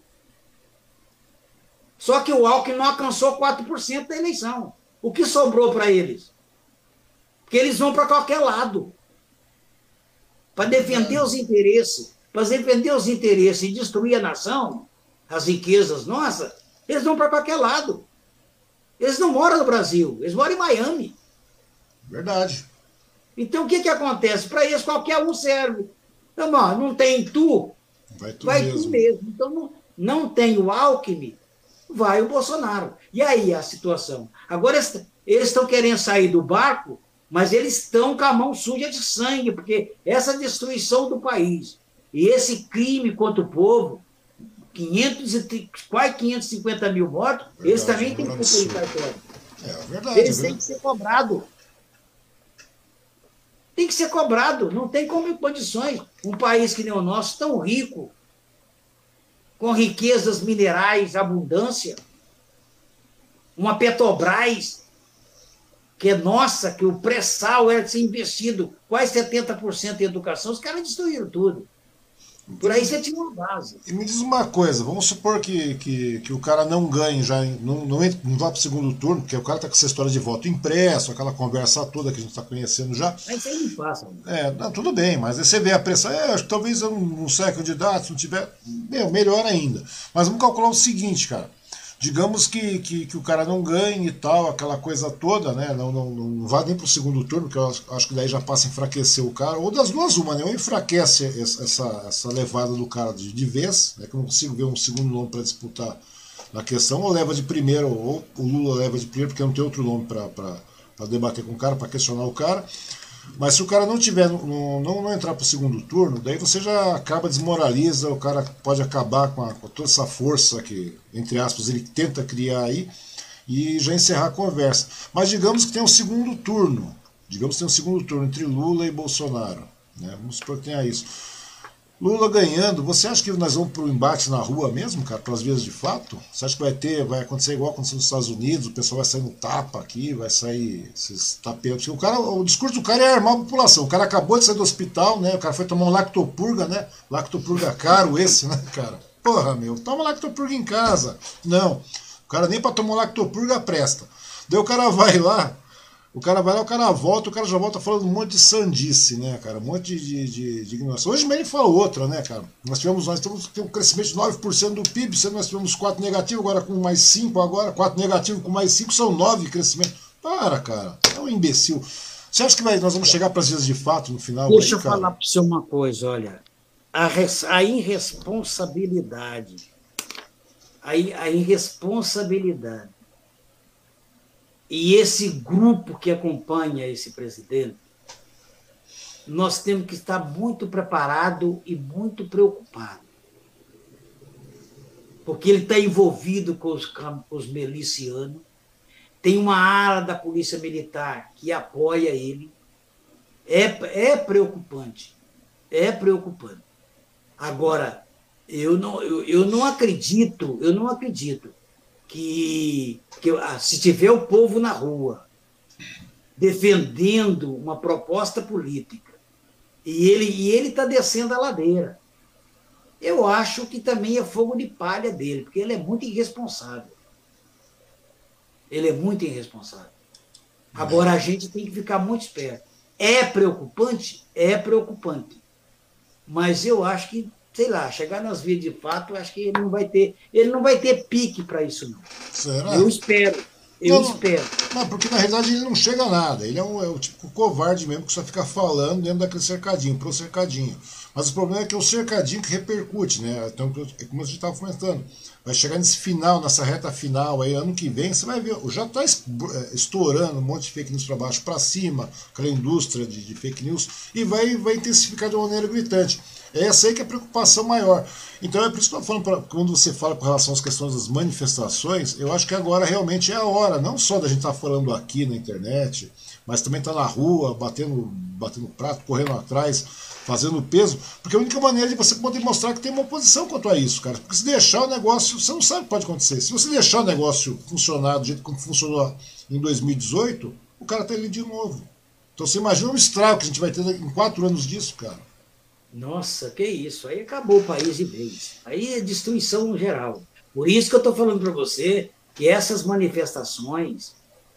Speaker 2: Só que o Alckmin não alcançou 4% da eleição. O que sobrou para eles? Porque eles vão para qualquer lado. Para defender os interesses. Para defender os interesses e destruir a nação, as riquezas nossas, eles vão para qualquer lado. Eles não moram no Brasil, eles moram em Miami.
Speaker 1: Verdade.
Speaker 2: Então, o que acontece? Para eles, qualquer um serve. Então, não tem tu, vai tu mesmo. Então, não tem o Alckmin, vai o Bolsonaro. E aí a situação? Agora, eles estão querendo sair do barco, mas eles estão com a mão suja de sangue, porque essa destruição do país e esse crime contra o povo, quase 550 mil mortos, eles também têm que cumprir cartório.
Speaker 1: Verdade.
Speaker 2: Eles têm que ser cobrados. Tem que ser cobrado, não tem como condições. Um país que nem o nosso, tão rico, com riquezas minerais, abundância, uma Petrobras, que é nossa, que o pré-sal era de ser investido quase 70% em educação, os caras destruíram tudo. Por aí você tinha uma base.
Speaker 1: E me diz uma coisa, vamos supor que o cara não ganhe, não vá para o segundo turno, porque o cara está com essa história de voto impresso, aquela conversa toda que a gente está conhecendo já.
Speaker 2: Mas isso aí não passa.
Speaker 1: Tudo bem, mas aí você vê a pressão, acho que talvez eu não saia candidato, se não tiver, melhor ainda. Mas vamos calcular o seguinte, cara. Digamos que o cara não ganhe e tal, aquela coisa toda, né? Não vá nem para o segundo turno, porque eu acho que daí já passa a enfraquecer o cara, ou das duas uma, né? Ou enfraquece essa levada do cara de vez, né? Que eu não consigo ver um segundo nome para disputar na questão, ou leva de primeiro, ou o Lula leva de primeiro, porque não tem outro nome para debater com o cara, para questionar o cara. Mas se o cara não tiver, não entrar para o segundo turno, daí você já acaba, desmoraliza, o cara pode acabar com toda essa força que, entre aspas, ele tenta criar aí e já encerrar a conversa. Mas digamos que tem um segundo turno, entre Lula e Bolsonaro, né? Vamos supor que tenha isso. Lula ganhando, você acha que nós vamos para o embate na rua mesmo, cara, para as vias de fato? Você acha que vai acontecer igual aconteceu nos Estados Unidos, o pessoal vai sair no tapa aqui, vai sair esses tapetes? O discurso do cara é armar a população. O cara acabou de sair do hospital, né? O cara foi tomar um lactopurga, né? Lactopurga caro esse, né, cara? Porra, toma lactopurga em casa. Não, o cara nem para tomar um lactopurga presta. Daí o cara vai lá, o cara volta, o cara já volta falando um monte de sandice, né, cara? Um monte de ignorância. Hoje mesmo ele falou outra, né, cara? Nós temos um crescimento de 9% do PIB, sendo nós tivemos 4 negativo, agora com mais 5, 4 negativo com mais 5 são 9 crescimento. Para, cara, é um imbecil. Você acha que nós vamos chegar para as vias de fato no final?
Speaker 2: Deixa eu falar para você uma coisa, olha. A irresponsabilidade. A irresponsabilidade. E esse grupo que acompanha esse presidente nós temos que estar muito preparado e muito preocupado. Porque ele está envolvido com os milicianos, tem uma ala da Polícia Militar que apoia ele. É preocupante. É preocupante. Agora, eu não acredito que se tiver o povo na rua defendendo uma proposta política e ele está descendo a ladeira, eu acho que também é fogo de palha dele, porque ele é muito irresponsável. Ele é muito irresponsável. Agora, a gente tem que ficar muito esperto. É preocupante? É preocupante. Mas eu acho que, sei lá, chegar nas vias de fato, eu acho que ele não vai ter pique para isso, não.
Speaker 1: Será?
Speaker 2: Eu espero. Espero.
Speaker 1: Não, porque na realidade ele não chega a nada. Ele é o tipo covarde mesmo que só fica falando dentro daquele cercadinho, pro cercadinho. Mas o problema é que é o cercadinho que repercute, né? Então, é como a gente estava comentando. Vai chegar nesse final, nessa reta final aí, ano que vem, você vai ver, já está estourando um monte de fake news para baixo, para cima, aquela indústria de fake news, e vai intensificar de uma maneira gritante. É essa aí que é a preocupação maior. Então é por isso que eu estou falando, quando você fala com relação às questões das manifestações, eu acho que agora realmente é a hora, não só da gente estar falando aqui na internet, mas também estar na rua, batendo prato, correndo atrás, fazendo peso, porque é a única maneira de você poder mostrar que tem uma oposição quanto a isso, cara. Porque se deixar o negócio, você não sabe o que pode acontecer. Se você deixar o negócio funcionar do jeito como funcionou em 2018, o cara tá ali de novo. Então você imagina o estrago que a gente vai ter em 4 anos disso, cara.
Speaker 2: Nossa, que isso. Aí acabou o país de vez. Aí é destruição geral. Por isso que eu estou falando para você que essas manifestações,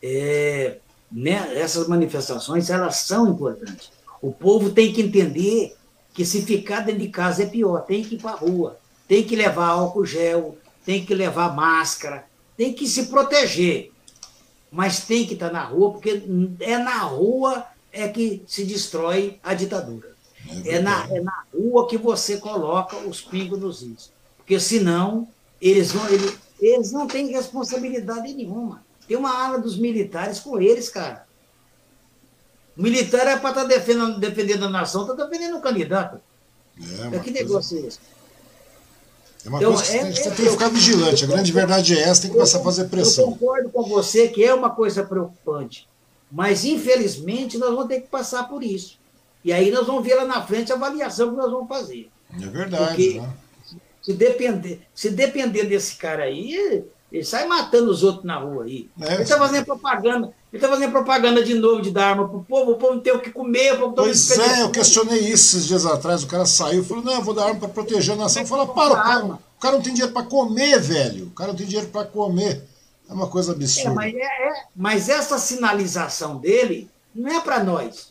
Speaker 2: essas manifestações, elas são importantes. O povo tem que entender que se ficar dentro de casa é pior, tem que ir para a rua, tem que levar álcool gel, tem que levar máscara, tem que se proteger, mas tem que estar na rua, porque é na rua que se destrói a ditadura. É na rua que você coloca os pingos nos is. Porque senão eles não têm responsabilidade nenhuma. Tem uma ala dos militares com eles, cara. O militar é para estar defendendo a nação, está defendendo o candidato. Que negócio é esse?
Speaker 1: É uma coisa que você tem que ficar vigilante. A grande verdade é essa, tem que começar a fazer pressão.
Speaker 2: Eu concordo com você que é uma coisa preocupante. Mas, infelizmente, nós vamos ter que passar por isso. E aí nós vamos ver lá na frente a avaliação que nós vamos fazer.
Speaker 1: É verdade.
Speaker 2: Porque
Speaker 1: né?
Speaker 2: se depender desse cara aí, ele sai matando os outros na rua aí. Ele está fazendo propaganda. Ele está fazendo propaganda de novo de dar arma para o povo não tem o que comer.
Speaker 1: Pois é, eu questionei isso esses dias atrás. O cara saiu e falou: não, eu vou dar arma para proteger a nação. Eu falei: para, o cara não tem dinheiro para comer, velho. O cara não tem dinheiro para comer. É uma coisa absurda.
Speaker 2: Mas essa sinalização dele não é para nós.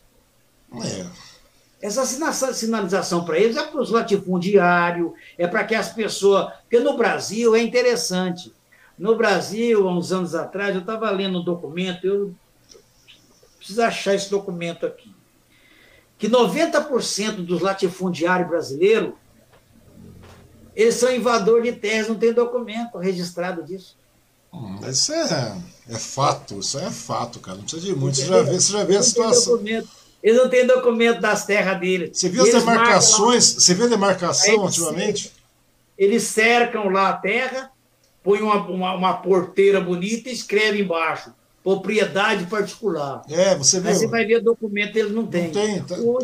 Speaker 2: Essa sinalização para eles é para os latifundiários, é para que as pessoas. Porque no Brasil é interessante. No Brasil, há uns anos atrás, eu estava lendo um documento, eu preciso achar esse documento aqui, que 90% dos latifundiários brasileiros, eles são invasores de terras, não tem documento registrado disso.
Speaker 1: Isso é fato, isso é fato, cara, não precisa de muito. Você já vê a situação.
Speaker 2: Eles não têm documento das terras deles.
Speaker 1: Você viu as demarcações? Você viu a demarcação ultimamente?
Speaker 2: Eles cercam lá a terra, põe uma porteira bonita e escreve embaixo, propriedade particular.
Speaker 1: Você vê.
Speaker 2: Aí você vai ver o documento, eles não têm.
Speaker 1: Não tem.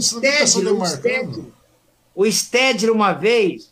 Speaker 2: O Stedler uma vez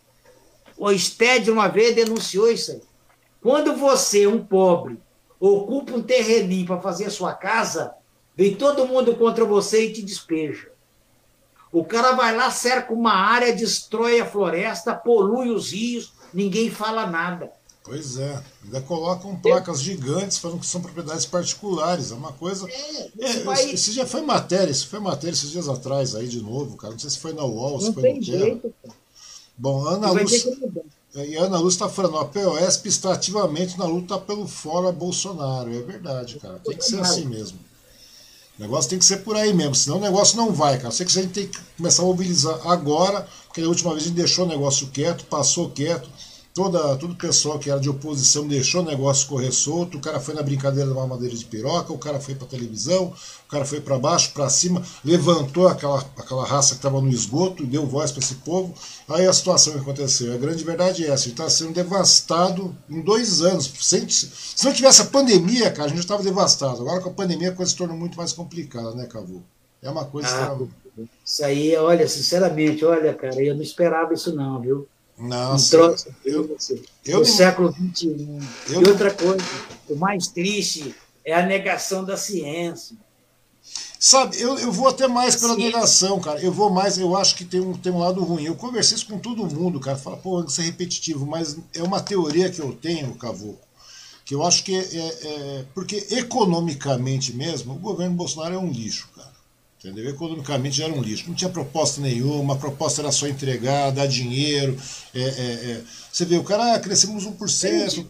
Speaker 2: denunciou isso aí. Quando você, um pobre, ocupa um terreninho para fazer a sua casa, vem todo mundo contra você e te despeja. O cara vai lá, cerca uma área, destrói a floresta, polui os rios, ninguém fala nada.
Speaker 1: Pois é, ainda colocam placas gigantes falando que são propriedades particulares, é uma coisa... Isso já foi matéria, esses dias atrás aí de novo, cara, não sei se foi na UOL, se foi no Terra. Bom, Ana Lúcia está falando, a POSP está ativamente na luta pelo fora Bolsonaro, é verdade, cara, tem que ser assim mesmo. O negócio tem que ser por aí mesmo, senão o negócio não vai, cara. Eu sei que a gente tem que começar a mobilizar agora, porque na última vez a gente deixou o negócio quieto, passou quieto. todo o pessoal que era de oposição deixou o negócio correr solto, o cara foi na brincadeira da mamadeira de piroca, o cara foi para televisão, o cara foi para baixo, para cima, levantou aquela raça que estava no esgoto e deu voz para esse povo. Aí a situação que aconteceu. A grande verdade é essa, ele está sendo devastado em 2 anos. Se não tivesse a pandemia, cara, a gente já estava devastado. Agora com a pandemia a coisa se tornou muito mais complicada, né, Cavu? É uma coisa...
Speaker 2: Isso aí, olha, sinceramente, olha, cara, eu não esperava isso não, viu?
Speaker 1: Nossa,
Speaker 2: no século XXI. E outra coisa, o mais triste é a negação da ciência.
Speaker 1: Sabe, eu vou até mais pela negação, cara. Eu vou mais, eu acho que tem um lado ruim. Eu conversei isso com todo mundo, cara. Fala, pô, isso é repetitivo, mas é uma teoria que eu tenho, Cavuco, que eu acho que porque economicamente mesmo, o governo Bolsonaro é um lixo, cara. Entendeu? Economicamente já era um lixo. Não tinha proposta nenhuma, a proposta era só entregar, dar dinheiro. Você vê, o cara, crescemos 1%.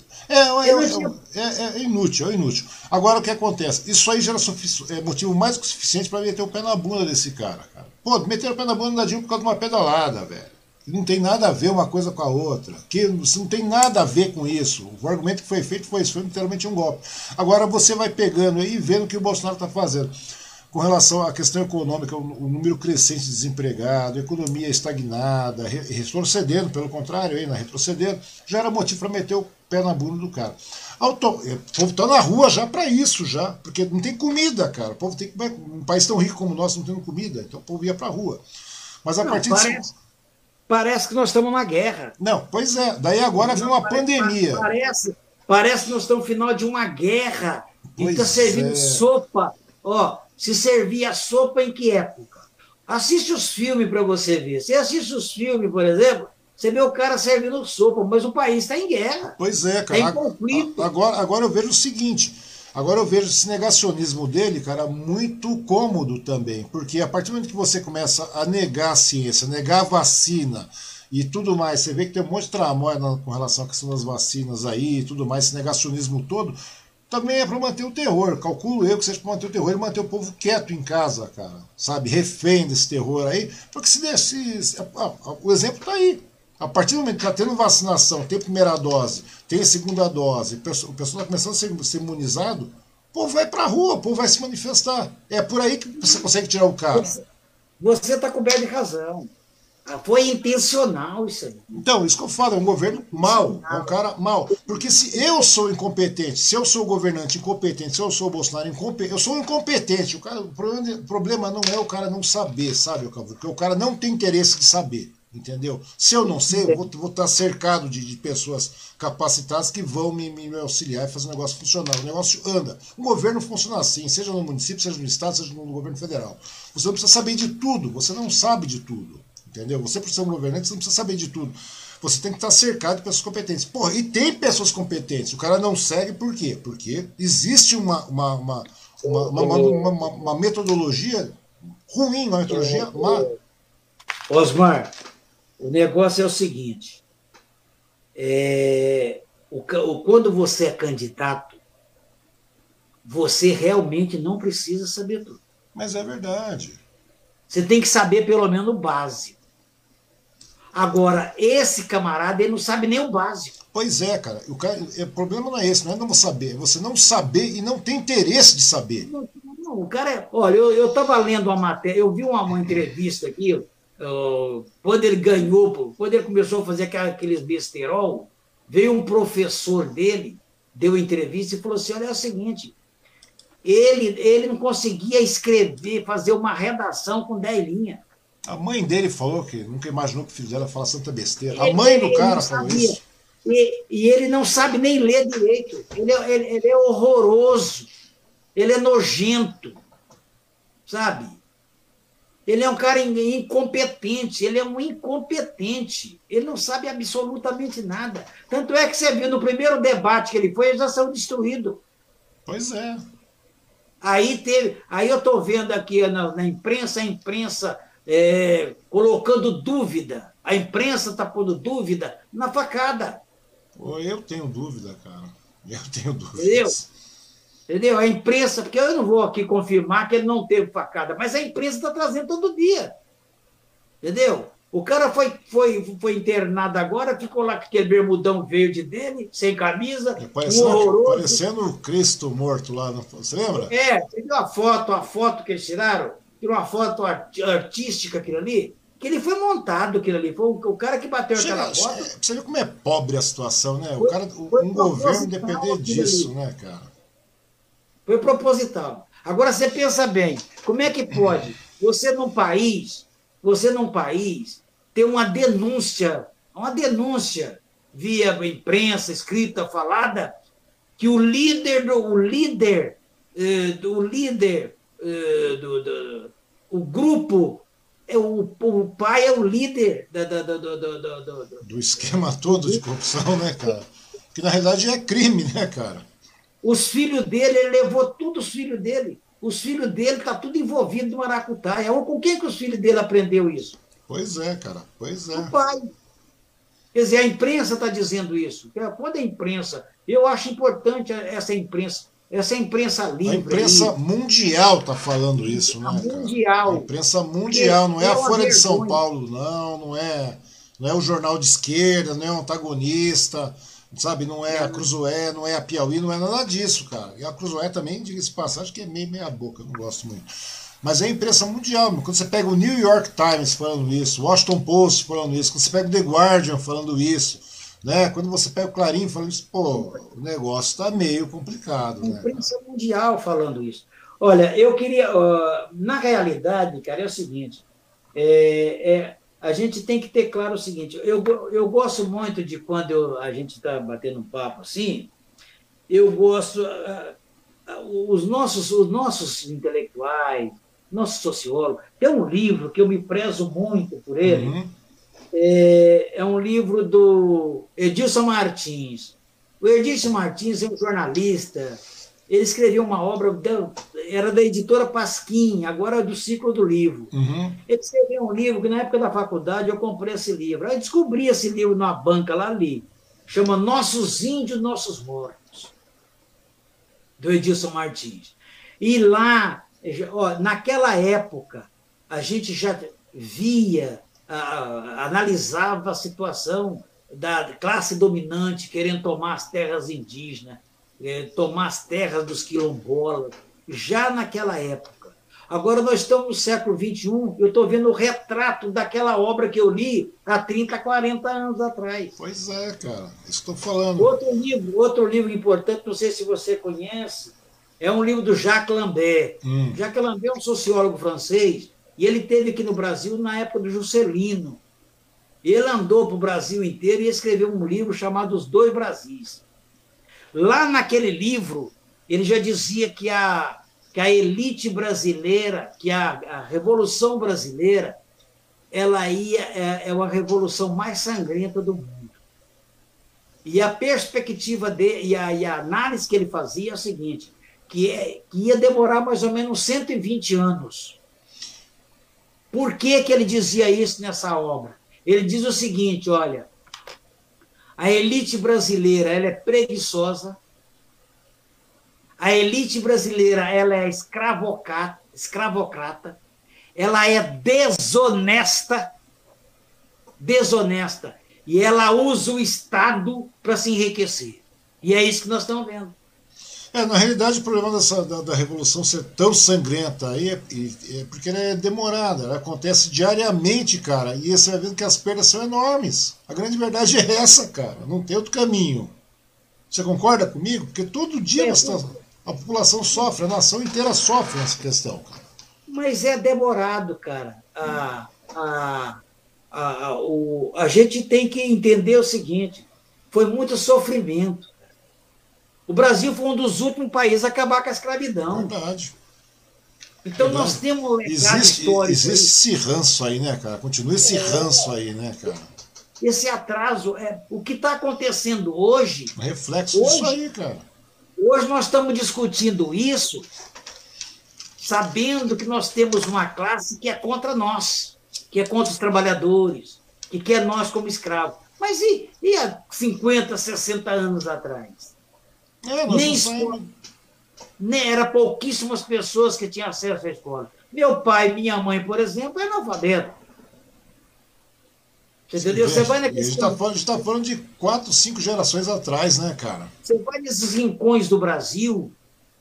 Speaker 1: É inútil, é inútil. Agora o que acontece? Isso aí já era motivo mais que suficiente para meter o pé na bunda desse cara. Pô, meter o pé na bunda da Dilma por causa de uma pedalada, velho. Não tem nada a ver uma coisa com a outra. Que não tem nada a ver com isso. O argumento que foi feito foi isso, foi literalmente um golpe. Agora você vai pegando aí e vendo o que o Bolsonaro está fazendo. Com relação à questão econômica, o número crescente de desempregado, a economia estagnada, retrocedendo, pelo contrário, aí, retrocedendo, já era motivo para meter o pé na bunda do cara. O povo está na rua já para isso, já, porque não tem comida, cara. O povo tem um país tão rico como o nosso não tendo comida, então o povo ia para a rua. Mas a partir
Speaker 2: parece que nós estamos numa guerra.
Speaker 1: Não, pois é. Daí agora vem uma pandemia.
Speaker 2: Parece que nós estamos no final de uma guerra. E está servindo sopa. Ó, se servia sopa em que época? Assiste os filmes para você ver. Você assiste os filmes, por exemplo, você vê o cara servindo sopa, mas o país está em guerra.
Speaker 1: Pois é, cara.
Speaker 2: Está em conflito.
Speaker 1: Agora eu vejo o seguinte. Agora eu vejo esse negacionismo dele, cara, muito cômodo também. Porque a partir do momento que você começa a negar a ciência, negar a vacina e tudo mais, você vê que tem um monte de tramóia com relação à questão das vacinas aí e tudo mais, esse negacionismo todo, também é para manter o terror. Calculo eu que seja para manter o terror e manter o povo quieto em casa, cara. Sabe? Refém desse terror aí. Porque o exemplo está aí. A partir do momento que está tendo vacinação, tem primeira dose, tem segunda dose, o pessoal está começando a ser imunizado, o povo vai para a rua, o povo vai se manifestar. É por aí que você consegue tirar o cara.
Speaker 2: Você está coberto de razão. Foi intencional isso aí.
Speaker 1: Então, isso que eu falo, é um governo mau, é um cara mau. Porque se eu sou incompetente, se eu sou governante incompetente, se eu sou o Bolsonaro incompetente, eu sou incompetente. O problema não é o cara não saber, sabe, porque o cara não tem interesse de saber, entendeu? Se eu não sei, eu vou estar cercado de pessoas capacitadas que vão me auxiliar e fazer o negócio funcionar. O negócio anda. O governo funciona assim, seja no município, seja no estado, seja no governo federal. Você não precisa saber de tudo, você não sabe de tudo. Entendeu? Você, por ser um governante, você não precisa saber de tudo. Você tem que estar cercado de pessoas competentes. Porra, e tem pessoas competentes. O cara não segue por quê? Porque existe uma metodologia ruim, uma metodologia má.
Speaker 2: Osmar, o negócio é o seguinte. Quando você é candidato, você realmente não precisa saber tudo.
Speaker 1: Mas é verdade.
Speaker 2: Você tem que saber pelo menos o básico. Agora, esse camarada, ele não sabe nem o básico.
Speaker 1: Pois é, cara. O problema não é esse, não é não saber. É você não saber e não ter interesse de saber.
Speaker 2: Não, o cara... Olha, eu estava lendo uma matéria, eu vi uma entrevista aqui, quando ele ganhou, quando ele começou a fazer aqueles besterol, veio um professor dele, deu entrevista e falou assim, olha, é o seguinte, ele não conseguia escrever, fazer uma redação com 10 linhas.
Speaker 1: A mãe dele falou que nunca imaginou que o filho dela falasse tanta besteira. A mãe do cara falou isso.
Speaker 2: E ele não sabe nem ler direito. Ele é horroroso. Ele é nojento. Sabe? Ele é um cara incompetente. Ele é um incompetente. Ele não sabe absolutamente nada. Tanto é que você viu no primeiro debate que ele foi, ele já saiu destruído.
Speaker 1: Pois é.
Speaker 2: Aí eu estou vendo aqui na imprensa, colocando dúvida. A imprensa está pondo dúvida na facada.
Speaker 1: Eu tenho dúvida, cara. Eu tenho dúvidas.
Speaker 2: Entendeu? A imprensa, porque eu não vou aqui confirmar que ele não teve facada, mas a imprensa está trazendo todo dia. Entendeu? O cara foi internado agora, ficou lá com aquele bermudão verde dele, sem camisa, um horroroso.
Speaker 1: Parecendo o Cristo morto lá, você lembra?
Speaker 2: Você viu a foto que eles tiraram? Tirou uma foto artística, aquilo ali, que ele foi montado, aquilo ali. Foi o cara que bateu aquela foto.
Speaker 1: Você vê como é pobre a situação, né? Um governo depender disso, né, cara?
Speaker 2: Foi proposital. Agora você pensa bem, como é que pode você num país ter uma denúncia via imprensa, escrita, falada, que o grupo, o pai é o líder
Speaker 1: do esquema todo de corrupção, né, cara? Que na realidade é crime, né, cara?
Speaker 2: Os filhos dele, ele levou tudo os filhos dele. Os filhos dele estão tudo envolvidos no maracutaia. Com quem que os filhos dele aprendeu isso?
Speaker 1: Pois é, cara, pois é.
Speaker 2: O pai. Quer dizer, a imprensa está dizendo isso. Quando a imprensa... Eu acho importante essa imprensa livre.
Speaker 1: A imprensa mundial está falando isso, né, cara?
Speaker 2: Mundial.
Speaker 1: A imprensa mundial, não é a Folha de São Paulo, não é o jornal de esquerda, não é o antagonista, sabe? Não é a Cruzoé, não é a Piauí, não é nada disso, cara. E a Cruzoé também, diga-se de passagem, que é meia boca, eu não gosto muito. Mas é a imprensa mundial. Quando você pega o New York Times falando isso, o Washington Post falando isso, quando você pega o The Guardian falando isso, né? Quando você pega o Clarim falando isso, pô, o negócio está meio complicado.
Speaker 2: A imprensa mundial falando isso. Olha, eu queria... na realidade, cara, é o seguinte, a gente tem que ter claro o seguinte, eu gosto muito de quando a gente está batendo um papo assim, eu gosto... os nossos intelectuais, nossos sociólogos, tem um livro que eu me prezo muito por ele, é um livro do Edilson Martins. O Edilson Martins é um jornalista, ele escreveu uma obra, era da editora Pasquim, agora é do Ciclo do Livro. Ele escreveu um livro que na época da faculdade eu comprei esse livro. Aí descobri esse livro numa banca lá ali, chama Nossos Índios, Nossos Mortos, do Edilson Martins. E lá, naquela época, a gente já via, analisava a situação da classe dominante querendo tomar as terras indígenas, tomar as terras dos quilombolas, já naquela época. Agora nós estamos no século XXI, eu estou vendo o retrato daquela obra que eu li há 30, 40 anos atrás.
Speaker 1: Pois é, cara, isso que estou falando.
Speaker 2: Outro livro importante, não sei se você conhece, é um livro do Jacques Lambert. Jacques Lambert é um sociólogo francês, e ele esteve aqui no Brasil na época do Juscelino. Ele andou para o Brasil inteiro e escreveu um livro chamado Os Dois Brasis. Lá naquele livro, ele já dizia que a elite brasileira, que a Revolução Brasileira, ela é uma revolução mais sangrenta do mundo. E a perspectiva dele, e a análise que ele fazia é a seguinte, que ia demorar mais ou menos 120 anos. Por que ele dizia isso nessa obra? Ele diz o seguinte, olha, a elite brasileira ela é preguiçosa, a elite brasileira ela é escravocrata, ela é desonesta, e ela usa o Estado para se enriquecer. E é isso que nós estamos vendo.
Speaker 1: Na realidade, o problema da Revolução ser tão sangrenta aí é porque ela é demorada, ela acontece diariamente, cara, e você vai vendo que as perdas são enormes. A grande verdade é essa, cara, não tem outro caminho. Você concorda comigo? Porque todo dia a população sofre, a nação inteira sofre nessa questão, cara.
Speaker 2: Mas é demorado, cara. A gente tem que entender o seguinte, foi muito sofrimento. O Brasil foi um dos últimos países a acabar com a escravidão.
Speaker 1: Verdade.
Speaker 2: Então nós temos um legado histórico.
Speaker 1: Existe esse ranço aí, né, cara? Continua esse ranço aí, né, cara?
Speaker 2: Esse atraso, o que está acontecendo hoje...
Speaker 1: Um reflexo disso aí, cara.
Speaker 2: Hoje nós estamos discutindo isso, sabendo que nós temos uma classe que é contra nós, que é contra os trabalhadores, que quer nós como escravos. Mas e há 50, 60 anos atrás? Era pouquíssimas pessoas que tinham acesso à escola. Meu pai e minha mãe, por exemplo, é analfabeto. Você entendeu? Você vai
Speaker 1: E a gente está falando de 4, 5 gerações atrás, né, cara?
Speaker 2: Você vai nesses rincões do Brasil,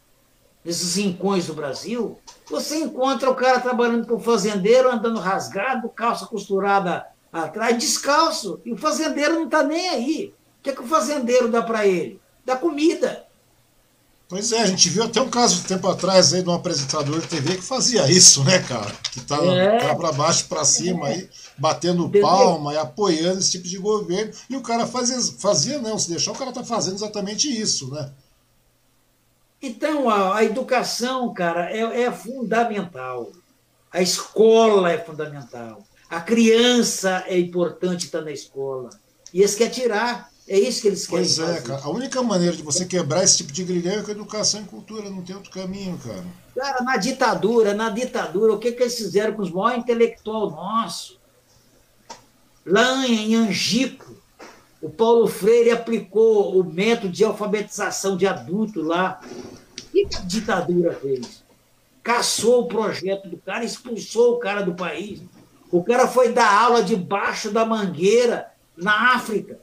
Speaker 2: você encontra o cara trabalhando com o fazendeiro, andando rasgado, calça costurada atrás, descalço. E o fazendeiro não está nem aí. O que o fazendeiro dá para ele? Dá comida.
Speaker 1: Pois é, a gente viu até um caso de tempo atrás aí de um apresentador de TV que fazia isso, né, cara? Que tá para baixo, para cima aí, batendo palma e apoiando esse tipo de governo. E o cara fazia não, se deixar, o cara tá fazendo exatamente isso, né?
Speaker 2: Então, a educação, cara, é fundamental. A escola é fundamental. A criança é importante estar na escola. E eles querem tirar. É isso que eles querem fazer.
Speaker 1: Pois é, cara. A única maneira de você quebrar esse tipo de grilhão é com a educação e cultura. Não tem outro caminho, cara.
Speaker 2: Cara, na ditadura, o que eles fizeram com os maiores intelectuais nossos? Lá em Angico, o Paulo Freire aplicou o método de alfabetização de adulto lá. O que a ditadura fez? Caçou o projeto do cara, expulsou o cara do país. O cara foi dar aula debaixo da mangueira na África.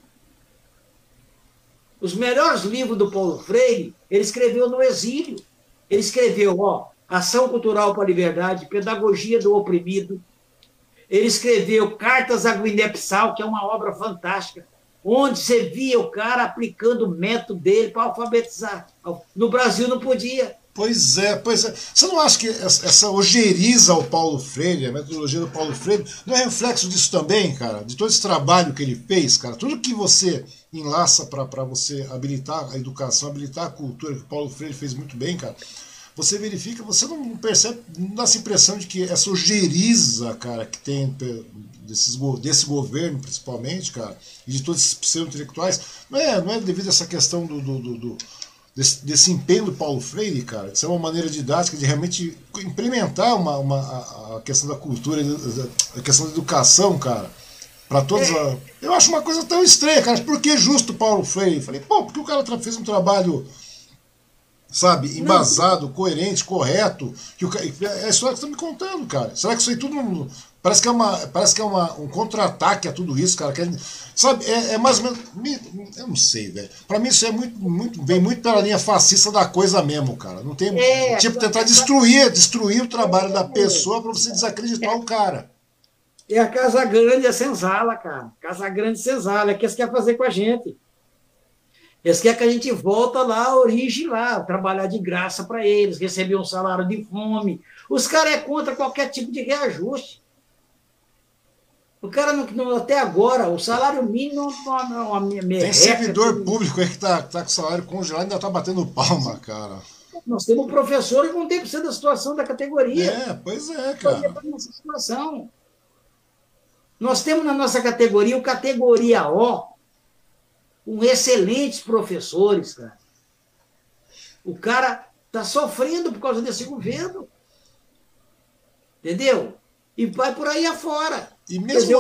Speaker 2: Os melhores livros do Paulo Freire, ele escreveu no exílio. Ele escreveu, Ação Cultural para a Liberdade, Pedagogia do Oprimido. Ele escreveu Cartas a Guiné-Bissau, que é uma obra fantástica, onde você via o cara aplicando o método dele para alfabetizar. No Brasil não podia.
Speaker 1: Pois é. Você não acha que essa ojeriza ao Paulo Freire, a metodologia do Paulo Freire, não é reflexo disso também, cara? De todo esse trabalho que ele fez, cara? Tudo que você enlaça para você habilitar a educação, habilitar a cultura, que o Paulo Freire fez muito bem, cara, você verifica, você não percebe, não dá essa impressão de que essa ojeriza, cara, que tem desse governo, principalmente, cara, e de todos esses pseudo-intelectuais, não é devido a essa questão desse empenho do Paulo Freire, cara, de ser uma maneira didática de realmente implementar a questão da cultura, a questão da educação, cara, para todos. Eu acho uma coisa tão estranha, cara. Por que justo o Paulo Freire? Falei, porque o cara fez um trabalho, sabe, embasado, coerente, correto. É a história que você está me contando, cara. Será que isso aí tudo. Parece que é um contra-ataque a tudo isso, cara. Sabe, é mais ou menos. Eu não sei, velho. Pra mim isso é vem muito pela linha fascista da coisa mesmo, cara. Não tem. Tipo, tentar destruir o trabalho da pessoa pra você desacreditar o cara.
Speaker 2: É a Casa Grande, a senzala, cara. Casa Grande, senzala. É o que eles querem fazer com a gente. Eles querem que a gente volta lá, a origem lá, trabalhar de graça para eles, receber um salário de fome. Os caras é contra qualquer tipo de reajuste. O cara, até agora, o salário mínimo não
Speaker 1: tem servidor público aí que tá com o salário congelado e ainda tá batendo palma, cara.
Speaker 2: Nós temos um professor que não tem que ser da situação da categoria.
Speaker 1: Pois é, cara.
Speaker 2: Nessa situação. Nós temos na nossa categoria, o categoria O, com excelentes professores, cara. O cara está sofrendo por causa desse governo. Entendeu? E vai por aí afora.
Speaker 1: E mesmo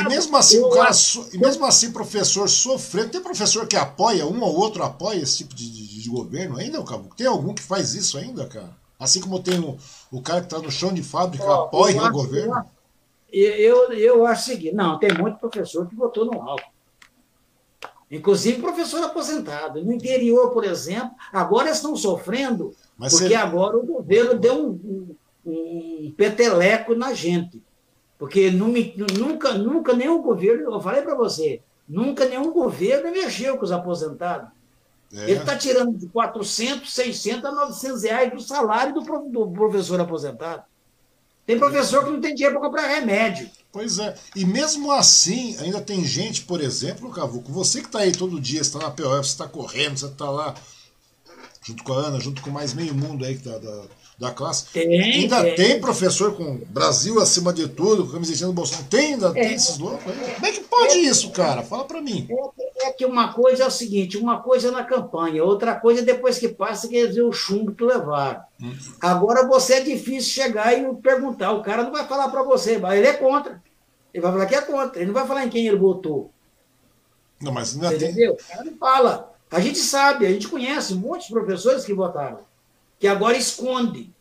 Speaker 1: assim, professor sofrendo. Tem professor que apoia, um ou outro apoia esse tipo de governo ainda, Cabo? Tem algum que faz isso ainda, cara? Assim como tem o cara que está no chão de fábrica, apoia o governo?
Speaker 2: Eu acho o seguinte, não, tem muito professor que votou no alto. Inclusive professor aposentado. No interior, por exemplo, agora estão sofrendo, porque agora o governo deu um peteleco na gente. Porque nunca nenhum governo, eu falei para você, nunca nenhum governo mexeu com os aposentados. Ele está tirando de 400, 600 a 900 reais do salário do professor aposentado. Tem professor que não tem dinheiro para comprar remédio.
Speaker 1: Pois é. E mesmo assim, ainda tem gente, por exemplo, Cavuco, você que está aí todo dia, você está na POF, você está correndo, você está lá, junto com a Ana, junto com mais meio mundo aí da classe. Tem professor com Brasil acima de tudo, com camisetinha do Bolsonaro. Tem esses loucos aí? Como é que pode isso, cara? Fala para mim.
Speaker 2: É que uma coisa é o seguinte, uma coisa é na campanha, outra coisa é depois que passa, quer dizer, o chumbo que levaram. Agora você é difícil chegar e perguntar, o cara não vai falar para você, mas ele é contra. Ele vai falar que é contra, ele não vai falar em quem ele votou.
Speaker 1: Não, mas ainda
Speaker 2: entendeu? O cara não fala. A gente sabe, a gente conhece muitos professores que votaram, que agora esconde.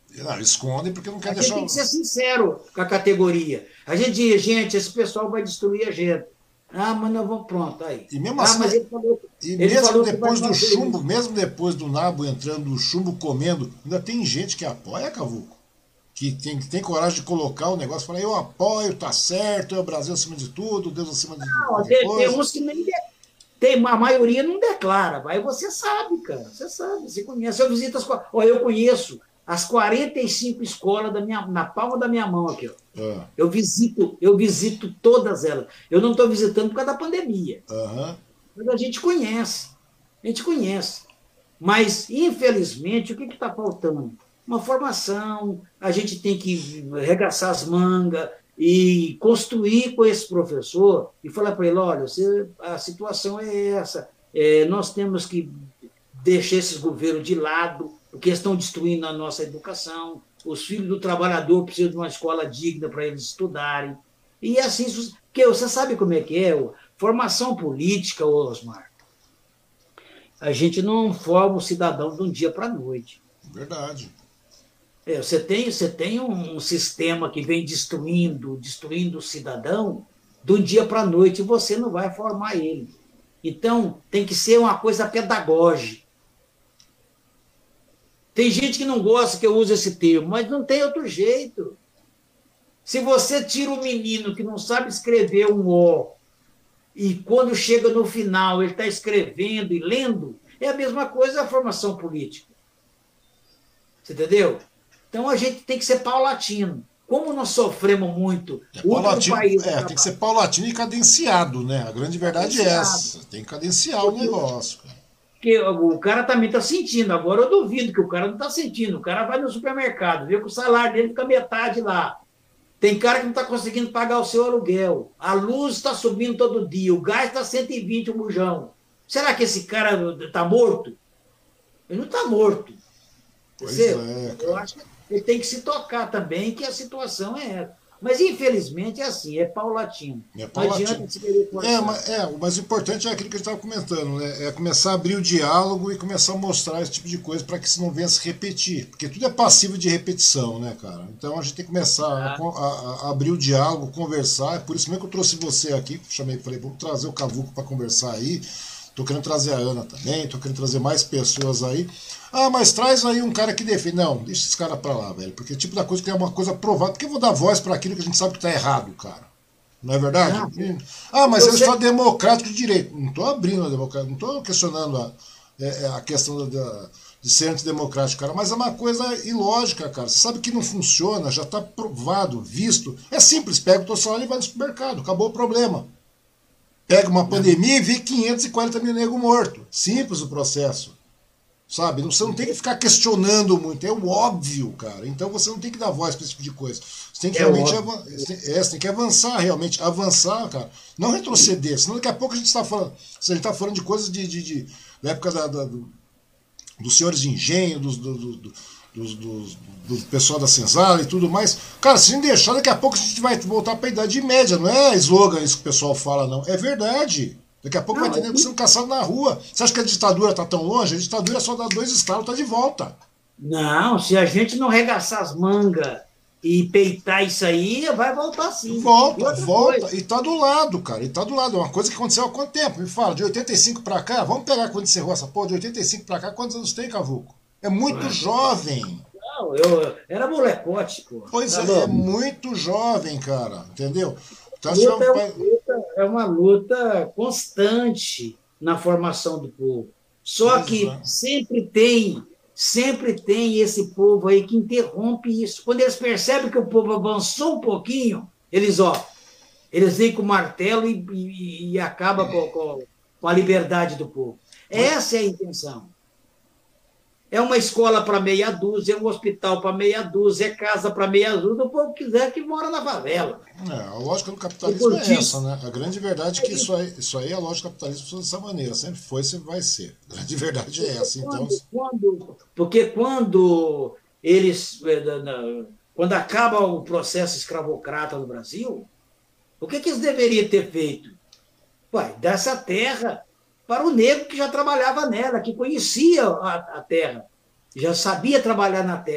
Speaker 1: Não, escondem porque não quer
Speaker 2: A gente
Speaker 1: deixar.
Speaker 2: tem que ser sincero com a categoria. A gente diz, gente, esse pessoal vai destruir a gente. Ah, mas nós vamos, pronto, aí.
Speaker 1: E mesmo
Speaker 2: Ah,
Speaker 1: assim,
Speaker 2: mas
Speaker 1: e
Speaker 2: ele
Speaker 1: mesmo
Speaker 2: falou que vai
Speaker 1: depois do
Speaker 2: fazer
Speaker 1: chumbo,
Speaker 2: isso.
Speaker 1: mesmo depois do nabo entrando, do chumbo comendo, ainda tem gente que apoia, Cavuco. Que tem coragem de colocar o negócio e falar, eu apoio, tá certo, é o Brasil acima de tudo, Deus acima de
Speaker 2: Não,
Speaker 1: qualquer
Speaker 2: tem
Speaker 1: coisa.
Speaker 2: uns que nem tem, a maioria não declara. Aí você sabe, cara. Você sabe, você conhece. Eu visito as escolas. Eu conheço as 45 escolas na palma da minha mão aqui. Ó.
Speaker 1: Ah,
Speaker 2: Eu visito todas elas. Eu não estou visitando por causa da pandemia.
Speaker 1: aham.
Speaker 2: Mas a gente conhece. A gente conhece. Mas, infelizmente, o que está faltando? Uma formação, a gente tem que arregaçar as mangas e construir com esse professor e falar para ele, olha, a situação é essa, nós temos que deixar esses governos de lado, porque estão destruindo a nossa educação, os filhos do trabalhador precisam de uma escola digna para eles estudarem. E assim, porque você sabe como é que é? Formação política, Osmar, a gente não forma o cidadão de um dia para a noite.
Speaker 1: Verdade.
Speaker 2: Você tem um sistema que vem destruindo o cidadão de um dia para a noite e você não vai formar ele. Então, tem que ser uma coisa pedagógica. Tem gente que não gosta que eu use esse termo, mas não tem outro jeito. Se você tira um menino que não sabe escrever um O, e quando chega no final ele está escrevendo e lendo, é a mesma coisa a formação política. Você entendeu? Então a gente tem que ser paulatino. Como nós sofremos muito, o último país.
Speaker 1: Tem que ser paulatino e cadenciado, né? A grande verdade é essa. Tem que cadenciar o negócio, cara.
Speaker 2: Porque o cara também está sentindo. Agora eu duvido que o cara não está sentindo. O cara vai no supermercado, vê que o salário dele fica metade lá. Tem cara que não está conseguindo pagar o seu aluguel. A luz está subindo todo dia. O gás está 120 o bujão. Será que esse cara está morto? Ele não está morto.
Speaker 1: Pois é,
Speaker 2: Eu acho que ele tem que se tocar também, que a situação é essa. Mas, infelizmente, é assim, é paulatino.
Speaker 1: É
Speaker 2: Não
Speaker 1: paulatino.
Speaker 2: adianta se querer forçar.
Speaker 1: O mais importante é aquilo que a gente estava comentando, né? É começar a abrir o diálogo e começar a mostrar esse tipo de coisa para que isso não venha a se repetir. Porque tudo é passivo de repetição, né, cara? Então a gente tem que começar a abrir o diálogo, conversar. É por isso mesmo que eu trouxe você aqui, falei, vamos trazer o Cavuco para conversar aí. Tô querendo trazer a Ana também, tô querendo trazer mais pessoas aí. Ah, mas traz aí um cara que defende. Não, deixa esses caras pra lá, velho. Porque tipo da coisa que é uma coisa provada. Por que eu vou dar voz para aquilo que a gente sabe que tá errado, cara? Não é verdade? Mas é só democrático de direito. Não tô abrindo a democracia, não tô questionando a questão de ser antidemocrático, cara. Mas é uma coisa ilógica, cara. Você sabe que não funciona, já tá provado, visto. É simples, pega o teu salário e vai no supermercado. Acabou o problema. Pega uma pandemia e vê 540 mil negros mortos. Simples o processo. Sabe? Você não tem que ficar questionando muito. É o óbvio, cara. Então você não tem que dar voz para esse tipo de coisa. Você tem que realmente você tem que avançar, realmente. Avançar, cara. Não retroceder. Senão daqui a pouco a gente está falando. Se a gente está falando de coisas da época dos senhores de engenho, do pessoal da senzala e tudo mais. Cara, se a gente deixar, daqui a pouco a gente vai voltar para a Idade Média. Não é slogan isso que o pessoal fala, não. É verdade. Daqui a pouco vai ter nego sendo caçado na rua. Você acha que a ditadura está tão longe? A ditadura é só dar 2 estados, está de volta.
Speaker 2: Não, se a gente não regaçar as mangas e peitar isso aí, vai voltar sim.
Speaker 1: Volta. E tá do lado, cara. E tá do lado. É uma coisa que aconteceu há quanto tempo? Me fala, de 85 para cá? Vamos pegar quando encerrou essa porra. De 85 para cá, quantos anos tem, Cavuco? É muito jovem.
Speaker 2: Não, eu era molecote, pô.
Speaker 1: Pois é muito jovem, cara. Entendeu? Então,
Speaker 2: é uma luta constante na formação do povo. Só que sempre tem esse povo aí que interrompe isso. Quando eles percebem que o povo avançou um pouquinho, eles vêm com o martelo e acabam com a liberdade do povo. Essa é a intenção. É uma escola para meia dúzia, é um hospital para meia dúzia, é casa para meia dúzia, o povo quiser que mora na favela.
Speaker 1: A lógica do capitalismo é essa, né? A grande verdade é que isso aí é a lógica do capitalismo dessa maneira. Sempre foi, sempre vai ser. A grande verdade é essa.
Speaker 2: Porque quando quando acaba o processo escravocrata no Brasil, o que eles deveriam ter feito? Dessa terra para o negro que já trabalhava nela, que conhecia a terra, já sabia trabalhar na terra.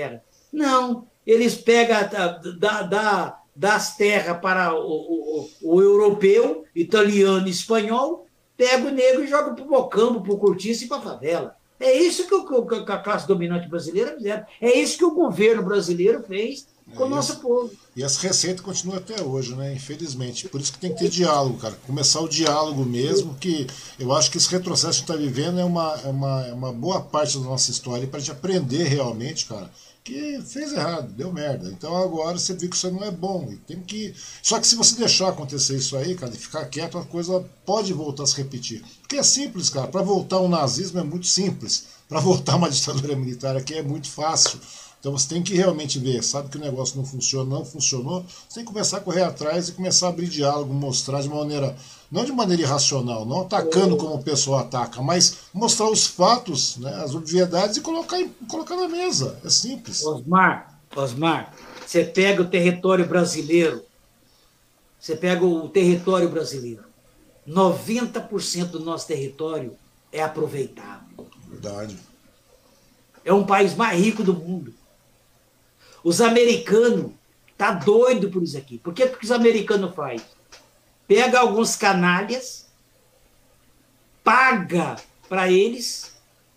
Speaker 2: Não, eles pegam das terras para o europeu, italiano e espanhol, pega o negro e joga para o Mocambo, para o Cortiço e para a favela. É isso que a classe dominante brasileira fizeram. É isso que o governo brasileiro fez com o nosso povo.
Speaker 1: E essa receita continua até hoje, né? Infelizmente. Por isso que tem que ter diálogo, cara. Começar o diálogo mesmo, que eu acho que esse retrocesso que a gente está vivendo é uma boa parte da nossa história para a gente aprender realmente, cara, que fez errado, deu merda. Então agora você vê que isso não é bom. E tem que. Só que se você deixar acontecer isso aí, cara, e ficar quieto, a coisa pode voltar a se repetir. Porque é simples, cara. Para voltar ao nazismo é muito simples. Para voltar a uma ditadura militar aqui é muito fácil. Então você tem que realmente ver, sabe que o negócio não funciona, não funcionou, você tem que começar a correr atrás e começar a abrir diálogo, mostrar de uma maneira, não de maneira irracional, não atacando como o pessoal ataca, mas mostrar os fatos, né, as obviedades e colocar na mesa. É simples.
Speaker 2: Osmar, você pega o território brasileiro, 90% do nosso território é aproveitável.
Speaker 1: Verdade.
Speaker 2: É um país mais rico do mundo. Os americanos tá doido por isso aqui. Por que os americanos fazem? Pega alguns canalhas, paga para eles,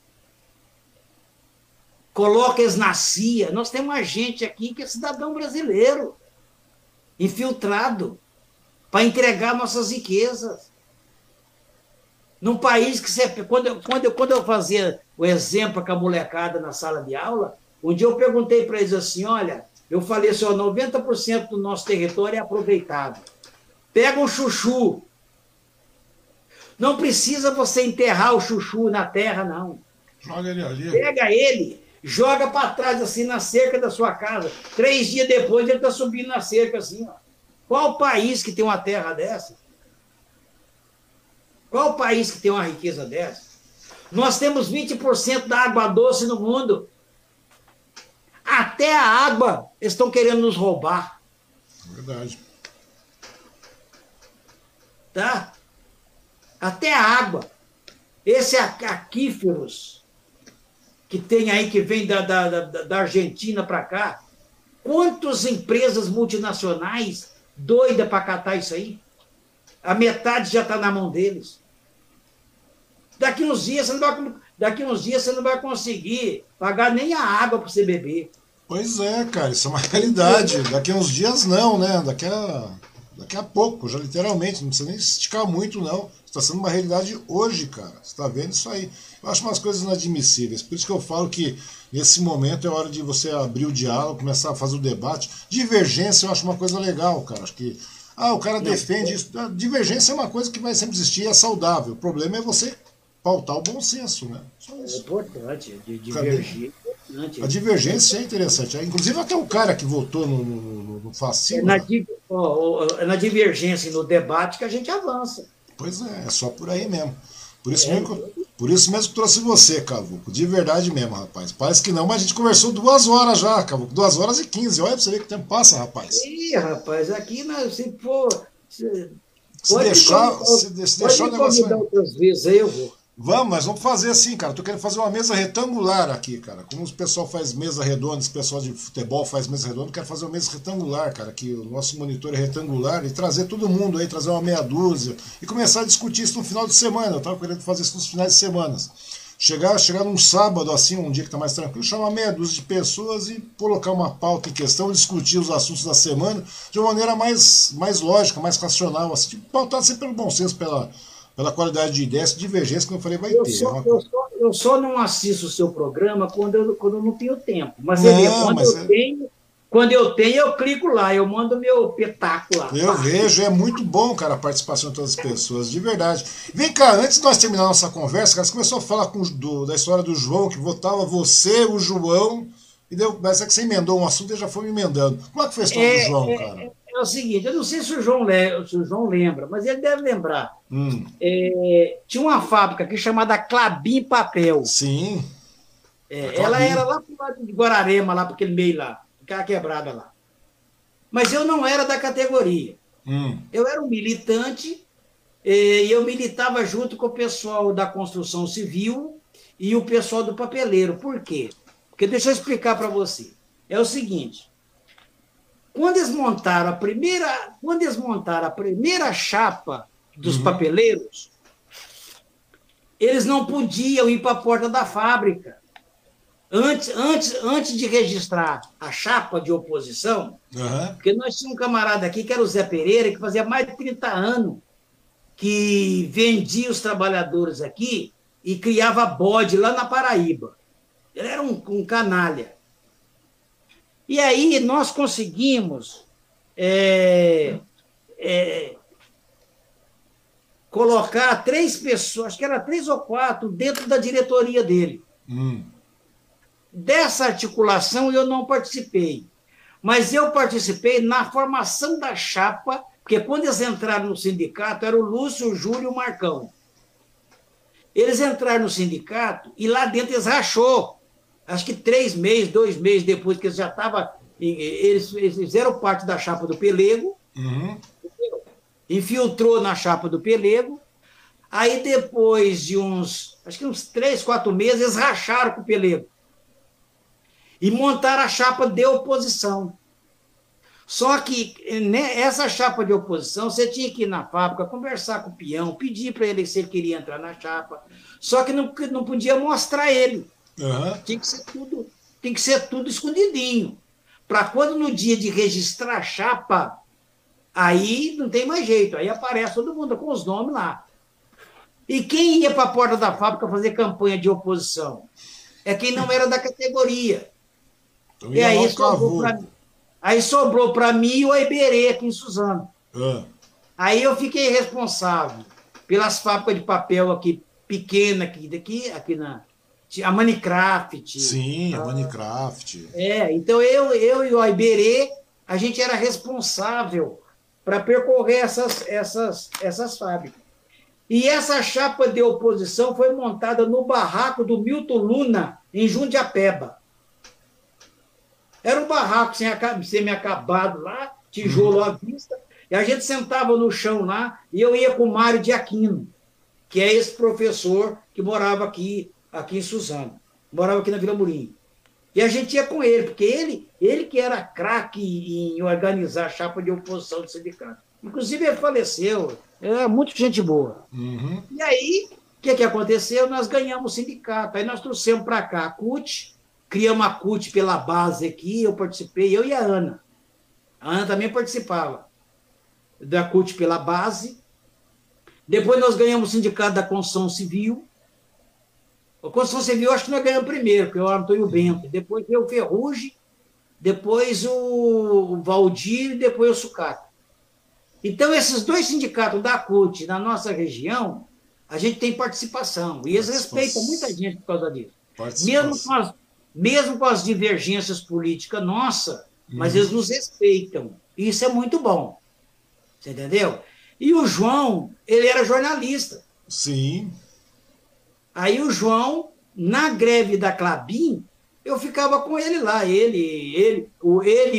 Speaker 2: coloca eles na CIA. Nós temos uma gente aqui que é cidadão brasileiro, infiltrado, para entregar nossas riquezas. Num país que você... Quando eu fazia o exemplo com a molecada na sala de aula, um dia eu perguntei para eles assim, olha, eu falei assim, 90% do nosso território é aproveitável. Pega um chuchu. Não precisa você enterrar o chuchu na terra, não.
Speaker 1: Joga ele ali.
Speaker 2: Pega ele, joga para trás, assim, na cerca da sua casa. 3 dias depois ele está subindo na cerca, assim, ó. Qual país que tem uma terra dessa? Qual país que tem uma riqueza dessa? Nós temos 20% da água doce no mundo. Até a água eles estão querendo nos roubar.
Speaker 1: Verdade.
Speaker 2: Tá? Até a água. Esse aquíferos que tem aí, que vem da Argentina para cá. Quantas empresas multinacionais doidas para catar isso aí? A metade já está na mão deles. Daqui uns dias você não vai conseguir pagar nem a água para você beber.
Speaker 1: Pois é, cara, isso é uma realidade. Daqui a uns dias não, né? Daqui a pouco, já literalmente, não precisa nem esticar muito, não. Está sendo uma realidade hoje, cara. Você está vendo isso aí. Eu acho umas coisas inadmissíveis. Por isso que eu falo que nesse momento é hora de você abrir o diálogo, começar a fazer o debate. Divergência eu acho uma coisa legal, cara. Acho que o cara defende isso. A divergência é uma coisa que vai sempre existir, é saudável. O problema é você pautar o bom senso, né? Só isso.
Speaker 2: É importante, divergir.
Speaker 1: A divergência é interessante. Inclusive até o cara que votou no fascismo.
Speaker 2: É na divergência e no debate que a gente avança.
Speaker 1: Pois é só por aí mesmo. Por isso mesmo que trouxe você, Cavuco. De verdade mesmo, rapaz. Parece que não, mas a gente conversou 2 horas já, Cavuco. 2 horas e 15. Olha pra você ver que o tempo passa, rapaz.
Speaker 2: Ih, rapaz, aqui se for.
Speaker 1: Se deixar o negócio.
Speaker 2: Outras vezes aí eu vou.
Speaker 1: Nós vamos fazer assim, cara. Tô querendo fazer uma mesa retangular aqui, cara. Como o pessoal faz mesa redonda, o pessoal de futebol faz mesa redonda, eu quero fazer uma mesa retangular, cara. Que o nosso monitor é retangular e trazer todo mundo aí, trazer uma meia dúzia e começar a discutir isso no final de semana. Eu tava querendo fazer isso nos finais de semana. Chegar num sábado, assim, um dia que tá mais tranquilo, chamar meia dúzia de pessoas e colocar uma pauta em questão, discutir os assuntos da semana de uma maneira mais lógica, mais racional, assim, tipo, pautar sempre pelo bom senso, pela qualidade de ideias, divergência, como eu falei, vai ter.
Speaker 2: Eu só não assisto o seu programa quando eu não tenho tempo. Mas quando eu tenho, eu clico lá, eu mando meu petaco lá.
Speaker 1: Eu vejo, é muito bom, cara, a participação de todas as pessoas, de verdade. Vem cá, antes de nós terminar a nossa conversa, cara, você começou a falar da história do João, que votava você, o João, e parece que você emendou um assunto e já foi me emendando. Como é que foi a história do João, cara?
Speaker 2: É o seguinte, eu não sei se o João lembra, mas ele deve lembrar. Tinha uma fábrica aqui chamada Klabin Papel.
Speaker 1: Sim.
Speaker 2: Ela era lá pro lado de Guararema, lá para aquele meio lá, aquela quebrada lá. Mas eu não era da categoria. Eu era um militante e eu militava junto com o pessoal da construção civil e o pessoal do papeleiro. Por quê? Porque deixa eu explicar para você. é o seguinte, quando eles montaram a primeira chapa dos papeleiros, eles não podiam ir para a porta da fábrica. Antes de registrar a chapa de oposição, porque nós tínhamos um camarada aqui, que era o Zé Pereira, que fazia mais de 30 anos que vendia os trabalhadores aqui e criava bode lá na Paraíba. Ele era um canalha. E aí nós conseguimos colocar 3 pessoas, acho que era 3 ou 4, dentro da diretoria dele. Dessa articulação eu não participei, mas eu participei na formação da chapa, porque quando eles entraram no sindicato, era o Lúcio, o Júlio e o Marcão. Eles entraram no sindicato e lá dentro eles rachou. Acho que 3 meses, 2 meses depois que eles já estavam... Eles fizeram parte da chapa do Pelego, infiltrou na chapa do Pelego, aí depois de uns 3, 4 meses, eles racharam com o Pelego e montaram a chapa de oposição. Só que essa chapa de oposição, você tinha que ir na fábrica, conversar com o peão, pedir para ele se ele queria entrar na chapa, só que não podia mostrar ele. Tinha que ser tudo escondidinho. Para quando no dia de registrar a chapa, aí não tem mais jeito, aí aparece todo mundo com os nomes lá. E quem ia para a porta da fábrica fazer campanha de oposição? É quem não era da categoria. Então, e aí sobrou para mim o Iberê aqui em Suzano. Aí eu fiquei responsável pelas fábricas de papel aqui pequena, aqui na... A Minecraft.
Speaker 1: Sim, a Minecraft.
Speaker 2: Então eu e o Iberê, a gente era responsável para percorrer essas fábricas. E essa chapa de oposição foi montada no barraco do Milton Luna, em Jundiapeba. Era um barraco semi-acabado lá, tijolo à vista, e a gente sentava no chão lá, e eu ia com o Mário de Aquino, que é esse professor que morava aqui em Suzano, morava aqui na Vila Murim. E a gente ia com ele, porque ele que era craque em organizar a chapa de oposição do sindicato. Inclusive, ele faleceu, era muito gente boa. E aí, o que aconteceu? Nós ganhamos o sindicato, aí nós trouxemos para cá a CUT, criamos a CUT pela base aqui, eu participei, eu e a Ana. A Ana também participava da CUT pela base. Depois nós ganhamos o sindicato da construção civil. A construção civil, acho que nós ganhamos primeiro, que é o Antônio Bento. Depois veio o Ferrugem, depois o Valdir e depois o Sucata. Então, esses 2 sindicatos da CUT na nossa região, a gente tem participação. E eles respeitam muita gente por causa disso. Mesmo com as divergências políticas nossas, mas eles nos respeitam. Isso é muito bom. Você entendeu? E o João, ele era jornalista.
Speaker 1: Sim.
Speaker 2: Aí o João, na greve da Klabin, eu ficava com ele lá. Ele e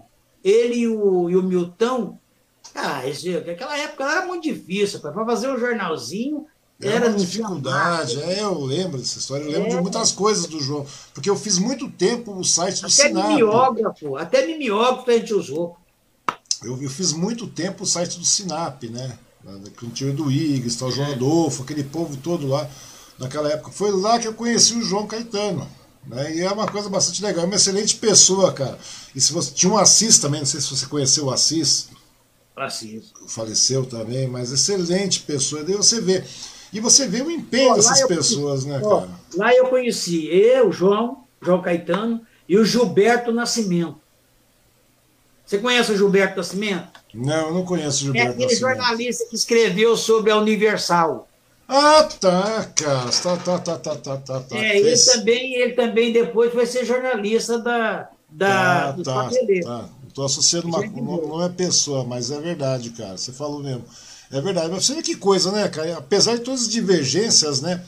Speaker 2: o Milton. Naquela época era muito difícil. Para fazer um jornalzinho...
Speaker 1: Era uma dificuldade, eu lembro dessa história, eu lembro de muitas coisas do João, porque eu fiz muito tempo o site do Sinap.
Speaker 2: Até mimeógrafo a gente usou.
Speaker 1: Eu fiz muito tempo o site do Sinap, né? Com o tio do Igres, o João Adolfo, aquele povo todo lá, naquela época. Foi lá que eu conheci o João Caetano, né? E é uma coisa bastante legal, é uma excelente pessoa, cara. E se você tinha um Assis também, não sei se você conheceu o Assis.
Speaker 2: Assis.
Speaker 1: Faleceu também, mas excelente pessoa, daí você vê. E você vê o empenho dessas pessoas, né, cara?
Speaker 2: Lá eu conheci João Caetano e o Gilberto Nascimento. Você conhece o Gilberto Nascimento?
Speaker 1: Não, eu não conheço o Gilberto Nascimento.
Speaker 2: É aquele jornalista que escreveu sobre a Universal.
Speaker 1: Ah, tá, cara. Tá.
Speaker 2: Ele também depois foi ser jornalista dos papeleiros.
Speaker 1: Tá. Estou associando não é pessoa, mas é verdade, cara. Você falou mesmo. É verdade, mas você vê que coisa, né, cara? Apesar de todas as divergências, né?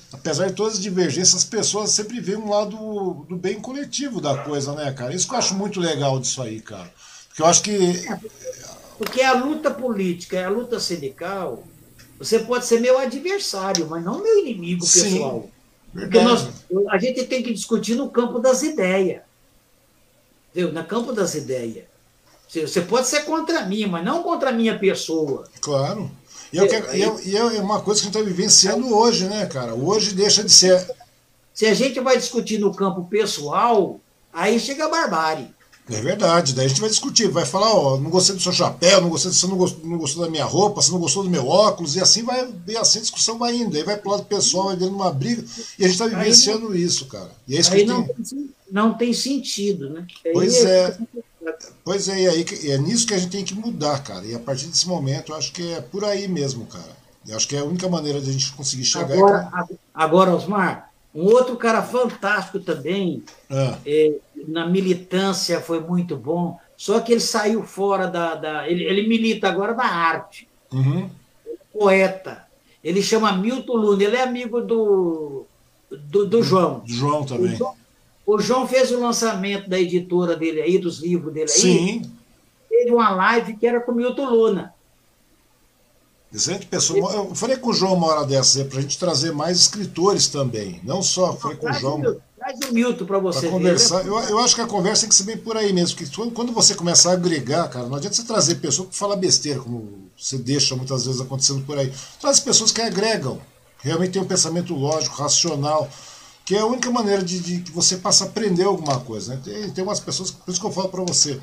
Speaker 1: As pessoas sempre veem um lado do bem coletivo da coisa, né, cara? Isso que eu acho muito legal disso aí, cara. Porque eu acho que...
Speaker 2: Porque a luta política, a luta sindical, você pode ser meu adversário, mas não meu inimigo pessoal.
Speaker 1: Sim,
Speaker 2: porque a gente tem que discutir no campo das ideias. Entendeu? No campo das ideias. Você pode ser contra mim, mas não contra a minha pessoa.
Speaker 1: Claro. E é uma coisa que a gente está vivenciando hoje, né, cara? Hoje deixa de ser.
Speaker 2: Se a gente vai discutir no campo pessoal, aí chega a barbárie.
Speaker 1: É verdade, daí a gente vai discutir, vai falar, ó, não gostei do seu chapéu, não gostei, você não gostou da minha roupa, você não gostou do meu óculos, e assim a discussão vai indo, aí vai pro lado pessoal, vai dando uma briga, e a gente está vivenciando isso, cara. E é isso
Speaker 2: aí
Speaker 1: que
Speaker 2: não tem sentido, né?
Speaker 1: Pois é, e aí é nisso que a gente tem que mudar, cara. E a partir desse momento, eu acho que é por aí mesmo, cara. Eu acho que é a única maneira de a gente conseguir chegar.
Speaker 2: Agora, Osmar, um outro cara fantástico também, na militância foi muito bom, só que ele saiu fora ele milita agora da arte.
Speaker 1: Uhum.
Speaker 2: Poeta. Ele chama Milton Luna, ele é amigo do João.
Speaker 1: Do João também.
Speaker 2: O João fez o lançamento da editora dele aí, dos livros dele aí.
Speaker 1: Sim.
Speaker 2: Teve uma live que era com o Milton Luna.
Speaker 1: Excelente pessoa. Eu falei com o João uma hora dessas, para a gente trazer mais escritores também. Não só, falei com o João.
Speaker 2: Traz o Milton para você
Speaker 1: ver. Conversar. Eu acho que a conversa tem que ser bem por aí mesmo. Porque quando você começar a agregar, cara, não adianta você trazer pessoas que falam besteira, como você deixa muitas vezes acontecendo por aí. Traz pessoas que agregam, realmente tem um pensamento lógico, racional, que é a única maneira de que você passa a aprender alguma coisa. Né? Tem umas pessoas, por isso que eu falo para você,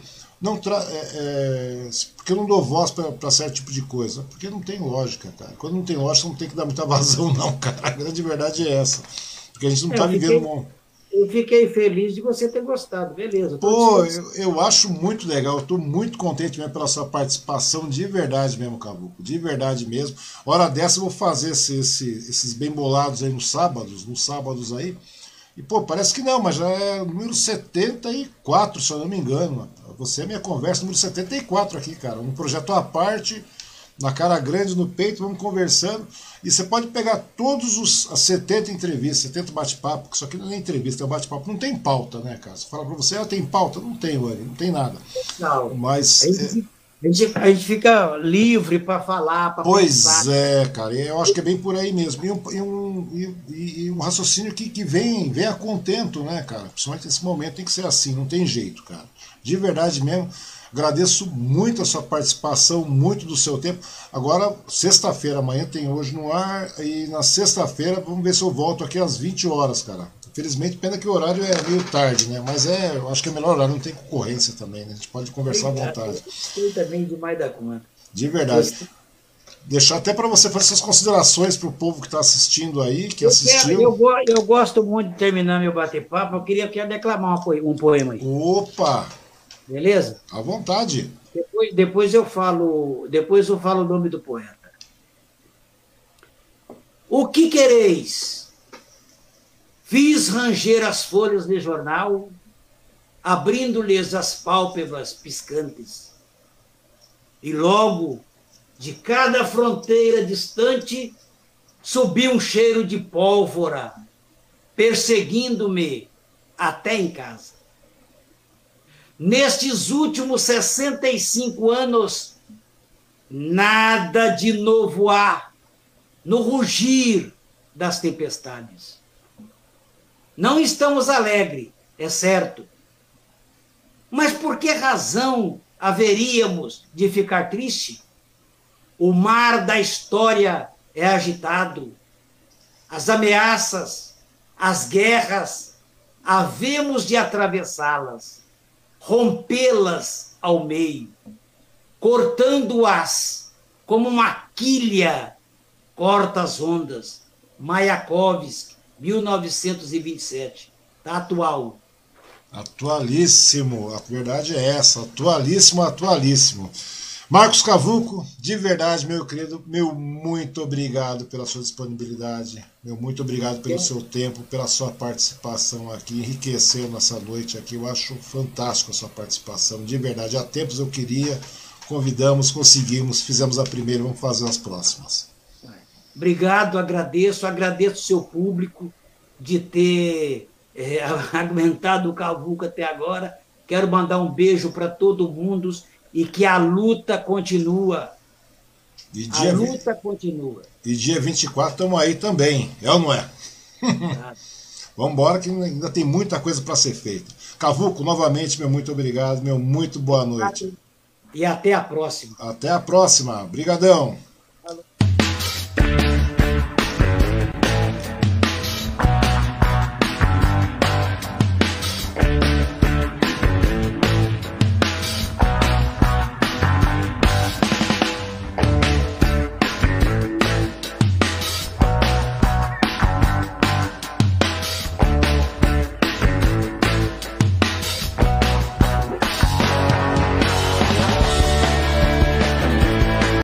Speaker 1: porque eu não dou voz para certo tipo de coisa, porque não tem lógica, cara. Quando não tem lógica, não tem que dar muita vazão, não, cara. A grande verdade é essa. Porque a gente não está vivendo...
Speaker 2: Eu fiquei feliz de você ter gostado, beleza.
Speaker 1: Pô, eu acho muito legal, eu estou muito contente mesmo pela sua participação, de verdade mesmo, Cavuco, de verdade mesmo. Hora dessa eu vou fazer esses bem bolados aí nos sábados aí. E, pô, parece que não, mas já é o número 74, se eu não me engano. Você é minha conversa número 74 aqui, cara. Um projeto à parte, na cara grande, no peito, vamos conversando. E você pode pegar todos as 70 entrevistas, 70 bate-papo, que isso aqui não é entrevista, é um bate-papo. Não tem pauta, né, cara? Você fala pra você, tem pauta? Não tem, Wani, não tem nada.
Speaker 2: Não.
Speaker 1: Mas...
Speaker 2: A gente fica livre para falar, para
Speaker 1: pensar. Pois é, cara, eu acho que é bem por aí mesmo. E um raciocínio que vem a contento, né, cara? Principalmente nesse momento tem que ser assim, não tem jeito, cara. De verdade mesmo. Agradeço muito a sua participação, muito do seu tempo. Agora, sexta-feira, amanhã tem Hoje no Ar, e na sexta-feira vamos ver se eu volto aqui às 20 horas, cara. Infelizmente, pena que o horário é meio tarde, né? Mas eu acho que é melhor horário, não tem concorrência também, né? A gente pode conversar à vontade.
Speaker 2: Eu também demais da conta.
Speaker 1: De verdade. Deixar até para você fazer suas considerações para o povo que está assistindo aí, que assistiu.
Speaker 2: Eu gosto muito de terminar meu bate-papo, eu quero declamar um poema aí.
Speaker 1: Opa!
Speaker 2: Beleza?
Speaker 1: À vontade.
Speaker 2: Depois eu falo o nome do poeta. O que quereis? Fiz ranger as folhas de jornal, abrindo-lhes as pálpebras piscantes. E logo, de cada fronteira distante, subiu um cheiro de pólvora, perseguindo-me até em casa. Nestes últimos 65 anos, nada de novo há no rugir das tempestades. Não estamos alegres, é certo. Mas por que razão haveríamos de ficar triste? O mar da história é agitado. As ameaças, as guerras, havemos de atravessá-las, rompê-las ao meio, cortando-as como uma quilha corta as ondas. Mayakovsky, 1927. Tá atual.
Speaker 1: Atualíssimo, a verdade é essa, atualíssimo. Marcos Cavuco, de verdade, meu querido, meu muito obrigado pela sua disponibilidade, meu muito obrigado pelo seu tempo, pela sua participação aqui, enriquecendo essa noite aqui. Eu acho fantástico a sua participação, de verdade. Há tempos eu queria, convidamos, conseguimos, fizemos a primeira, vamos fazer as próximas.
Speaker 2: Obrigado, agradeço o seu público de ter aguentado o Cavuco até agora. Quero mandar um beijo para todo mundo e que a luta continua. A luta continua.
Speaker 1: E dia 24 estamos aí também, é ou não é? Vamos embora que ainda tem muita coisa para ser feita. Cavuco, novamente, meu muito obrigado, meu muito boa noite.
Speaker 2: E até a próxima.
Speaker 1: Até a próxima. Brigadão.
Speaker 2: Falou.